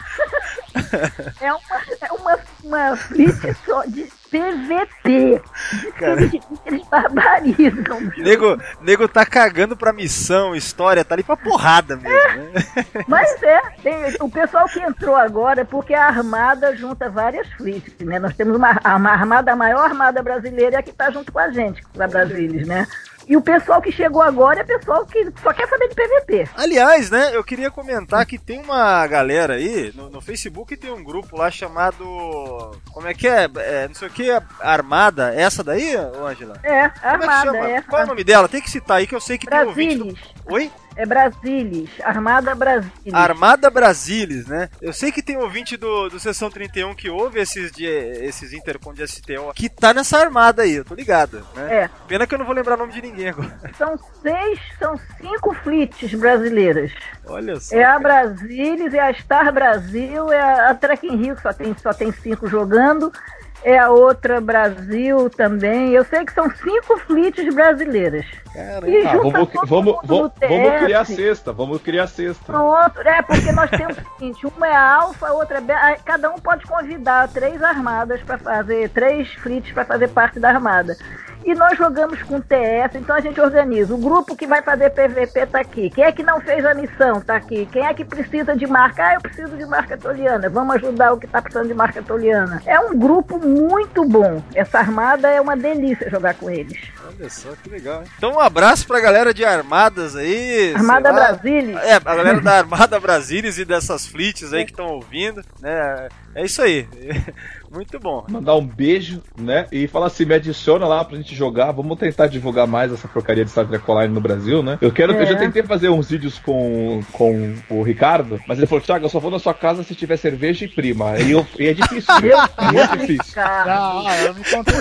É uma, é uma, uma fleet só de P V P. Eles, eles barbarizam. Nego, nego tá cagando pra missão, história, tá ali pra porrada mesmo. É, né? Mas é, tem, o pessoal que entrou agora é porque a Armada junta várias fleets, né? Nós temos uma, uma armada, a maior armada brasileira é a que tá junto com a gente, da Brasilis, né? E o pessoal que chegou agora é pessoal que só quer saber de P V P. Aliás, né, eu queria comentar que tem uma galera aí, no, no Facebook tem um grupo lá chamado... Como é que é? é não sei o que, Armada. Essa daí, Ângela? É, Armada, é, é. Qual é o nome dela? Tem que citar aí que eu sei que Brasilis. Tem ouvinte do... Oi? É Brasilis, Armada Brasilis. Armada Brasilis, né? Eu sei que tem ouvinte do, do Sessão trinta e um que ouve esses, de, esses Intercom de S T O que tá nessa armada aí, eu tô ligado, né? É. Pena que eu não vou lembrar o nome de ninguém agora. São seis, são cinco fleets brasileiras. Olha só. É a Brasilis, é a Star Brasil, é a, a Trek in Rio, que só tem, só tem cinco jogando. É a outra Brasil também. Eu sei que são cinco fleets brasileiras. Caramba. E ah, vamos, vamos, vamos, vamos criar a sexta. Vamos criar a sexta. Pronto. É, porque nós temos o seguinte: uma é a Alfa, a outra é Beta. Cada um pode convidar três armadas para fazer, três fleets para fazer parte da armada. E nós jogamos com T S, então a gente organiza. O grupo que vai fazer P V P tá aqui. Quem é que não fez a missão tá aqui. Quem é que precisa de marca? Ah, eu preciso de marca toliana. Vamos ajudar o que tá precisando de marca toliana. É um grupo muito bom. Essa armada é uma delícia jogar com eles. Olha só, que legal, hein? Então um abraço pra galera de armadas aí. Armada Brasilis. É, a galera da Armada Brasilis e dessas fleets aí que estão ouvindo, né? É isso aí. Muito bom. Mandar um beijo, né? E falar assim, me adiciona lá pra gente jogar. Vamos tentar divulgar mais essa porcaria de Star Trek Online no Brasil, né? Eu quero, é. eu já tentei fazer uns vídeos com, com o Ricardo, mas ele falou, Thiago, eu só vou na sua casa se tiver cerveja e prima. E, eu, e é difícil, viu? É muito difícil. Não, eu me contei.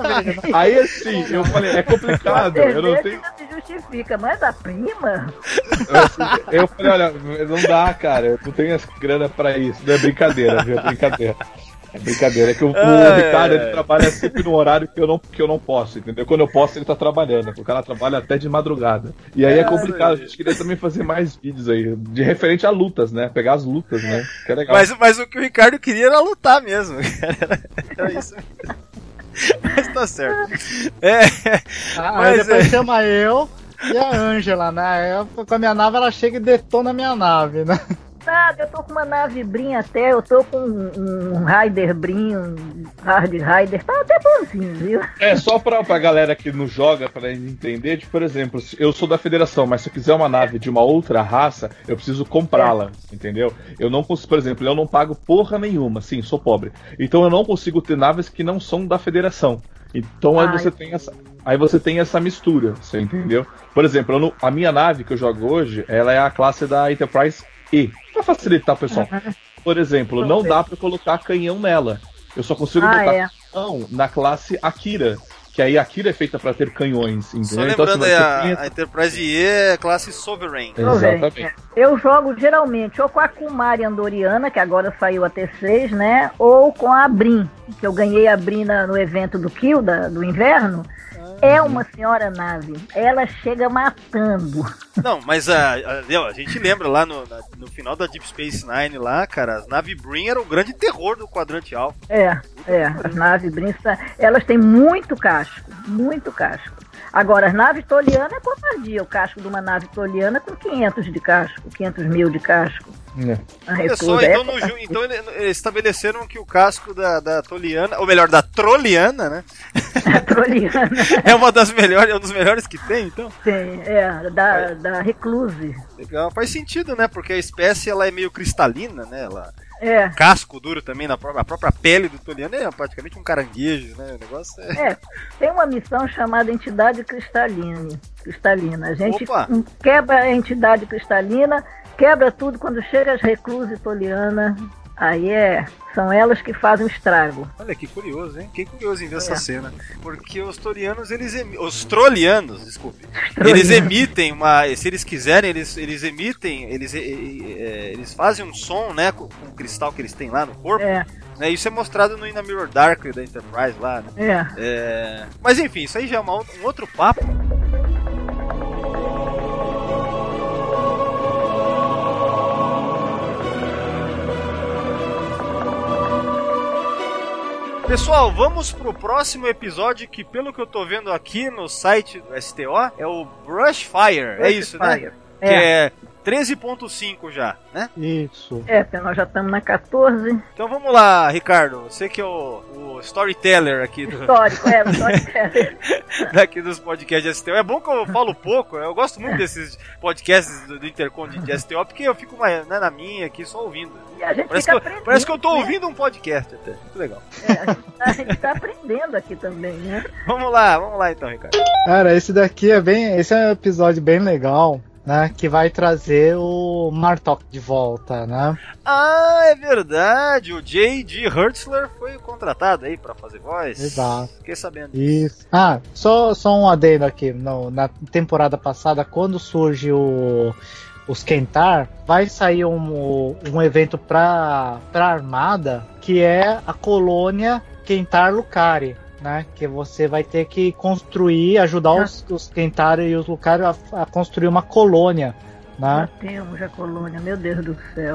Aí assim, eu falei, é complicado. Eu não tenho... se justifica, mas a prima? Eu, eu falei, olha, não dá, cara. Eu não tenho as grana pra isso. Não é brincadeira, viu? É brincadeira. É brincadeira, é que o, o Ah, Ricardo é. ele trabalha sempre no horário que eu, não, que eu não posso, entendeu? Quando eu posso, ele tá trabalhando. O cara trabalha até de madrugada. E aí é, é complicado, a gente queria também fazer mais vídeos aí, de referente a lutas, né? Pegar as lutas, né? Que é legal. Mas, mas o que o Ricardo queria era lutar mesmo. Era, era isso mesmo. Mas tá certo. É, Ah, mas aí depois é. chama eu e a Ângela, né? Eu, com a minha nave, ela chega e detona a minha nave, né? Nada, eu tô com uma nave Brin até, eu tô com um, um Raider Brin, um Hard Rider, tá até bonzinho, viu? É, só pra, pra galera que não joga, pra entender, tipo, por exemplo, eu sou da Federação, mas se eu quiser uma nave de uma outra raça, eu preciso comprá-la, é. entendeu? Eu não consigo, por exemplo, eu não pago porra nenhuma, sim, sou pobre. Então eu não consigo ter naves que não são da Federação. Então aí você tem essa, aí você tem essa mistura, você entendeu? Por exemplo, eu não, a minha nave que eu jogo hoje, ela é a classe da Enterprise E. Pra facilitar, pessoal. Por exemplo, não dá pra colocar canhão nela. Eu só consigo ah, botar é. canhão na classe Akira. Que aí a Akira é feita pra ter canhões, entendeu? Só Então, lembrando assim, aí, você a, tem- a Enterprise E é classe Sovereign. Tô vendo, Exatamente. é. Eu jogo geralmente ou com a Kumari Andoriana, que agora saiu a T seis, né? Ou com a Brin, que eu ganhei a Brin na- no evento do Kill, da, do inverno. É uma senhora nave. Ela chega matando. Não, mas a, a, a gente lembra lá no, na- no final da Deep Space Nine lá, cara, as naves Brin eram o grande terror do quadrante alfa. É, é. As naves Brin, elas têm muito casco. Muito casco. Agora, as naves tolianas é covardia. O casco de uma nave toliana com quinhentos de casco, quinhentos mil de casco. É. A Olha só, reclusa é então, no ju- então ele- eles estabeleceram que o casco da, da Toliana, ou melhor, da Troliana, né? toliana. É uma das melhores, é um dos melhores que tem, então. Tem, é, da, da recluse. Legal, faz sentido, né? Porque a espécie ela é meio cristalina, né? Ela É. casco duro também na própria, a própria pele do Toliano é praticamente um caranguejo, né? O negócio é. É, tem uma missão chamada entidade cristalina. Cristalina. A gente Opa. quebra a entidade cristalina, quebra tudo quando chega as reclusas toliana. Aí é, são elas que fazem o estrago. Olha que curioso, hein? Que curioso em ver essa É. cena. Porque os Tolianos, eles emi... os Trolianos, desculpe. Trolianos. Eles emitem uma, se eles quiserem, eles, eles emitem, eles, eh, eh, eles fazem um som, né, com, com o cristal que eles têm lá no corpo. É, Né? Isso é mostrado no Ina Mirror Dark da Enterprise lá, né? é. É... Mas enfim, isso aí já é uma, outra- um outro papo. Pessoal, vamos pro próximo episódio que, pelo que eu tô vendo aqui no site do S T O, é o Brushfire. É isso, né? Fire. Que É, é treze ponto cinco já, né? Isso. é, porque nós já estamos na quatorze. Então vamos lá, Ricardo. Você que é o, o storyteller aqui do, Histórico, é, histórico. daqui dos podcasts de S T O. É bom que eu falo pouco, eu gosto muito desses podcasts do, do Intercom de, de S T O, porque eu fico mais, né, na minha aqui só ouvindo. E a gente Parece fica que, eu, aprendendo, parece que eu tô né? ouvindo um podcast até. Muito legal. É, a gente tá- a gente tá aprendendo aqui também, né? Vamos lá, vamos lá então, Ricardo. Cara, esse daqui é bem. Esse é um episódio bem legal, né? Que vai trazer o Martok de volta, né? Ah, é verdade. O J D Hertzler foi contratado aí pra fazer voz. Exato. Fiquei sabendo. Isso. Ah, só, só um adendo aqui. No, na temporada passada, quando surge o. Os Kentar, vai sair um, um evento pra, pra Armada, que é a colônia Kentar Lucari, né? Que você vai ter que construir, ajudar os, os Kentar e os Lucari a, a construir uma colônia, Já né? temos a colônia, meu Deus do céu.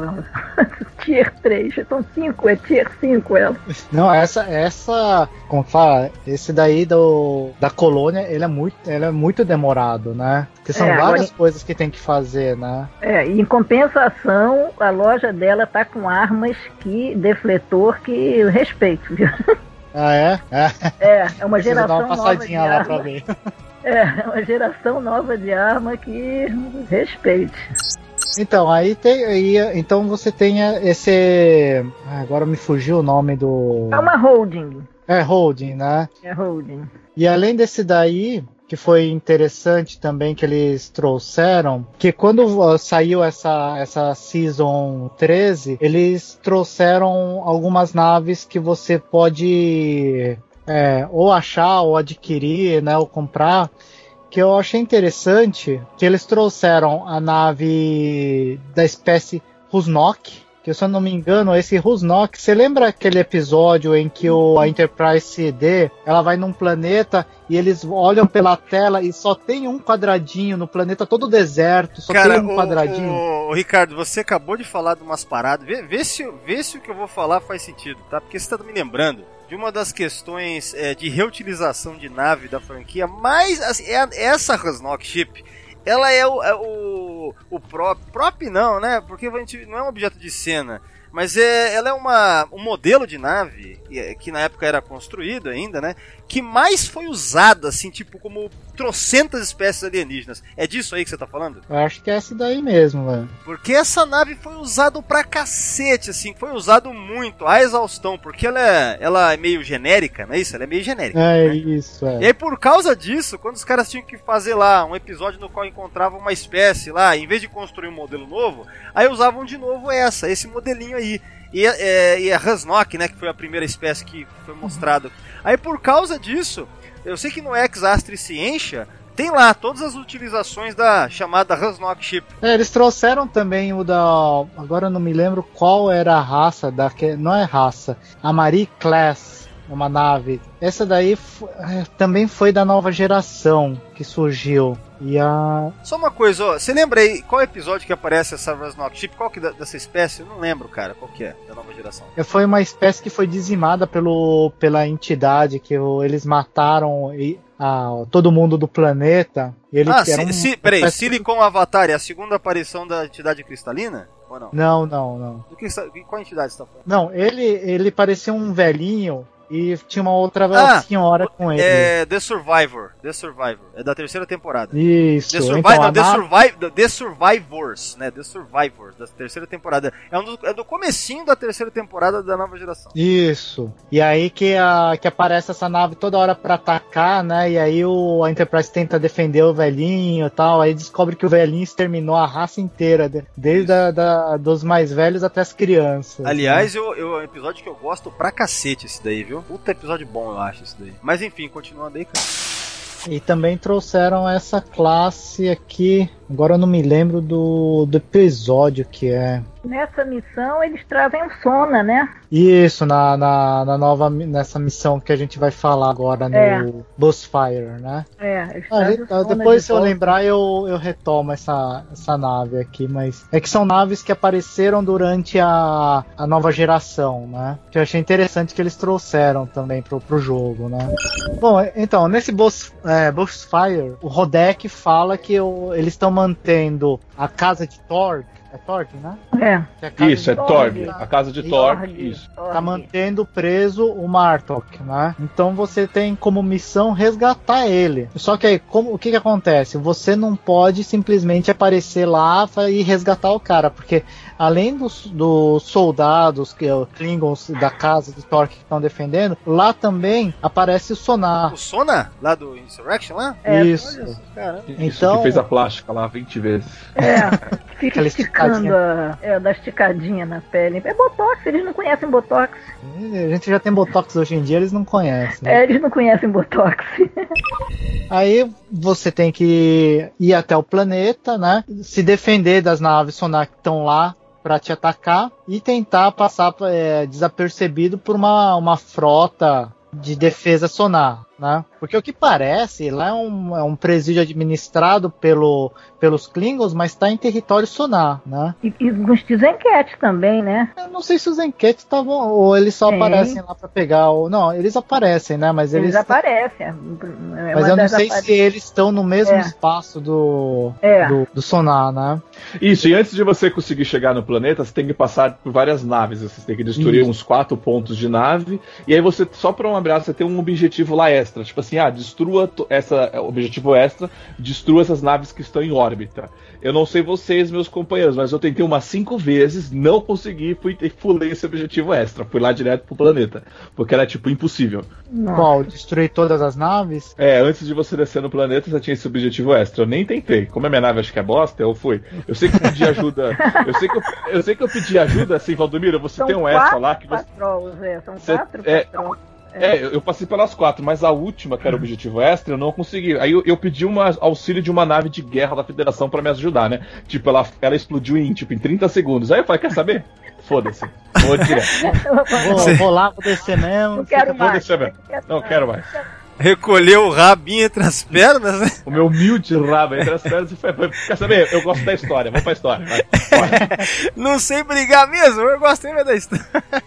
Tier três, são cinco, é Tier cinco ela. Não, essa, essa, como fala, esse daí do, da colônia, ele é muito, ele é muito demorado, né? Porque são É, várias agora- coisas que tem que fazer, né? É, e em compensação, a loja dela tá com armas que, defletor que respeito, viu? Ah, é? É. É, é uma Precisa dar geração uma nova de passadinha lá pra arma. ver. É, é uma geração nova de arma que respeite. Então, aí tem. Aí, então você tem esse. Ah, agora me fugiu o nome do. É uma holding. É Holding, né? É holding. E além desse daí, que foi interessante também que eles trouxeram, que quando uh, saiu essa, essa Season treze, eles trouxeram algumas naves que você pode é, ou achar, ou adquirir, né, ou comprar, que eu achei interessante, que eles trouxeram a nave da espécie Rusnok, que se eu não me engano, esse Rusnok, você lembra aquele episódio em que o, a Enterprise D, ela vai num planeta e eles olham pela tela e só tem um quadradinho no planeta todo deserto, só Cara, tem um o, quadradinho. O, o Ricardo, você acabou de falar de umas paradas, vê, vê, se, vê se o que eu vou falar faz sentido, tá? Porque você tá me lembrando de uma das questões é, de reutilização de nave da franquia, mas assim, é, essa Rusnok Ship, ela é o, é o, o prop, prop não, né? Porque a gente não é um objeto de cena, mas é, ela é uma, um modelo de nave que na época era construído ainda, né? Que mais foi usado, assim, tipo, como trocentas espécies alienígenas. É disso aí que você tá falando? Eu acho que é essa daí mesmo, velho. Porque essa nave foi usada pra cacete, assim, foi usado muito, a exaustão, porque ela é, ela é meio genérica, não é isso? Ela é meio genérica. É, né? isso, é. E aí, por causa disso, quando os caras tinham que fazer lá um episódio no qual encontravam uma espécie lá, em vez de construir um modelo novo, aí usavam de novo essa, esse modelinho aí. E, é, e a Rusnok, né, que foi a primeira espécie que foi mostrada. Aí por causa disso, eu sei que no Ex-Astra Scientia tem lá todas as utilizações da chamada Rusnok Ship. É, eles trouxeram também o da... Agora eu não me lembro qual era a raça, da que não é raça, a Marie Class, uma nave. Essa daí f... também foi da nova geração que surgiu. E a... Só uma coisa, ó, você lembra aí qual episódio que aparece essa Rusnok Ship? Qual que é dessa espécie? Eu não lembro, cara, qual que é da nova geração. Foi uma espécie que foi dizimada pelo, pela entidade, que o, eles mataram e, a, todo mundo do planeta. Ele ah, era si, um, si, peraí, espécie... Silicon Avatar é a segunda aparição da entidade cristalina? Ou não? Não, não, não. Do que, qual entidade você tá falando? Não, ele, ele parecia um velhinho. E tinha uma outra ah, senhora com ele. É The Survivor. The Survivor. É da terceira temporada. Isso. The, Survi então, não, The, na... Survi The Survivors, né? The Survivors, da terceira temporada. É, um do, é do comecinho da terceira temporada da nova geração. Isso. E aí que, a, que aparece essa nave toda hora pra atacar, né? E aí o, a Enterprise tenta defender o velhinho e tal. Aí descobre que o velhinho exterminou a raça inteira. Desde a, da, dos mais velhos até as crianças. Aliás, né? eu, eu, é um episódio que eu gosto pra cacete esse daí, viu? Puta episódio bom, eu acho, isso daí. Mas enfim, continuando aí, cara. E também trouxeram essa classe aqui. Agora eu não me lembro do, do episódio que é. Nessa missão eles trazem o Sona, né? Isso, na, na, na nova, nessa missão que a gente vai falar agora no é. Buzzfire, né? É, eles ah, trazem o Sona depois, de se eu volta. lembrar, eu, eu retomo essa, essa nave aqui, mas é que são naves que apareceram durante a, a nova geração, né? Que eu achei interessante que eles trouxeram também pro, pro jogo, né? Bom, então, nesse Buzz, é, Buzzfire, o Rodek fala que o, eles estão mantendo a casa de Torg. É Torg, né? É. é isso, é Torg. A casa de Torg, Torg. isso. Tá mantendo preso o Martok, né? Então você tem como missão resgatar ele. Só que aí, como, o que que acontece? Você não pode simplesmente aparecer lá e resgatar o cara, porque além dos, dos soldados, que os Klingons da casa de Torg que estão defendendo, lá também aparece o Sonar. O Sonar? Lá do Insurrection, lá? É, isso. Olha, cara. Isso então, que fez a plástica lá vinte vezes. É, fica Aquela esticando a, é, da esticadinha na pele. É Botox, eles não conhecem Botox. A gente já tem Botox hoje em dia, eles não conhecem. Né? É, eles não conhecem Botox. Aí você tem que ir até o planeta, né? Se defender das naves Sonar que estão lá para te atacar e tentar passar é, desapercebido por uma, uma frota de defesa sonar, né? Porque o que parece, lá é um, é um presídio administrado pelo, pelos Klingons, mas está em território sonar, né? E, e os Zenket também, né? Eu não sei se os Zenket estavam, ou eles só Sim. aparecem lá para pegar, ou não, eles aparecem, né? Mas eles, eles aparecem. É mas eu não sei se eles estão no mesmo é. espaço do, é. do, do sonar, né? Isso, e antes de você conseguir chegar no planeta, você tem que passar por várias naves, você tem que destruir Isso. uns quatro pontos de nave, e aí você, só para um abraço, você tem um objetivo lá extra, tipo assim, ah, destrua essa, objetivo extra, destrua essas naves que estão em órbita. Eu não sei vocês, meus companheiros, mas eu tentei umas cinco vezes, não consegui, fui e fulei esse objetivo extra, fui lá direto pro planeta, porque era tipo impossível. Nossa. Qual? Destruir todas as naves? É, antes de você descer no planeta, você tinha esse objetivo extra. Eu nem tentei. Como a minha nave acho que é bosta, eu fui. Eu sei que eu pedi ajuda. eu, sei que eu, eu sei que eu pedi ajuda, assim, Valdomiro, você São tem um extra quatro lá que você. Patrols, é, são Cê, quatro é, patrols. É, eu, eu passei pelas quatro, mas a última, que era o objetivo extra, eu não consegui. Aí eu, eu pedi um auxílio de uma nave de guerra da Federação pra me ajudar, né? Tipo, ela, ela explodiu em, tipo, em trinta segundos. Aí eu falei, quer saber? Foda-se. Vou direto. Vou, vou lá, vou descer mesmo. Não quero Vou mais. descer mesmo. Não quero mais. Recolheu o rabinho entre as pernas, né? O meu humilde rabo entre as pernas e foi, foi. Quer saber? Eu gosto da história. Vamos pra história. Vai. Não sei brigar mesmo, eu gostei mais da história.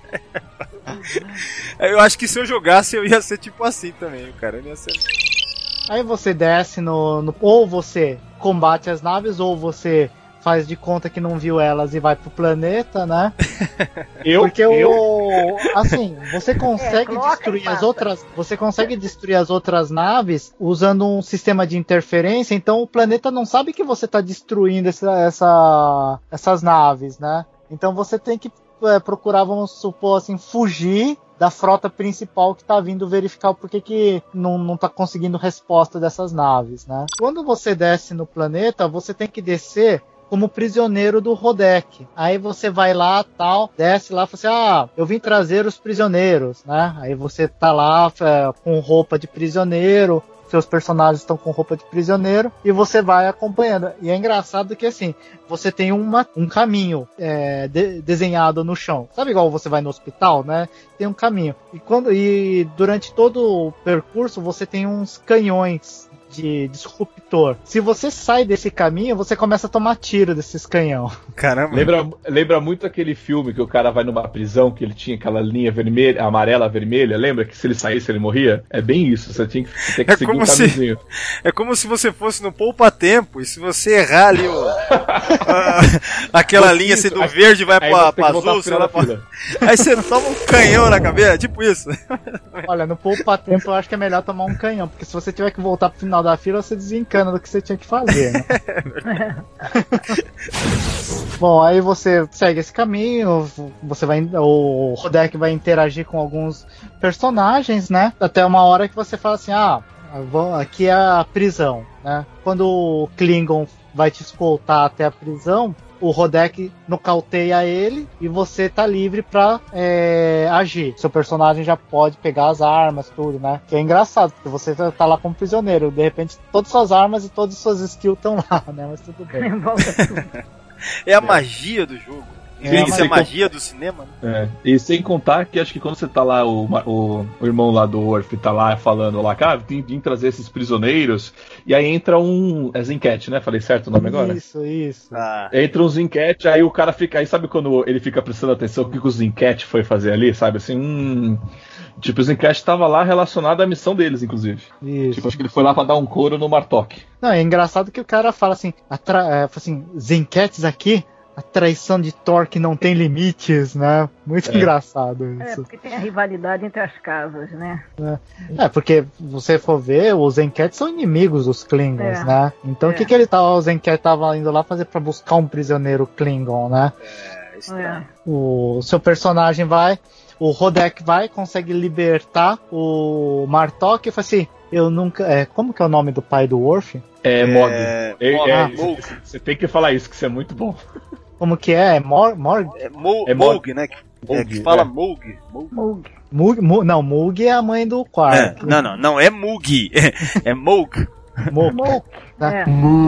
Eu acho que se eu jogasse eu ia ser tipo assim também, cara. Eu ia ser... Aí você desce no, no. Ou você combate as naves, ou você faz de conta que não viu elas e vai pro planeta, né? Eu, Porque eu... o. Assim, você consegue É, destruir coloca e as outras. Você consegue destruir as outras naves usando um sistema de interferência, então o planeta não sabe que você tá destruindo essa, essa, essas naves, né? Então você tem que é, procurar, vamos supor assim, fugir da frota principal que tá vindo verificar por que que não, não tá conseguindo resposta dessas naves, né? Quando você desce no planeta, você tem que descer como prisioneiro do Rodek. Aí você vai lá, tal, desce lá, fala assim, ah, eu vim trazer os prisioneiros, né? Aí você tá lá é, com roupa de prisioneiro, seus personagens estão com roupa de prisioneiro, e você vai acompanhando. E é engraçado que, assim, você tem uma, um caminho é, de, desenhado no chão. Sabe igual você vai no hospital, né? Tem um caminho. E, quando, e durante todo o percurso, você tem uns canhões de disruptor. Se você sai desse caminho, você começa a tomar tiro desses canhão. Caramba. Lembra, lembra muito aquele filme que o cara vai numa prisão, que ele tinha aquela linha vermelha, amarela, vermelha, lembra? Que se ele saísse, ele morria? É bem isso, você tinha que, você tem que É seguir como um se- caminhozinho. É como se você fosse no poupa-tempo e se você errar ali o, a- aquela linha assim, do Aí- verde vai aí pra, você tem pra que voltar azul, pro final você da vai fila. pra- aí você toma um canhão na cabeça, tipo isso. Olha, no poupa-tempo eu acho que é melhor tomar um canhão, porque se você tiver que voltar pro final da fila, você desencana do que você tinha que fazer, né? Bom, aí você segue esse caminho, você vai, o Rodek vai interagir com alguns personagens, né? Até uma hora que você fala assim, ah, vou- aqui é a prisão, né? Quando o Klingon vai te escoltar até a prisão, o Rodek nocauteia ele e você tá livre pra é, agir. Seu personagem já pode pegar as armas, tudo, né? Que é engraçado, porque você tá lá como prisioneiro. De repente, todas as suas armas e todas as suas skills estão lá, né? Mas tudo bem. Volta tudo. É a magia do jogo. Em É, vez de mas- ser a magia do cinema, né? É, e sem contar que acho que quando você tá lá, o, o, o irmão lá do Worf tá lá falando lá, cara, tem que trazer esses prisioneiros, e aí entra um. É Zincat, né? Falei certo o nome agora? Isso, isso. Ah, Entra um Zincat, aí o cara fica. Aí sabe quando ele fica prestando atenção o que, que o Zincat foi fazer ali, sabe? Assim, hum. Tipo, o Zincat tava lá relacionado à missão deles, inclusive. Isso. Tipo, acho que ele foi lá pra dar um couro no Martok. Não, é engraçado que o cara fala assim, atra- é, fala assim, Zenketes aqui, a traição de Torque não tem limites, né? Muito É. engraçado É, isso. porque tem a rivalidade entre as casas, né? É, porque você for ver, os Zenketes são inimigos dos Klingons, É. né? Então o É. que que ele tava, o Zenket tava indo lá fazer pra buscar um prisioneiro Klingon, né? é É. estranho. O seu personagem vai, o Rodek vai, consegue libertar o Martok e fala assim, eu nunca, é, como que é o nome do pai do Worf? É, Mog. É, É, Mog, é, Mog. você- Você tem que falar isso, que isso é muito bom. Como que é? É Mor, Mor, É Mo- É Moog, né? Que, é, Moog, que fala é. Moog. Moog. Mug. Mug, Mu- não, Mug é a mãe do É, Quark. não, não, não é Moog. É Moog. Mug. Mug. Né? É.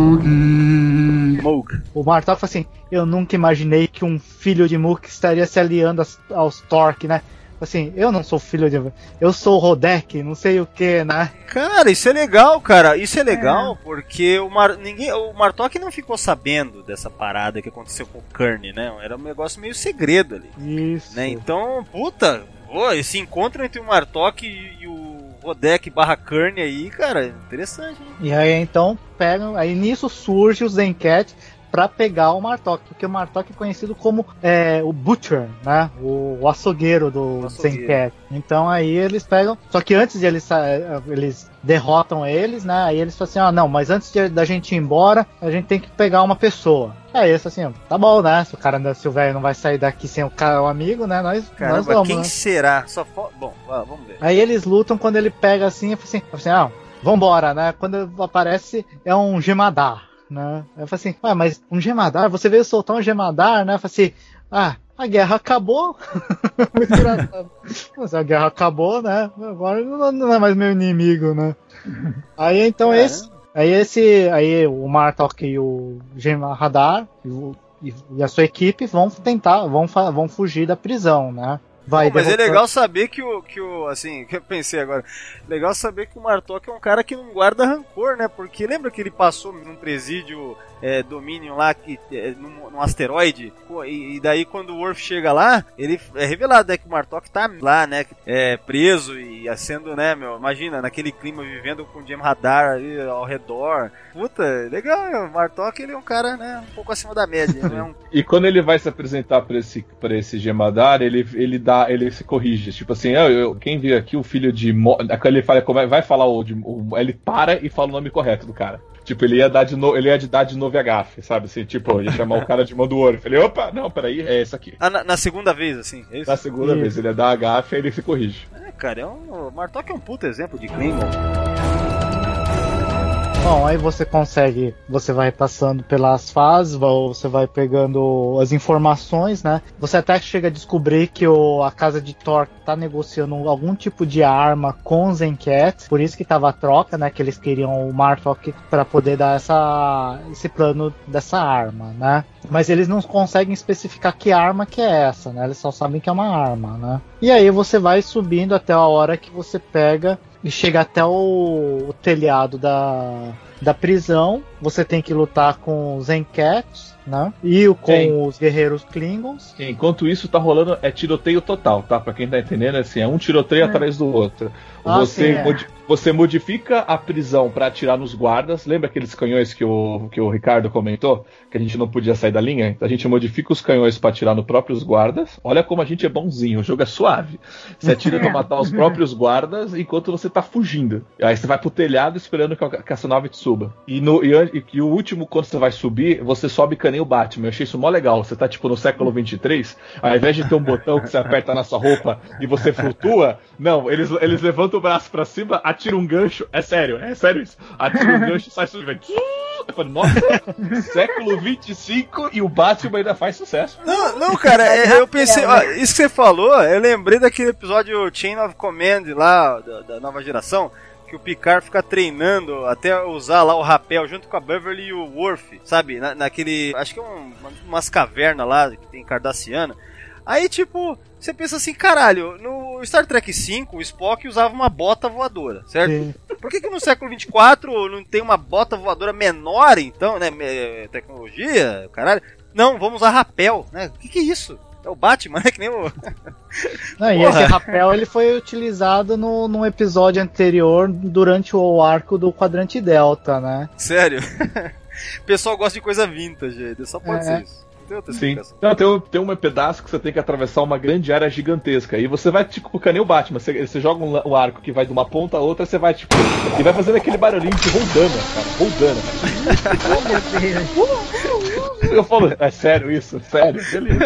Moog. O Martok fala assim, eu nunca imaginei que um filho de Muk estaria se aliando aos, aos Torque, né? Assim, eu não sou filho de... Eu sou o Rodek, não sei o que, né? Cara, isso é legal, cara. Isso é legal porque o, Mar... Ninguém... o Martok não ficou sabendo dessa parada que aconteceu com o Kearney, né? Era um negócio meio segredo ali. Isso. Né? Então, puta, pô, esse encontro entre o Martok e, e o Rodek barra Kearney aí, cara, interessante, hein? E aí então pegam, aí nisso surge o Zenket pra pegar o Martok, porque o Martok é conhecido como é, o Butcher, né? O, o açougueiro do O açougueiro. Zenket. Então aí eles pegam, só que antes de eles sa- eles derrotam eles, né? Aí eles falam assim, ah não, mas antes de, da gente ir embora, a gente tem que pegar uma pessoa. Aí eles assim, ó, tá bom, né? Se o cara, se o velho não vai sair daqui sem o cara, o amigo, né? Nós, nós Caramba, vamos, quem né? será? Só fo... Bom, vá, vamos ver. Aí eles lutam, quando ele pega assim, eu falo assim, eu falo assim, ah, vambora, né? Quando aparece, é um Gemadar, né? Eu falo assim, ah, mas um Gemadar? Você veio soltar um Gemadar, né? Eu falo assim, ah, a guerra acabou. Mas a guerra acabou, né? Agora não é mais meu inimigo, né? Aí então é. esse, aí esse, aí o Martok e o Jem'Hadar e, o, e a sua equipe vão tentar, vão, vão fugir da prisão, né? Vai Pô, mas derrotar... é legal saber que o, que o, assim, que eu pensei agora, legal saber que o Martok é um cara que não guarda rancor, né, porque lembra que ele passou num presídio é, Dominion lá, que, é, num, num asteroide, e, e daí quando o Worf chega lá, ele é revelado, né, que o Martok tá lá, né, é, preso e sendo, né, meu, imagina, naquele clima, vivendo com o Jem'Hadar ali ao redor, puta, legal, o Martok, ele é um cara, né, um pouco acima da média, né, um... E quando ele vai se apresentar pra esse, pra esse Jem'Hadar, ele, ele dá, ele se corrige, tipo assim, eu, eu, quem viu aqui o filho de Mo... ele fala, vai falar o, de, o, ele para e fala o nome correto do cara. Tipo, ele ia dar de novo, ele ia dar de novo a gafe, sabe? Assim, tipo, ia chamar o cara de mão do ouro. Eu falei, opa, não, peraí, é esse aqui. Ah, na, na segunda vez, assim, é isso? Na segunda isso. vez, ele ia dar a gafe e ele se corrige. É, cara, é um, o Martok é um puto exemplo de Klingon. Bom, aí você consegue, você vai passando pelas fases, você vai pegando as informações, né? Você até chega a descobrir que o, a casa de Torque tá negociando algum tipo de arma com os Zencat, por isso que tava a troca, né? Que eles queriam o Martok para poder dar essa, esse plano dessa arma, né? Mas eles não conseguem especificar que arma que é essa, né? Eles só sabem que é uma arma, né? E aí você vai subindo até a hora que você pega e chega até o, o telhado da, da prisão. Você tem que lutar com os Zencats, né? E o, com Sim. os guerreiros Klingons. Sim, enquanto isso tá rolando, é tiroteio total, tá? Pra quem tá entendendo, assim, é um tiroteio é. atrás do outro. Ah, você, sim, é. modi- você modifica a prisão pra atirar nos guardas. Lembra aqueles canhões que o, que o Ricardo comentou? Que a gente não podia sair da linha? A gente modifica os canhões pra atirar nos próprios guardas. Olha como a gente é bonzinho, o jogo é suave. Você atira pra matar os próprios guardas enquanto você tá fugindo. Aí você vai pro telhado esperando que a, que essa nave te suba. E, no, e, e, e o último, quando você vai subir, você sobe que nem o Batman. Eu achei isso mó legal. Você tá tipo no século vinte e três, ao invés de ter um botão que você aperta na sua roupa e você flutua, não, eles, eles levantam o braço pra cima, atiram um gancho. É sério, é sério isso. Atira um gancho e sai subindo. Eu falei, nossa, século vinte e cinco e o Batman ainda faz sucesso. Não, não, cara, é, eu pensei, ó, isso que você falou, eu lembrei daquele episódio Chain of Command lá, da, da nova geração, que o Picard fica treinando até usar lá o rapel junto com a Beverly e o Worf, sabe? Na, naquele, acho que é um, umas cavernas lá que tem Cardassiana. Aí, tipo, você pensa assim, caralho, no Star Trek cinco, o Spock usava uma bota voadora, certo? Sim. Por que que no século vinte e quatro não tem uma bota voadora menor, então, né? Tecnologia, caralho. Não, vamos usar rapel, né? O que que é isso? É o Batman, né? Que nem o... Não, e esse rapel ele foi utilizado no, num episódio anterior durante o arco do Quadrante Delta, né? Sério? O pessoal gosta de coisa vintage, só pode é. ser isso. Sim. Não, tem, um, tem um pedaço que você tem que atravessar uma grande área gigantesca. E você vai, tipo, que nem o Batman. Você, você joga um, um arco que vai de uma ponta a outra, você vai, tipo, e vai fazendo aquele barulhinho de roldana, cara. Roldana. Eu falo, é sério isso? Sério? Beleza.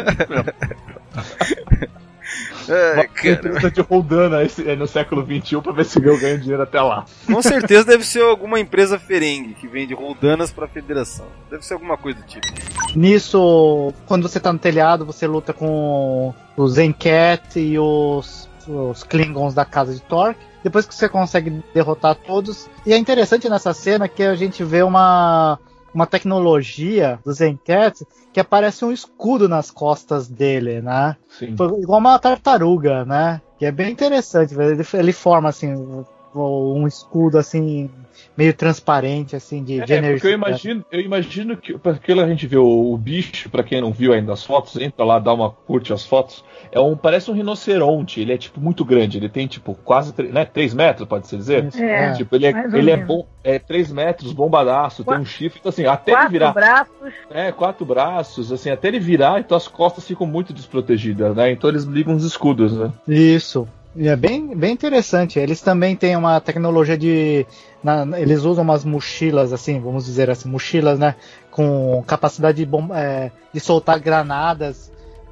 É, uma de Roldana esse, no século vinte e um pra ver se eu ganho dinheiro até lá. Com certeza deve ser alguma empresa ferengue que vende Roldanas pra federação. Deve ser alguma coisa do tipo. Nisso, quando você tá no telhado, você luta com os Zencat e os, os Klingons da casa de Torque. Depois que você consegue derrotar todos. E é interessante nessa cena que a gente vê uma... uma tecnologia dos Zencat que aparece um escudo nas costas dele, né? Sim. Igual uma tartaruga, né? Que é bem interessante, ele, ele forma assim um escudo assim meio transparente assim de, é, de energia. Porque eu imagino, eu imagino que porque a gente vê o, o bicho, para quem não viu ainda as fotos, entra lá, dá uma curte as fotos. É um, parece um rinoceronte, ele é tipo muito grande, ele tem tipo quase né, três metros, pode-se dizer? É, tipo, ele é, ele é bom, é três metros, bombadaço, Qu- tem um chifre, então assim, até quatro ele virar... Quatro braços. É, quatro braços, assim, até ele virar, então as costas ficam muito desprotegidas, né? Então eles ligam os escudos, né? Isso, e é bem, bem interessante, eles também têm uma tecnologia de... Na, eles usam umas mochilas, assim, vamos dizer assim, mochilas, né? Com capacidade de, bom, é, de soltar granadas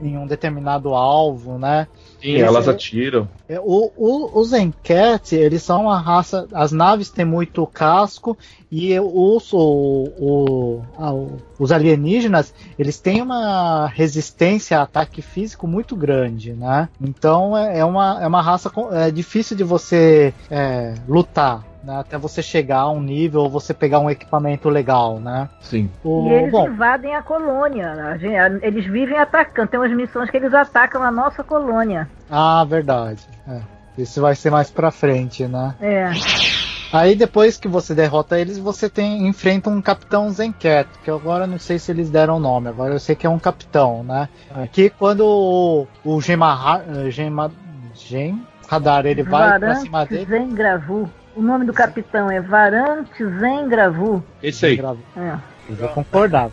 em um determinado alvo, né? Sim, Esse, elas atiram. É, o, o, os Enquete, eles são uma raça. As naves têm muito casco e os, o, o, a, os alienígenas, eles têm uma resistência a ataque físico muito grande, né? Então é, é, uma, é uma raça é difícil de você é, lutar. Né, até você chegar a um nível ou você pegar um equipamento legal, né? Sim. O, e eles bom, invadem a colônia. A gente, eles vivem atacando. Tem umas missões que eles atacam a nossa colônia. Ah, verdade. É. Isso vai ser mais pra frente, né? É. Aí depois que você derrota eles, você tem, enfrenta um capitão Zenket, que eu agora não sei se eles deram o nome, agora eu sei que é um capitão, né? É. Que quando o, o Gemma, Gemma, Gem Radar ele vai Varante pra cima dele. Zengravu. O nome do capitão é Varante Zengravu. Esse aí. É. Eu vou concordar.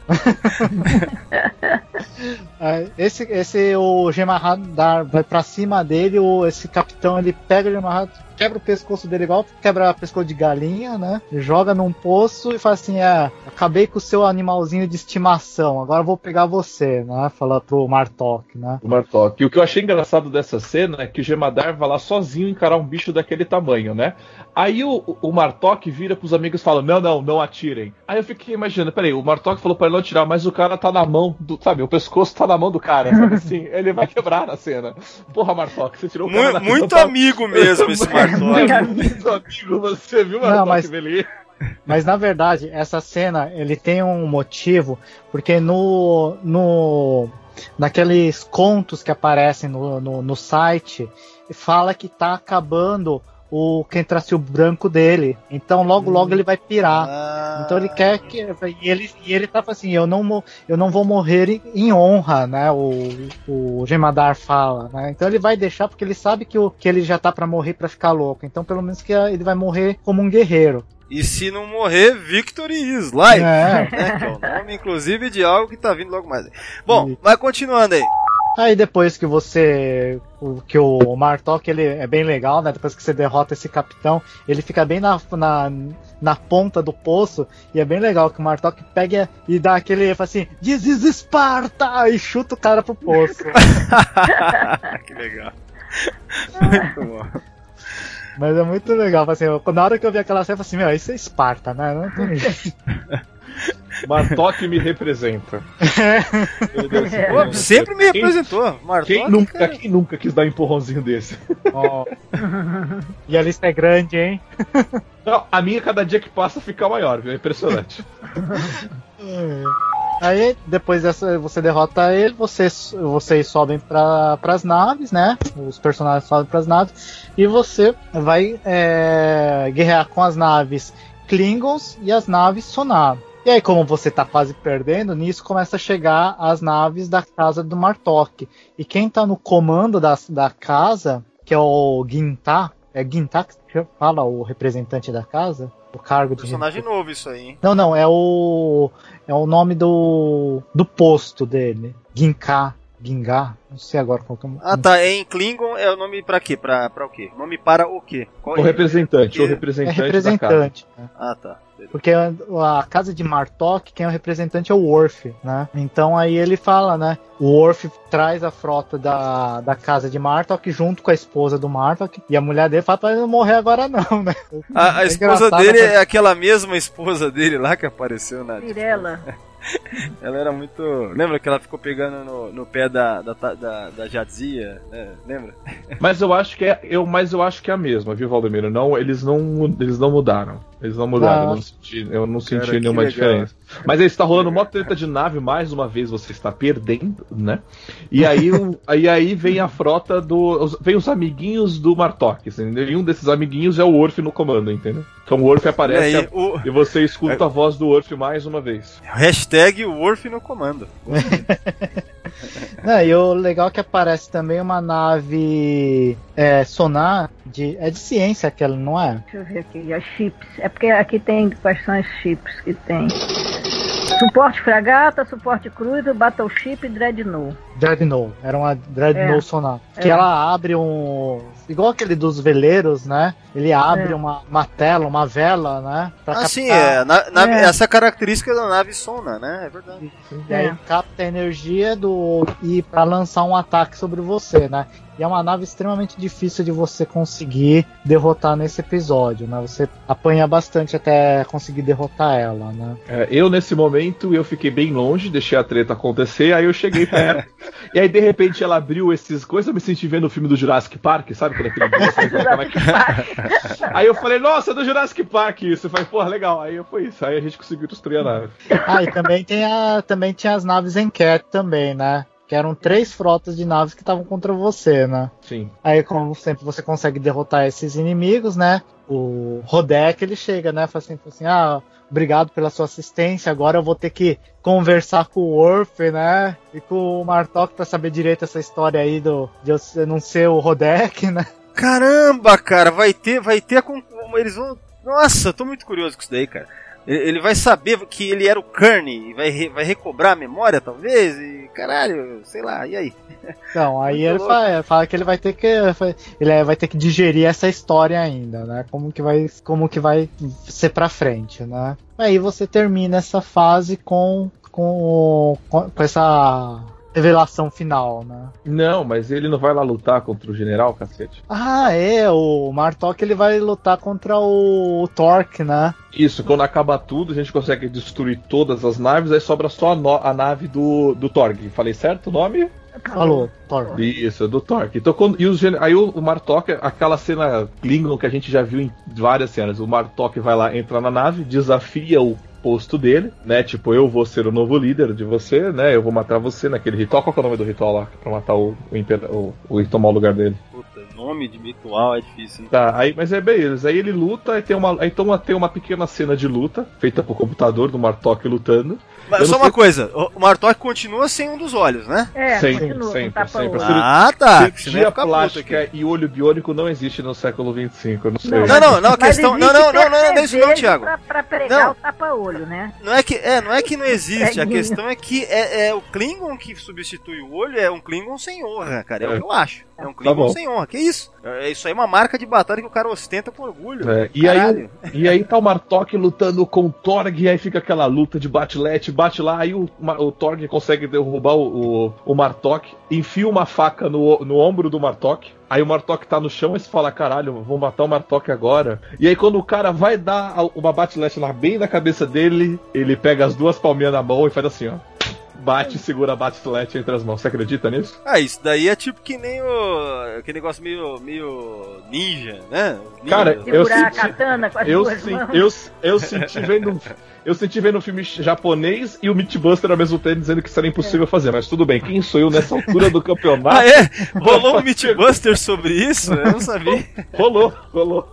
esse, esse, o Gemarradar vai pra cima dele, o, esse capitão ele pega o Gemarradar, quebra o pescoço dele igual quebra o pescoço de galinha, né? Joga num poço e fala assim: é, acabei com o seu animalzinho de estimação, agora eu vou pegar você, né? Fala pro Martok, né? O Martok. E o que eu achei engraçado dessa cena é que o Gemadar vai lá sozinho encarar um bicho daquele tamanho, né? Aí o, o Martok vira pros amigos e fala: não, não, não atirem. Aí eu fiquei imaginando, peraí, o Martok falou pra ele não atirar, mas o cara tá na mão do, sabe, o pescoço tá na mão do cara, sabe assim? Ele vai quebrar na cena. Porra, Martok, você tirou o cara Muito, muito amigo mesmo esse Martok. Muito amigo, você viu, Martok, mas... Beleza? Mas na verdade, essa cena, ele tem um motivo, porque no, no naqueles contos que aparecem no, no, no site, fala que tá acabando o Kentracil branco dele. Então logo logo ele vai pirar. Ah. Então ele quer que e ele e ele tá assim, eu não eu não vou morrer em honra, né? O o Gemadar fala, né? Então ele vai deixar porque ele sabe que o que ele já tá para morrer para ficar louco. Então pelo menos que ele vai morrer como um guerreiro. E se não morrer, Victory is Life, é. Né? Que é o nome, inclusive, de algo que tá vindo logo mais. Bom, e... mas continuando aí. Aí depois que você... Que o Martok, ele é bem legal, né? Depois que você derrota esse capitão, ele fica bem na, na, na ponta do poço. E é bem legal que o Martok pega e dá aquele... Fala assim, This is Esparta! E chuta o cara pro poço. Que legal. Muito bom. Mas é muito legal, assim, eu, na hora que eu vi aquela cena, eu falei assim, meu, isso é Esparta, né? Não tem jeito. Martok me representa. Meu Deus, Pô, sempre me representou. Martok, quem, nunca, cara... quem nunca quis dar um empurrãozinho desse? Oh. E a lista é grande, hein? Não, a minha, cada dia que passa, fica maior, viu? É impressionante. Aí, depois dessa, você derrota ele, vocês, vocês sobem para as naves, né? Os personagens sobem para as naves. E você vai é, guerrear com as naves Klingons e as naves Sonar. E aí, como você tá quase perdendo, nisso começa a chegar as naves da casa do Martok. E quem tá no comando da, da casa, que é o Ginta, é Ginta que fala o representante da casa? O cargo de personagem novo isso aí, hein? Não, não, é o é o nome do do posto dele. Ginka, Ginga, não sei agora qual que é o nome. Ah, tá, em Klingon é o nome pra quê? Pra, pra o quê? Nome para o quê? Qual o é? representante, Porque... o representante, é representante da casa. Ah, tá. Porque a, a casa de Martok, quem é o representante é o Worf, né? Então aí ele fala, né? O Worf traz a frota da, da casa de Martok junto com a esposa do Martok. E a mulher dele fala pra ele não morrer agora não, né? A, a é esposa dele é aquela mesma esposa dele lá que apareceu na... Mirella. Ela era muito... Lembra que ela ficou pegando no, no pé da, da, da, da Jadzia? Né? Lembra? Mas eu acho que é, eu, mas eu acho que é a mesma, viu, Valdemiro? Não, eles não, eles não mudaram. Eles não mudaram. Ah, eu não senti, eu não senti cara, nenhuma diferença. Mas aí está rolando uma treta de nave, mais uma vez você está perdendo, né? E aí, o, aí, aí vem a frota do... Vem os amiguinhos do Martok, assim, e um desses amiguinhos é o Worf no comando, entendeu? Então o Worf aparece e, aí, a, o... e você escuta a voz do Worf mais uma vez. Hashtag Worf no comando. Não, e o legal é que aparece também uma nave é, sonar de, é de ciência aquela, não é? Deixa eu ver aqui, as chips. É porque aqui tem quais são as chips que tem. Suporte fragata, suporte cruiser, battleship e dreadnought. Dreadnought, era uma Dreadnought É. Sonata. É. Que ela abre um... Igual aquele dos veleiros, né? Ele abre É. uma, uma tela, uma vela, né? Pra Ah, captar... sim, é, na- nave- É. essa característica da nave Sona, né? É verdade. E aí É. capta a energia do... e pra lançar um ataque sobre você, né? E é uma nave extremamente difícil de você conseguir derrotar nesse episódio, né? Você apanha bastante até conseguir derrotar ela, né? É, eu, nesse momento, eu fiquei bem longe, deixei a treta acontecer, aí eu cheguei perto, e aí, de repente, ela abriu esses coisas, eu me senti vendo o filme do Jurassic Park, sabe? Quando aquele Aí eu falei, nossa, é do Jurassic Park isso. Eu falei, porra, legal. Aí foi isso, aí a gente conseguiu destruir a nave. Ah, e também, tem a, também tinha as naves Enquete também, né? Que eram três frotas de naves que estavam contra você, né? Sim. Aí, como sempre, você consegue derrotar esses inimigos, né? O Rodek, ele chega, né? Fala assim, fala assim, ah, obrigado pela sua assistência, agora eu vou ter que conversar com o Worf, né? E com o Martok pra saber direito essa história aí do, de eu não ser o Rodek, né? Caramba, cara, vai ter, vai ter a con- eles vão. Nossa, tô muito curioso com isso daí, cara. Ele, ele vai saber que ele era o Kearney e vai, re- vai recobrar a memória, talvez, e caralho, sei lá, e aí? Então, aí Muito ele louco. fala, fala que ele vai ter que ele vai ter que digerir essa história ainda, né? Como que vai, como que vai ser pra frente, né? Aí você termina essa fase com com, com, com essa revelação final, né? Não, mas ele não vai lá lutar contra o general, cacete. Ah, é, o Martok ele vai lutar contra o, o Torque, né? Isso, quando acaba tudo, a gente consegue destruir todas as naves, aí sobra só a, no- a nave do, do Torg. Falei certo o nome? Falou, Torque. Isso, do Torque. Então, quando, e os, gen- aí o, o Martok, aquela cena Klingon que a gente já viu em várias cenas, o Martok vai lá, entra na nave, desafia o posto dele, né? Tipo, eu vou ser o novo líder de você, né? Eu vou matar você naquele ritual. Qual que é o nome do ritual lá? Pra matar o, o, imper- o, o e tomar o lugar dele. Puta, nome de ritual é difícil, hein? Tá, aí, mas é beleza. Aí ele luta, aí tem uma, aí então tem uma pequena cena de luta, feita por computador, do Martok lutando. Mas Eu só não uma sei- coisa, o o Martok continua sem um dos olhos, né? É, Sempre, continua, sempre, com tapa sempre. olho. Ah, tá. Senão ia Cirurgia ficar puto plástica aqui. e olho biônico não existe no século vinte e cinco, eu não sei. Não, Não, não, não, a Mas questão. Não, existe não, não, não, não é isso não, percevejo Thiago. Pra, pra pregar Não. o tapa-olho, né? Não é que, é, não é que não existe, a Ceguinho. questão é que é, é o Klingon que substitui o olho, é um Klingon sem honra, cara, é, o É. que eu acho. É um Klingon bom. sem honra, que isso? É, isso aí é uma marca de batalha que o cara ostenta com orgulho. É, e, aí, Caralho. e aí tá o Martok lutando com o Torg, e aí fica aquela luta de bate-lete, bate lá, aí o, Ma- o Torg consegue derrubar o, o, o Martok, enfia uma faca no, no ombro do Martok, aí o Martok tá no chão e você fala, caralho, vou matar o Martok agora. E aí quando o cara vai dar a- uma bate-lete lá bem na cabeça dele, ele pega as duas palminhas na mão e faz assim, ó. Bate e segura a bate-lete entre as mãos. Você acredita nisso? Ah, isso daí é tipo que nem o. aquele negócio meio. meio ninja, né? Ninja. Cara, eu Segurar a senti- katana com as Eu, duas sim, mãos. eu, eu senti vendo um, eu senti vendo um filme japonês e o Mythbuster ao mesmo tempo dizendo que isso era impossível fazer, mas tudo bem, quem sou eu nessa altura do campeonato? Ah, é? Rolou um Mythbuster sobre isso? Eu não sabia. Rolou, rolou.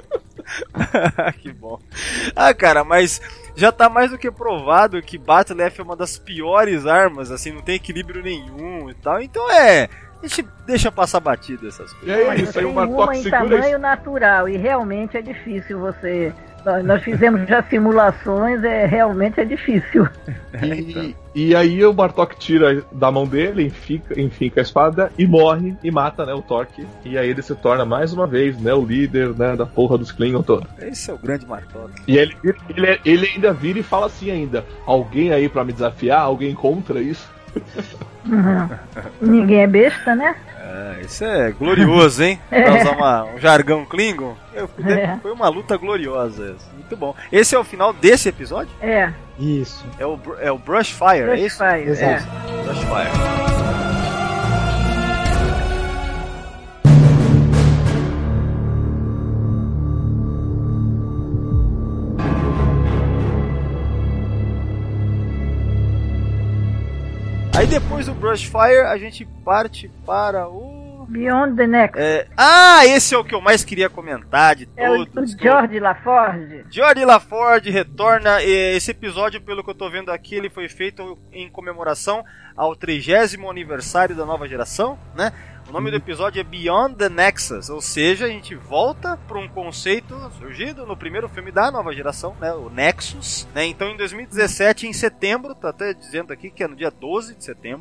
Que bom. Ah, cara, mas já tá mais do que provado que Batlef é uma das piores armas, assim, não tem equilíbrio nenhum e tal. Então é. A gente deixa passar batida essas coisas. E aí, Mas isso aí, tem o Martok uma em segura tamanho isso. natural e realmente é difícil você... Nós, nós fizemos já simulações, é, realmente é difícil. E, e aí o Bartok tira da mão dele, enfica, enfica a espada e morre e mata, né, o Torque. E aí ele se torna mais uma vez, né, o líder, né, da porra dos Klingon todo. Esse é o grande Martok. E ele, ele, ele ainda vira e fala assim ainda, alguém aí pra me desafiar? Alguém contra isso? Uhum. Ninguém é besta, né? Ah, isso é glorioso, hein? Pra usar uma, um jargão Klingon. Eu- É. Foi uma luta gloriosa essa. Muito bom. Esse é o final desse episódio? É, Isso. É o, Br- é o Brush Fire, é isso? Brushfire, Exato. é. Brush Fire. Aí depois do Brushfire a gente parte para o. Beyond the Next. É... Ah, esse é o que eu mais queria comentar de É o, o todos. George LaForge. Geordi LaForge retorna. e Esse episódio, pelo que eu tô vendo aqui, ele foi feito em comemoração ao trigésimo aniversário da nova geração, né? O nome do episódio é Beyond the Nexus, ou seja, a gente volta para um conceito surgido no primeiro filme da nova geração, né, o Nexus, né? Então em dois mil e dezessete, em setembro, tá até dizendo aqui que é no dia doze de setembro,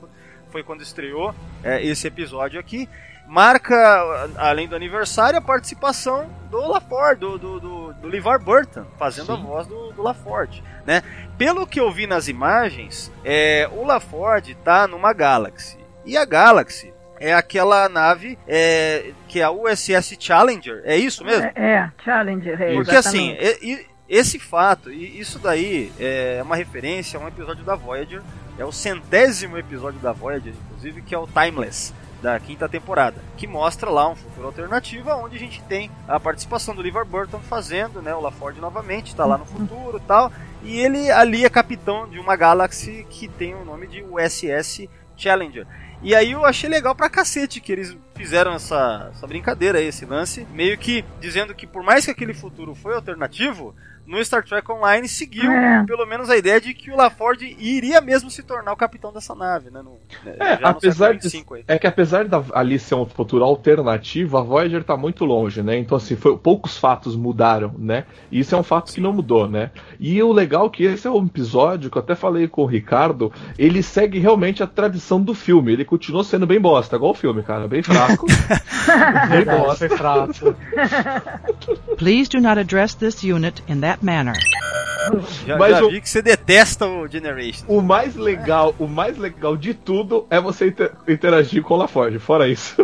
foi quando estreou é, esse episódio aqui. Marca, além do aniversário, a participação do LaForge, do, do, do, do LeVar Burton, fazendo Sim. a voz do, do LaForge, né? Pelo que eu vi nas imagens, é, o LaForge tá numa Galaxy. E a Galaxy é aquela nave é, que é a U S S Challenger, é isso mesmo? É, é Challenger, é, Porque assim, e, e, esse fato, e isso daí é uma referência a um episódio da Voyager, é o centésimo episódio da Voyager, inclusive, que é o Timeless, da quinta temporada, que mostra lá um futuro alternativo onde a gente tem a participação do LeVar Burton fazendo, né, o LaForge novamente, está lá no futuro e tal, e ele ali é capitão de uma Galaxy que tem o nome de U S S Challenger. E aí eu achei legal pra cacete que eles fizeram essa, essa brincadeira aí, esse lance, meio que dizendo que por mais que aquele futuro foi alternativo, no Star Trek Online seguiu é. pelo menos a ideia de que o LaForge iria mesmo se tornar o capitão dessa nave, né? No, é, apesar de, é que apesar da ali ser um futuro alternativo, a Voyager tá muito longe, né? Então assim, foi, poucos fatos mudaram, né? E isso é um fato Sim. que não mudou, né? E o legal é que esse é um episódio que eu até falei com o Ricardo, ele segue realmente a tradição do filme, ele continua sendo bem bosta, igual o filme, cara, bem fraco. bem bosta. Bem fraco. Please do not address this unit in that manner. Já, Mas já o, vi que você detesta o Generation. O mais legal, o mais legal de tudo é você inter, interagir com o LaForge, fora isso.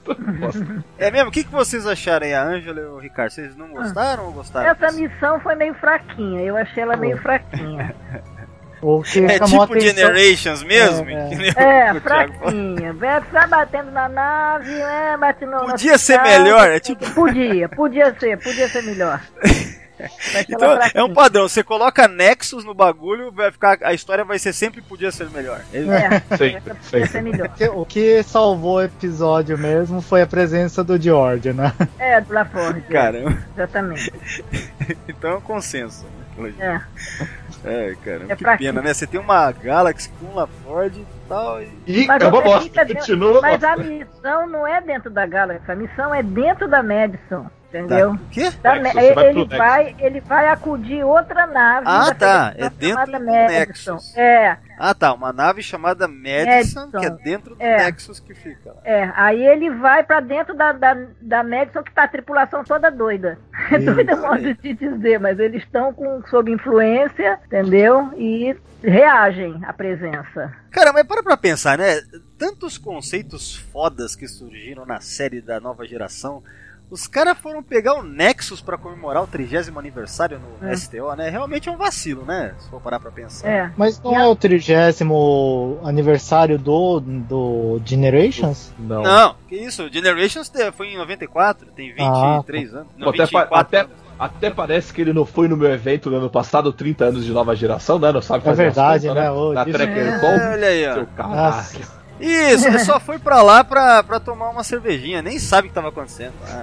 É mesmo? O que, que vocês acharam aí, a Ângela e o Ricardo? Vocês não gostaram ou gostaram? Essa missão foi meio fraquinha, eu achei ela meio fraquinha. O que é tipo atenção... Generations mesmo? É, é. é fraquinha. Vai ficar batendo na nave, né? Batendo podia ser casa, melhor? É tipo... Podia, podia ser, podia ser melhor. Então, é um padrão, você coloca Nexus no bagulho, vai ficar, a história vai ser sempre podia ser melhor. É, é sempre, podia ser melhor. O que salvou o episódio mesmo foi a presença do George, né? É, do LaForge. Caramba. É, exatamente. Então é um consenso. É. É, caramba, é que pena, né? Você tem uma Galaxy com LaForge e tal. E... Mas, é uma bosta, continua, mas a missão não é dentro da Galaxy, a missão é dentro da Madison. Entendeu? O quê? Da, Nexus, ele, vai, ele, vai, ele vai acudir outra nave. Ah, tá. É dentro do Madison. Nexus. É. Ah, tá. Uma nave chamada Madison, Madison. que é dentro do é. Nexus que fica. É. Aí ele vai pra dentro da, da, da Madison, que tá a tripulação toda doida. É doida modo de dizer, mas eles estão com, sob influência, entendeu? E reagem à presença. Cara, mas para pra pensar, né? Tantos conceitos fodas que surgiram na série da nova geração. Os caras foram pegar o Nexus pra comemorar o trigésimo aniversário no é. S T O, né? Realmente é um vacilo, né? Se for parar pra pensar. É. Mas não é o trigésimo aniversário do, do Generations? Não. Não, que isso? O Generations foi em noventa e quatro, tem vinte e três ah, anos. Não, até, vinte e quatro até, anos. Até parece que ele não foi no meu evento no ano passado, trinta anos de nova geração, né? Não sabe fazer É verdade, contas, né? né? Na Trekker é, Call. Olha aí, ó. Seu caralho. Isso, ele só foi pra lá pra, pra tomar uma cervejinha, nem sabe o que tava acontecendo. Ah.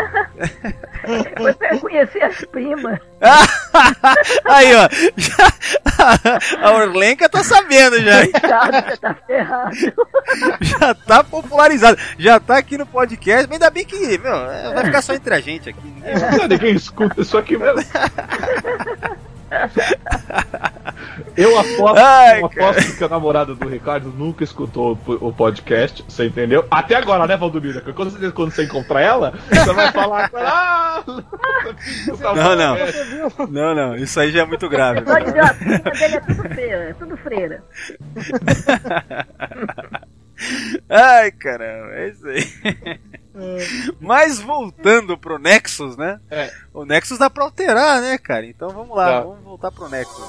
Foi pra conhecer as primas. Aí, ó. Já, a Orlenka tá sabendo já. Coitado, você tá ferrado. Já tá popularizado. Já tá aqui no podcast. Mas ainda bem que, meu, vai ficar só entre a gente aqui. Ninguém, ninguém escuta isso aqui mesmo. Eu aposto, Ai, eu aposto que a namorada do Ricardo nunca escutou o podcast, você entendeu? Até agora, né, Valdomiro? Quando, quando você encontrar ela, você vai falar com ela. Ah, não, não. Não, não. Isso aí já é muito grave. Pode dizer, a filha dele é tudo freira, é tudo freira. Ai, caramba, é isso aí. Mas voltando pro Nexus, né? É. O Nexus dá pra alterar, né, cara? Então vamos lá, tá. vamos voltar pro Nexus.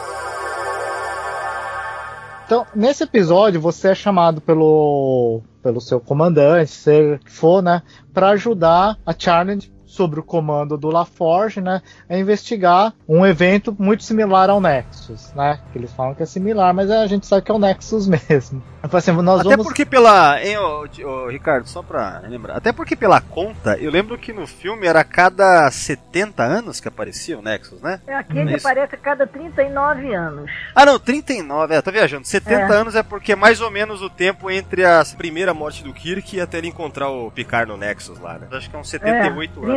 Então, nesse episódio, você é chamado pelo, pelo seu comandante, se for, né, pra ajudar a Challenge sobre o comando do LaForge, né, a investigar um evento muito similar ao Nexus, né? Que eles falam que é similar, mas a gente sabe que é o Nexus mesmo. Assim, nós até vamos... porque pela... Hein, ô, ô, Ricardo, só pra lembrar. Até porque pela conta, eu lembro que no filme era a cada setenta anos que aparecia o Nexus, né? É, aqui ele aparece a cada trinta e nove anos. Ah, não, trinta e nove, é, tô viajando. setenta é. anos é porque é mais ou menos o tempo entre a primeira morte do Kirk e até ele encontrar o Picard no Nexus lá, né? Acho que é uns setenta e oito é, anos.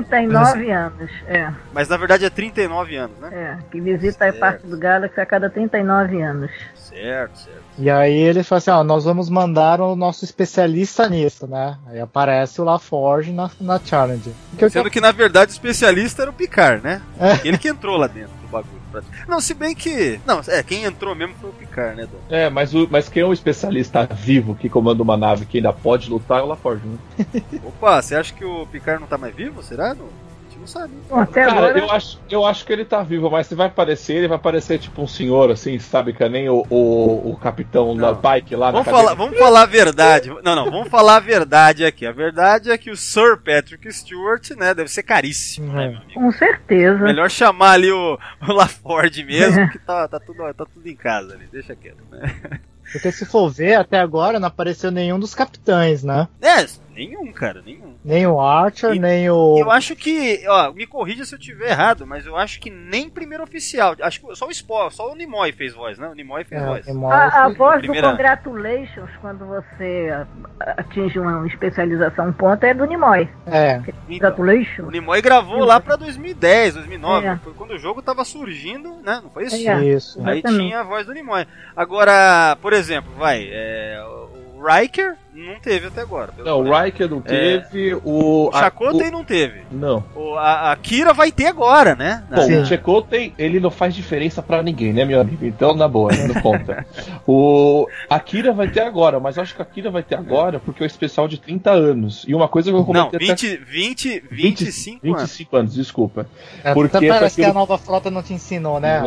trinta e nove anos, é. Mas na verdade é trinta e nove anos, né? É, que visita a parte do Galaxy a cada trinta e nove anos. Certo, certo. E aí ele fala assim, ó, nós vamos mandar o nosso especialista nisso, né? Aí aparece o LaForge na, na Challenger. Que Sendo eu... que na verdade o especialista era o Picard, né? É. Ele que entrou lá dentro do bagulho. Não, se bem que... Não, é, quem entrou mesmo foi o Picard, né, Dom? É, mas, o, mas quem é um especialista vivo que comanda uma nave que ainda pode lutar é o LaForge, né? Opa, você acha que o Picard não tá mais vivo? Será? Não? Não sabe. Bom, até Cara, agora... eu, acho, eu acho que ele tá vivo, mas se vai aparecer, ele vai aparecer tipo um senhor, assim, sabe? Que é nem o, o, o capitão da Pike lá vamos na falar, Vamos falar a verdade. Não, não, vamos falar a verdade aqui. A verdade é que o Sir Patrick Stewart, né, deve ser caríssimo, Uhum. né, meu amigo? Com certeza. Melhor chamar ali o, o LaForge mesmo, que tá, tá, tudo, tá tudo em casa ali. Deixa quieto, né? Porque se for ver, até agora não apareceu nenhum dos capitães, né? É, nenhum, cara, nenhum. Nem o Archer, E- nem o... Eu acho que, ó, me corrija se eu tiver errado, mas eu acho que nem primeiro oficial. Acho que só o Spock, só o Nimoy fez voz, né? O Nimoy fez É, voz. o Nimoy. A, a voz Primeira- do Congratulations, quando você a- atinge uma especialização um ponto, é do Nimoy. É, Então, Congratulations. o Nimoy gravou lá pra dois mil e dez, dois mil e nove, É. foi quando o jogo tava surgindo, né? Não foi isso? É. isso. Aí Exatamente. tinha a voz do Nimoy. Agora, por exemplo, vai, é, o Riker não teve até agora. pelo Não, o menos. Riker não teve, o... O Chakotay não teve. Não. O, a, a Kira vai ter agora, né? Bom, Sim. o Chakotay, ele não faz diferença pra ninguém, né, meu amigo? Então, na boa, não conta. O... A Kira vai ter agora, mas eu acho que a Kira vai ter agora porque é o especial de trinta anos. E uma coisa que eu Não, comentei até- vinte, vinte, vinte e cinco vinte e anos. cinco anos, desculpa. É, Porque até parece foi que a aquilo- nova frota não te ensinou, né?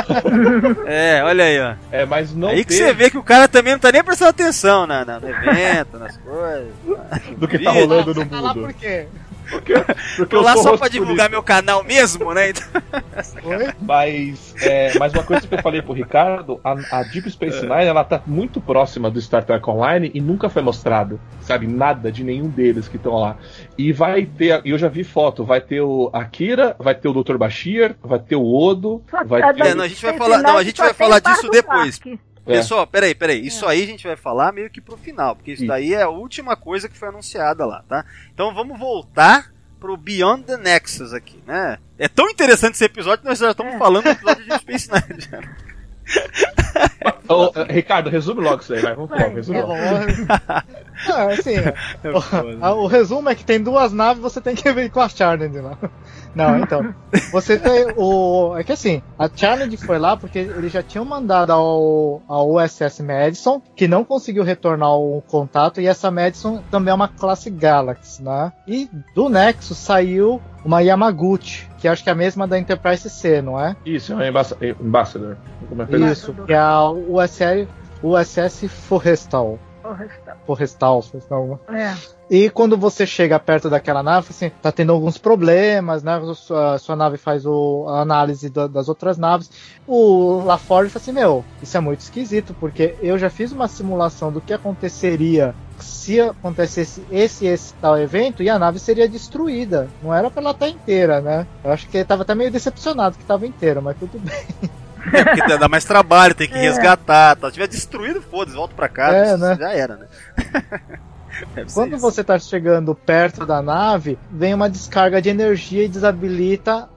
É, É, olha aí, ó. é, mas não aí que teve você vê que o cara também não tá nem prestando atenção na, na- no evento, nas coisas. do que tá Ih, rolando Você no tá lá mundo. por quê? Porque, porque Tô eu lá sou só rosto pra divulgar político. meu canal mesmo, né? Então... Oi? Mas, é, mas uma coisa que eu falei pro Ricardo, a, a Deep Space Nine, ela tá muito próxima do Star Trek Online e nunca foi mostrado, sabe, nada de nenhum deles que estão lá. E vai ter, e eu já vi foto, vai ter o Akira, vai ter o doutor Bashir, vai ter o Odo, Só que vai a ter... da É, não, a gente vai Space falar- não, a Nine gente só vai tem falar Bar disso do depois. Parque. É. Pessoal, peraí, peraí. Isso aí a gente vai falar meio que pro final, porque isso Isso. daí é a última coisa que foi anunciada lá, tá? Então vamos voltar pro Beyond the Nexus aqui, né? É tão interessante esse episódio que nós já estamos falando do episódio de Space Nine. já. Ô, Ricardo, resume logo isso aí, vai, vamos lá, Vai, resume É logo. bom. Ah, assim, É o, o resumo é que tem duas naves, você tem que vir com a Challenger lá. Não, então. Você tem o. É que assim, a Challenger foi lá porque eles já tinham mandado ao, ao U S S Madison, que não conseguiu retornar o contato, e essa Madison também é uma classe Galaxy, né? E do Nexus saiu uma Yamaguchi, que acho que é a mesma da Enterprise C, não é? Isso, é um embassa- Ambassador. Como é que é? Isso, que é a U S S, U S S Forrestal. Forrestal, Forrestal. É. E quando você chega perto daquela nave, assim, tá tendo alguns problemas, né? Sua, sua nave faz o, a análise da- das outras naves. O LaForge fala assim, meu, isso é muito esquisito, porque eu já fiz uma simulação do que aconteceria se acontecesse esse e esse tal evento e a nave seria destruída. Não era pra ela estar inteira, né? Eu acho que ele tava até meio decepcionado que tava inteira, mas tudo bem. É, porque dá mais trabalho, tem que É. resgatar. Tá? Se tiver destruído, foda-se, volta pra casa. É, isso né? Já era, né? Deve ser Quando isso. você tá chegando perto da nave, vem uma descarga de energia e desabilita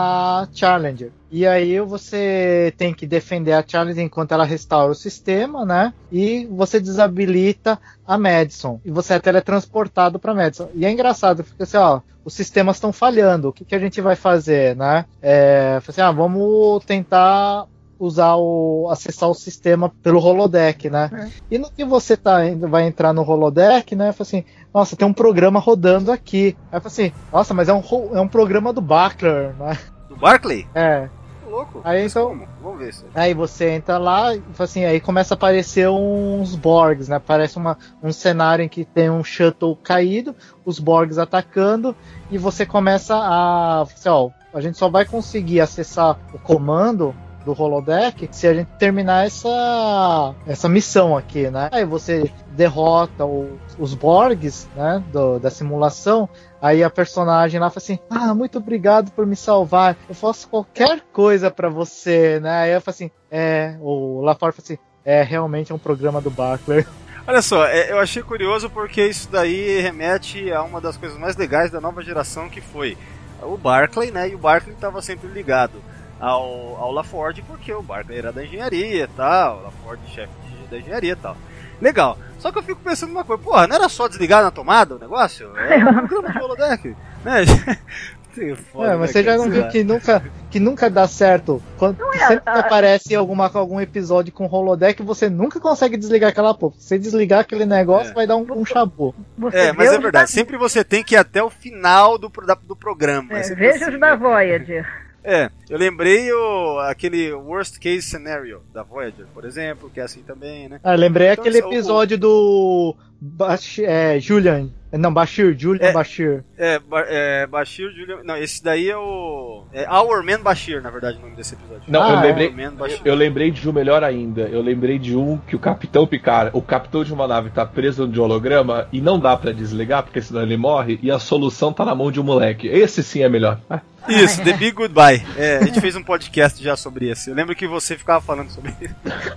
a Challenger. E aí você tem que defender a Challenger enquanto ela restaura o sistema, né? E você desabilita a Madison. E você é teletransportado para Madison. E é engraçado, porque assim, ó, os sistemas estão falhando. O que, que a gente vai fazer, né? É, assim, ah, vamos tentar usar o acessar o sistema pelo holodeck, né? É. E no que você tá indo, vai entrar no holodeck, né? Fala assim, nossa, tem um programa rodando aqui. Aí fala assim, nossa, mas é um ro- é um programa do Buckler, né? Do Barclay? É. Tô louco. Aí Mas então- como? Vamos ver isso. Aí você entra lá e fala assim, aí começa a aparecer uns Borgs, né? Parece uma, um cenário em que tem um shuttle caído, os Borgs atacando, e você começa a, assim, ó, a gente só vai conseguir acessar o comando do holodeck se a gente terminar essa essa missão aqui, né? Aí você derrota o, os Borgs, né, do, da simulação. Aí a personagem lá fala assim, ah, muito obrigado por me salvar, eu faço qualquer coisa pra você, né? Aí eu falo assim, é, o LaForge fala assim, é, realmente é um programa do Buckler. Olha só, é, eu achei curioso porque isso daí remete a uma das coisas mais legais da nova geração, que foi o Barclay, né? E o Barclay estava sempre ligado ao, ao LaForge, porque o Barclay era da engenharia e tal, o LaForge chefe da engenharia e tal. Legal. Só que eu fico pensando numa coisa, porra, não era só desligar na tomada o negócio? É um programa de holodeck, né? Foda, é, mas você já não viu que nunca, que nunca dá certo. Quando Não é, sempre que a- aparece alguma, algum episódio com holodeck, você nunca consegue desligar aquela porra. Se você desligar aquele negócio, É. vai dar um, um chabu. Você É, mas vê é os verdade, da- sempre você tem que ir até o final do, da- do programa. É, É sempre veja assim, os da né? Voyager. É, eu lembrei o, aquele worst case scenario da Voyager, por exemplo, que é assim também, né? Ah, lembrei Então, aquele esse- o- episódio do Bashir, é, Julian. Não, Bashir, Julian É. Bashir. É, Ba- é Bashir, Julian... Não, esse daí é o... É Our Man Bashir, na verdade, o nome desse episódio. Não, Ah, eu é. lembrei. Our Man Bashir. Eu lembrei de um melhor ainda. Eu lembrei de um que o Capitão Picard, o capitão de uma nave tá preso de holograma e não dá pra desligar, porque senão ele morre, e a solução tá na mão de um moleque. Esse sim é melhor. Isso, The Big Goodbye. É, a gente fez um podcast já sobre esse. Eu lembro que você ficava falando sobre isso.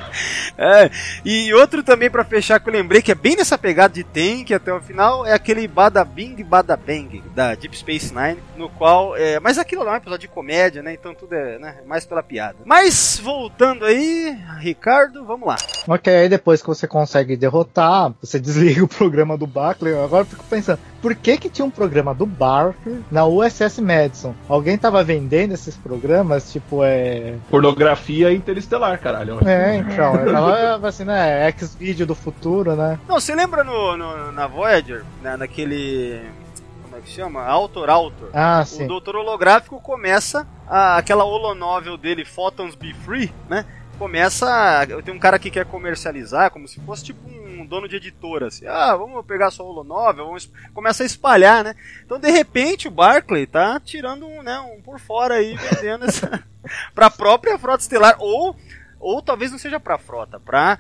É, e outro também pra fechar que eu lembrei, que é bem nessa pegada de Tank até o final, é aquele Bada Bing Bada Bang da Deep Space Nine, no qual... É, mas aquilo lá é um episódio de comédia, né? Então tudo é, né, mais pela piada. Mas, voltando aí, Ricardo, vamos lá. Ok, aí depois que você consegue derrotar, você desliga o programa do Barclay. Agora eu fico pensando, por que que tinha um programa do Barclay na U S S Madison? Alguém tava vendendo esses programas, tipo, é... Pornografia interestelar, caralho. É, então, ela assim, né, X-Video do futuro, né? Não, você lembra no, no- na Voyager, né, naquele... Como é que chama? Autor Autor. Ah, sim. O Doutor Holográfico começa a, aquela holonovel dele, Photons Be Free, né? Começa. a- Tem um cara que quer comercializar, como se fosse tipo um dono de editora, assim. Ah, vamos pegar sua holonovel, vamos. Começa a espalhar, né? Então, de repente, o Barclay tá tirando um, né, um por fora aí, vendendo essa. pra própria frota estelar, ou, ou talvez não seja pra frota, pra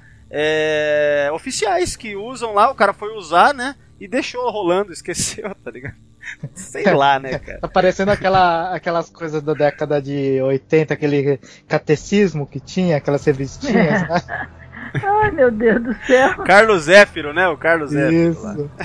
é, oficiais que usam lá, o cara foi usar, né? E deixou rolando, esqueceu, tá ligado? Sei lá, né, cara? Tá parecendo aquela, aquelas coisas da década de oitenta, aquele catecismo que tinha, aquelas revistinhas, né? Ai, meu Deus do céu. Carlos Zéfiro, né? O Carlos Zéfiro lá. Isso.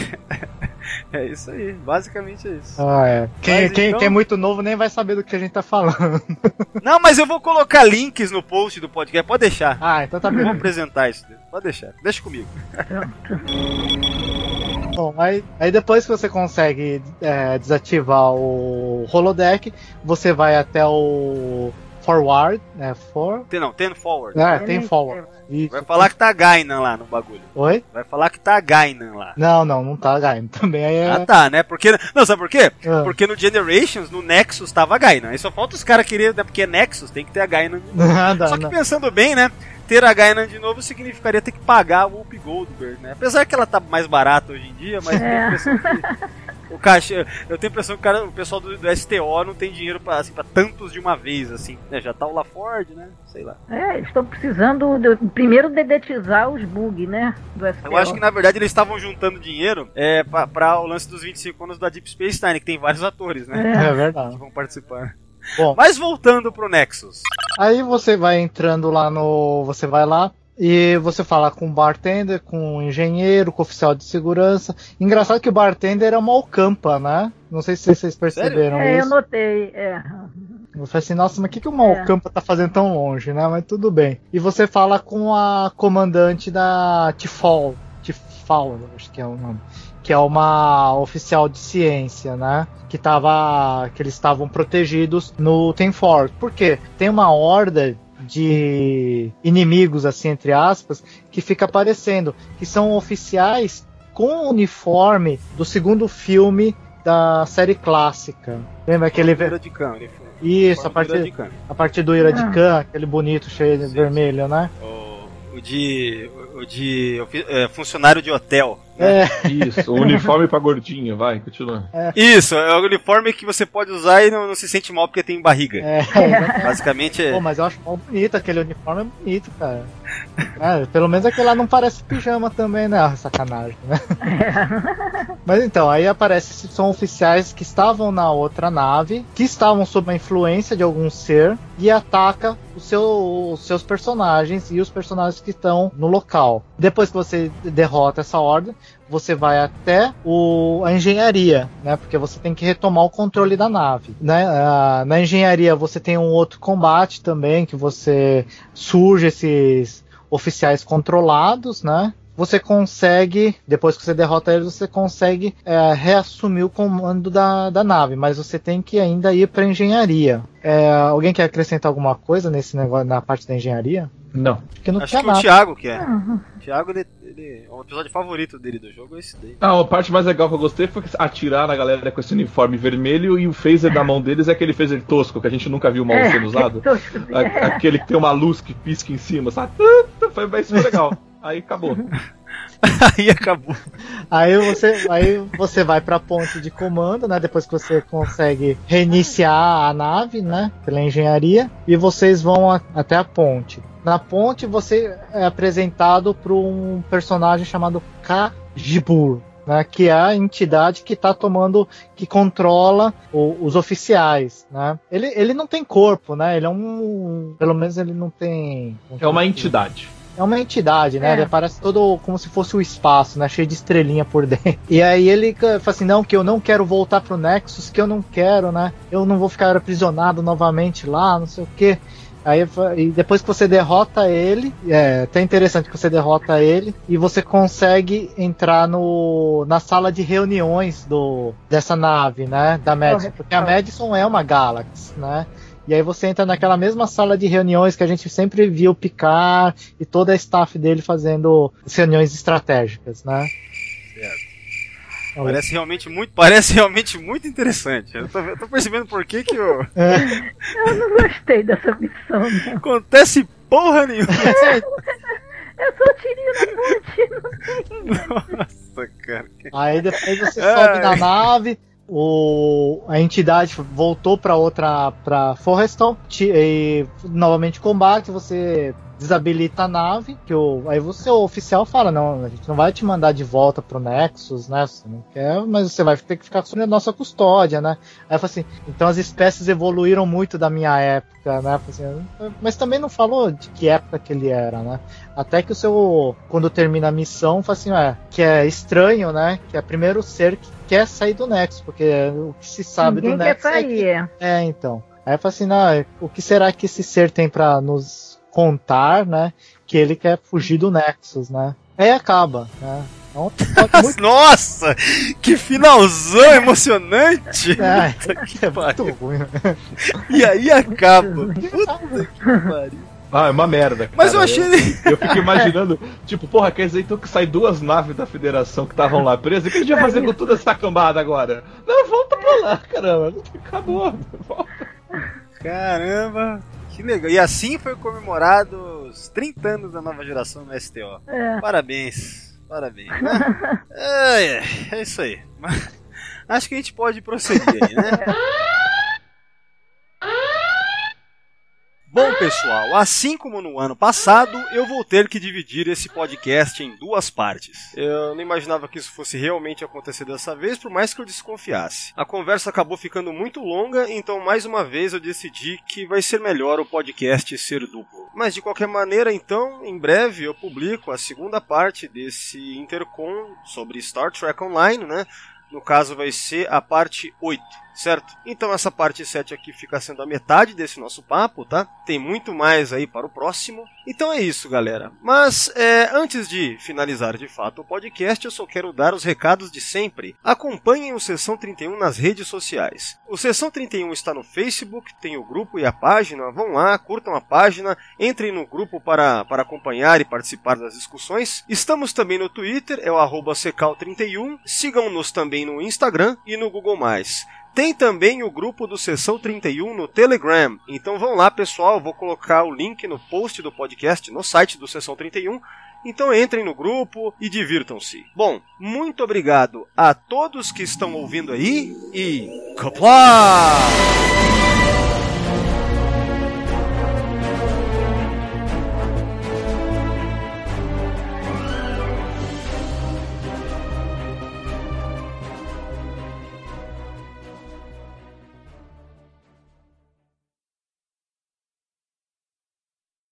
É isso aí, basicamente é isso. Ah, é. Quem, Mas, quem, então- quem é muito novo nem vai saber do que a gente tá falando. Não, mas eu vou colocar links no post do podcast, pode deixar. Ah, então tá Eu vou bom. apresentar isso, pode deixar, deixa comigo. Bom, aí, aí depois que você consegue é, desativar o holodeck, você vai até o forward, né? For... Tem, não, ten forward. É, tem forward. Isso. Vai falar que tá a Gainan lá no bagulho. Oi? Vai falar que tá a Gainan lá. Não, não, não tá, Gaino. Também aí é. Ah, tá, né? Porque. Não, sabe por quê? Ah. Porque no Generations, no Nexus, tava a Gainan. Aí só falta os caras quererem, né? Porque é Nexus, tem que ter a Gainan. Nada, Só que não. pensando bem, né? Ter a Gainan de novo significaria ter que pagar o Whoopi Goldberg, né? Apesar que ela tá mais barata hoje em dia, mas eu tenho a impressão que o caixa, eu tenho a impressão que o, cara, o pessoal do, do S T O não tem dinheiro pra, assim, pra tantos de uma vez, assim. Né? Já tá o LaForge, né? Sei lá. É, estão precisando de, primeiro dedetizar os bugs, né? Do S T O. Eu acho que na verdade eles estavam juntando dinheiro é, pra, pra o lance dos vinte e cinco anos da Deep Space Nine, que tem vários atores, né? É Que verdade. vão participar. Bom, Mas voltando pro Nexus. aí você vai entrando lá no. Você vai lá e você fala com o bartender, com o engenheiro, com o oficial de segurança. Engraçado que o bartender é uma Alcampa, né? Não sei se vocês perceberam É, eu isso. notei, é. Eu falei assim, nossa, mas o que, que uma É. Alcampa tá fazendo tão longe, né? Mas tudo bem. E você fala com a comandante da Tifal. Tifal, acho que é o nome. Que é uma oficial de ciência, né? Que tava. Que eles estavam protegidos no Tenford. Por quê? Tem uma horda de inimigos, assim, entre aspas, que fica aparecendo. Que são oficiais com o uniforme do segundo filme da série clássica. Lembra aquele. Ira de Khan, ele foi. Isso, a Ira de partir, Khan. a partir do Ira de Khan, aquele bonito cheio de Sim, vermelho, né? O, o de. O de. ofi- é, funcionário de hotel, É. Isso, o uniforme pra gordinho, vai, continua. É. Isso, é o uniforme que você pode usar e não, não se sente mal porque tem barriga. É, basicamente é. Pô, mas eu acho mal bonito, aquele uniforme é bonito, cara. É, pelo menos aquele lá não parece pijama também, né? Sacanagem, né? Mas então, aí aparece, são oficiais que estavam na outra nave, que estavam sob a influência de algum ser e ataca o seu, os seus personagens e os personagens que estão no local. Depois que você derrota essa ordem, você vai até o, a engenharia, né? Porque você tem que retomar o controle da nave, né? Ah, na engenharia você tem um outro combate também, que você surge esses oficiais controlados, né? Você consegue, depois que você derrota eles, você consegue é, reassumir o comando da, da nave, mas você tem que ainda ir para a engenharia. É, alguém quer acrescentar alguma coisa nesse negócio, na parte da engenharia? Não. Porque não Acho tinha que nada. o Thiago quer. Uhum. O Thiago, ele, ele, o episódio favorito dele do jogo é esse daí. Ah, a parte mais legal que eu gostei foi atirar na galera com esse uniforme vermelho e o phaser da mão deles é aquele phaser tosco que a gente nunca viu mal sendo usado. A, aquele que tem uma luz que pisca em cima, sabe? Foi bem legal. Aí acabou. Aí acabou. Aí você, aí você vai pra ponte de comando, né? Depois que você consegue reiniciar a nave, né? Pela engenharia. E vocês vão a, até a ponte. Na ponte você é apresentado por um personagem chamado Kajibur, né? Que é a entidade que tá tomando, que controla o, os oficiais, né? Ele, ele não tem corpo, né? Ele é um... Pelo menos ele não tem... É uma entidade. É uma entidade, né? É. Ele parece todo como se fosse o espaço, né? Cheio de estrelinha por dentro. E aí ele fala assim, não, que eu não quero voltar pro Nexus, que eu não quero, né? Eu não vou ficar aprisionado novamente lá, não sei o quê. Aí, e depois que você derrota ele, é até interessante que você derrota ele, e você consegue entrar no, na sala de reuniões do, dessa nave, né? Da Madison. Porque a Madison é uma Galaxy, né? E aí você entra naquela mesma sala de reuniões que a gente sempre viu o Picard e toda a staff dele fazendo reuniões estratégicas, né? Certo. Parece realmente muito, parece realmente muito interessante. Eu tô, eu tô percebendo por que que eu... É. Eu não gostei dessa missão, não. Acontece porra nenhuma. É só tirinho na ponte. Nossa, cara. Aí depois você sobe na nave... O, a entidade voltou para outra, para Forrestal, e novamente combate, você desabilita a nave, que o, aí você, o oficial fala, não, a gente não vai te mandar de volta pro Nexus, né, você não quer, mas você vai ter que ficar sob a nossa custódia, né. Aí fala assim, então as espécies evoluíram muito da minha época, né, assim, mas também não falou de que época que ele era, né, até que o seu, quando termina a missão, fala assim, é, que é estranho, né, que é o primeiro ser que quer sair do Nexus, porque o que se sabe Ninguém do Nexus quer sair. é, que, é, então, aí fala assim, não, o que será que esse ser tem pra nos contar, né, que ele quer fugir do Nexus, né, aí acaba, né. Então, muito... Nossa, que finalzão emocionante! É, Puta que é pariu. muito ruim. E aí acaba. Puta que pariu. Ah, é uma merda, cara. Mas eu achei... Eu, eu fico imaginando, tipo, porra, quer dizer então que sai duas naves da Federação que estavam lá presas, o que a gente vai fazer com toda essa cambada agora? Não, volta pra lá, caramba. Acabou, volta. Caramba, que legal. E assim foi comemorado os trinta anos da nova geração no S T O. É. Parabéns, parabéns, né? É, é, é isso aí. Mas acho que a gente pode prosseguir aí, né? Bom, pessoal, assim como no ano passado, eu vou ter que dividir esse podcast em duas partes. Eu não imaginava que isso fosse realmente acontecer dessa vez, por mais que eu desconfiasse. A conversa acabou ficando muito longa, então mais uma vez eu decidi que vai ser melhor o podcast ser duplo. Mas de qualquer maneira, então, em breve eu publico a segunda parte desse Intercom sobre Star Trek Online, né? No caso vai ser a parte oito, certo? Então essa parte sete aqui fica sendo a metade desse nosso papo, tá? Tem muito mais aí para o próximo. Então é isso, galera. Mas é, antes de finalizar de fato o podcast, eu só quero dar os recados de sempre. Acompanhem o Sessão trinta e um nas redes sociais. O Sessão trinta e um está no Facebook, tem o grupo e a página. Vão lá, curtam a página, entrem no grupo para, para acompanhar e participar das discussões. Estamos também no Twitter, é o arroba secal trinta e um. Sigam-nos também no Instagram e no Google mais. Tem também o grupo do Sessão trinta e um no Telegram. Então vão lá, pessoal. Vou colocar o link no post do podcast, no site do Sessão trinta e um. Então entrem no grupo e divirtam-se. Bom, muito obrigado a todos que estão ouvindo aí e... Kapla!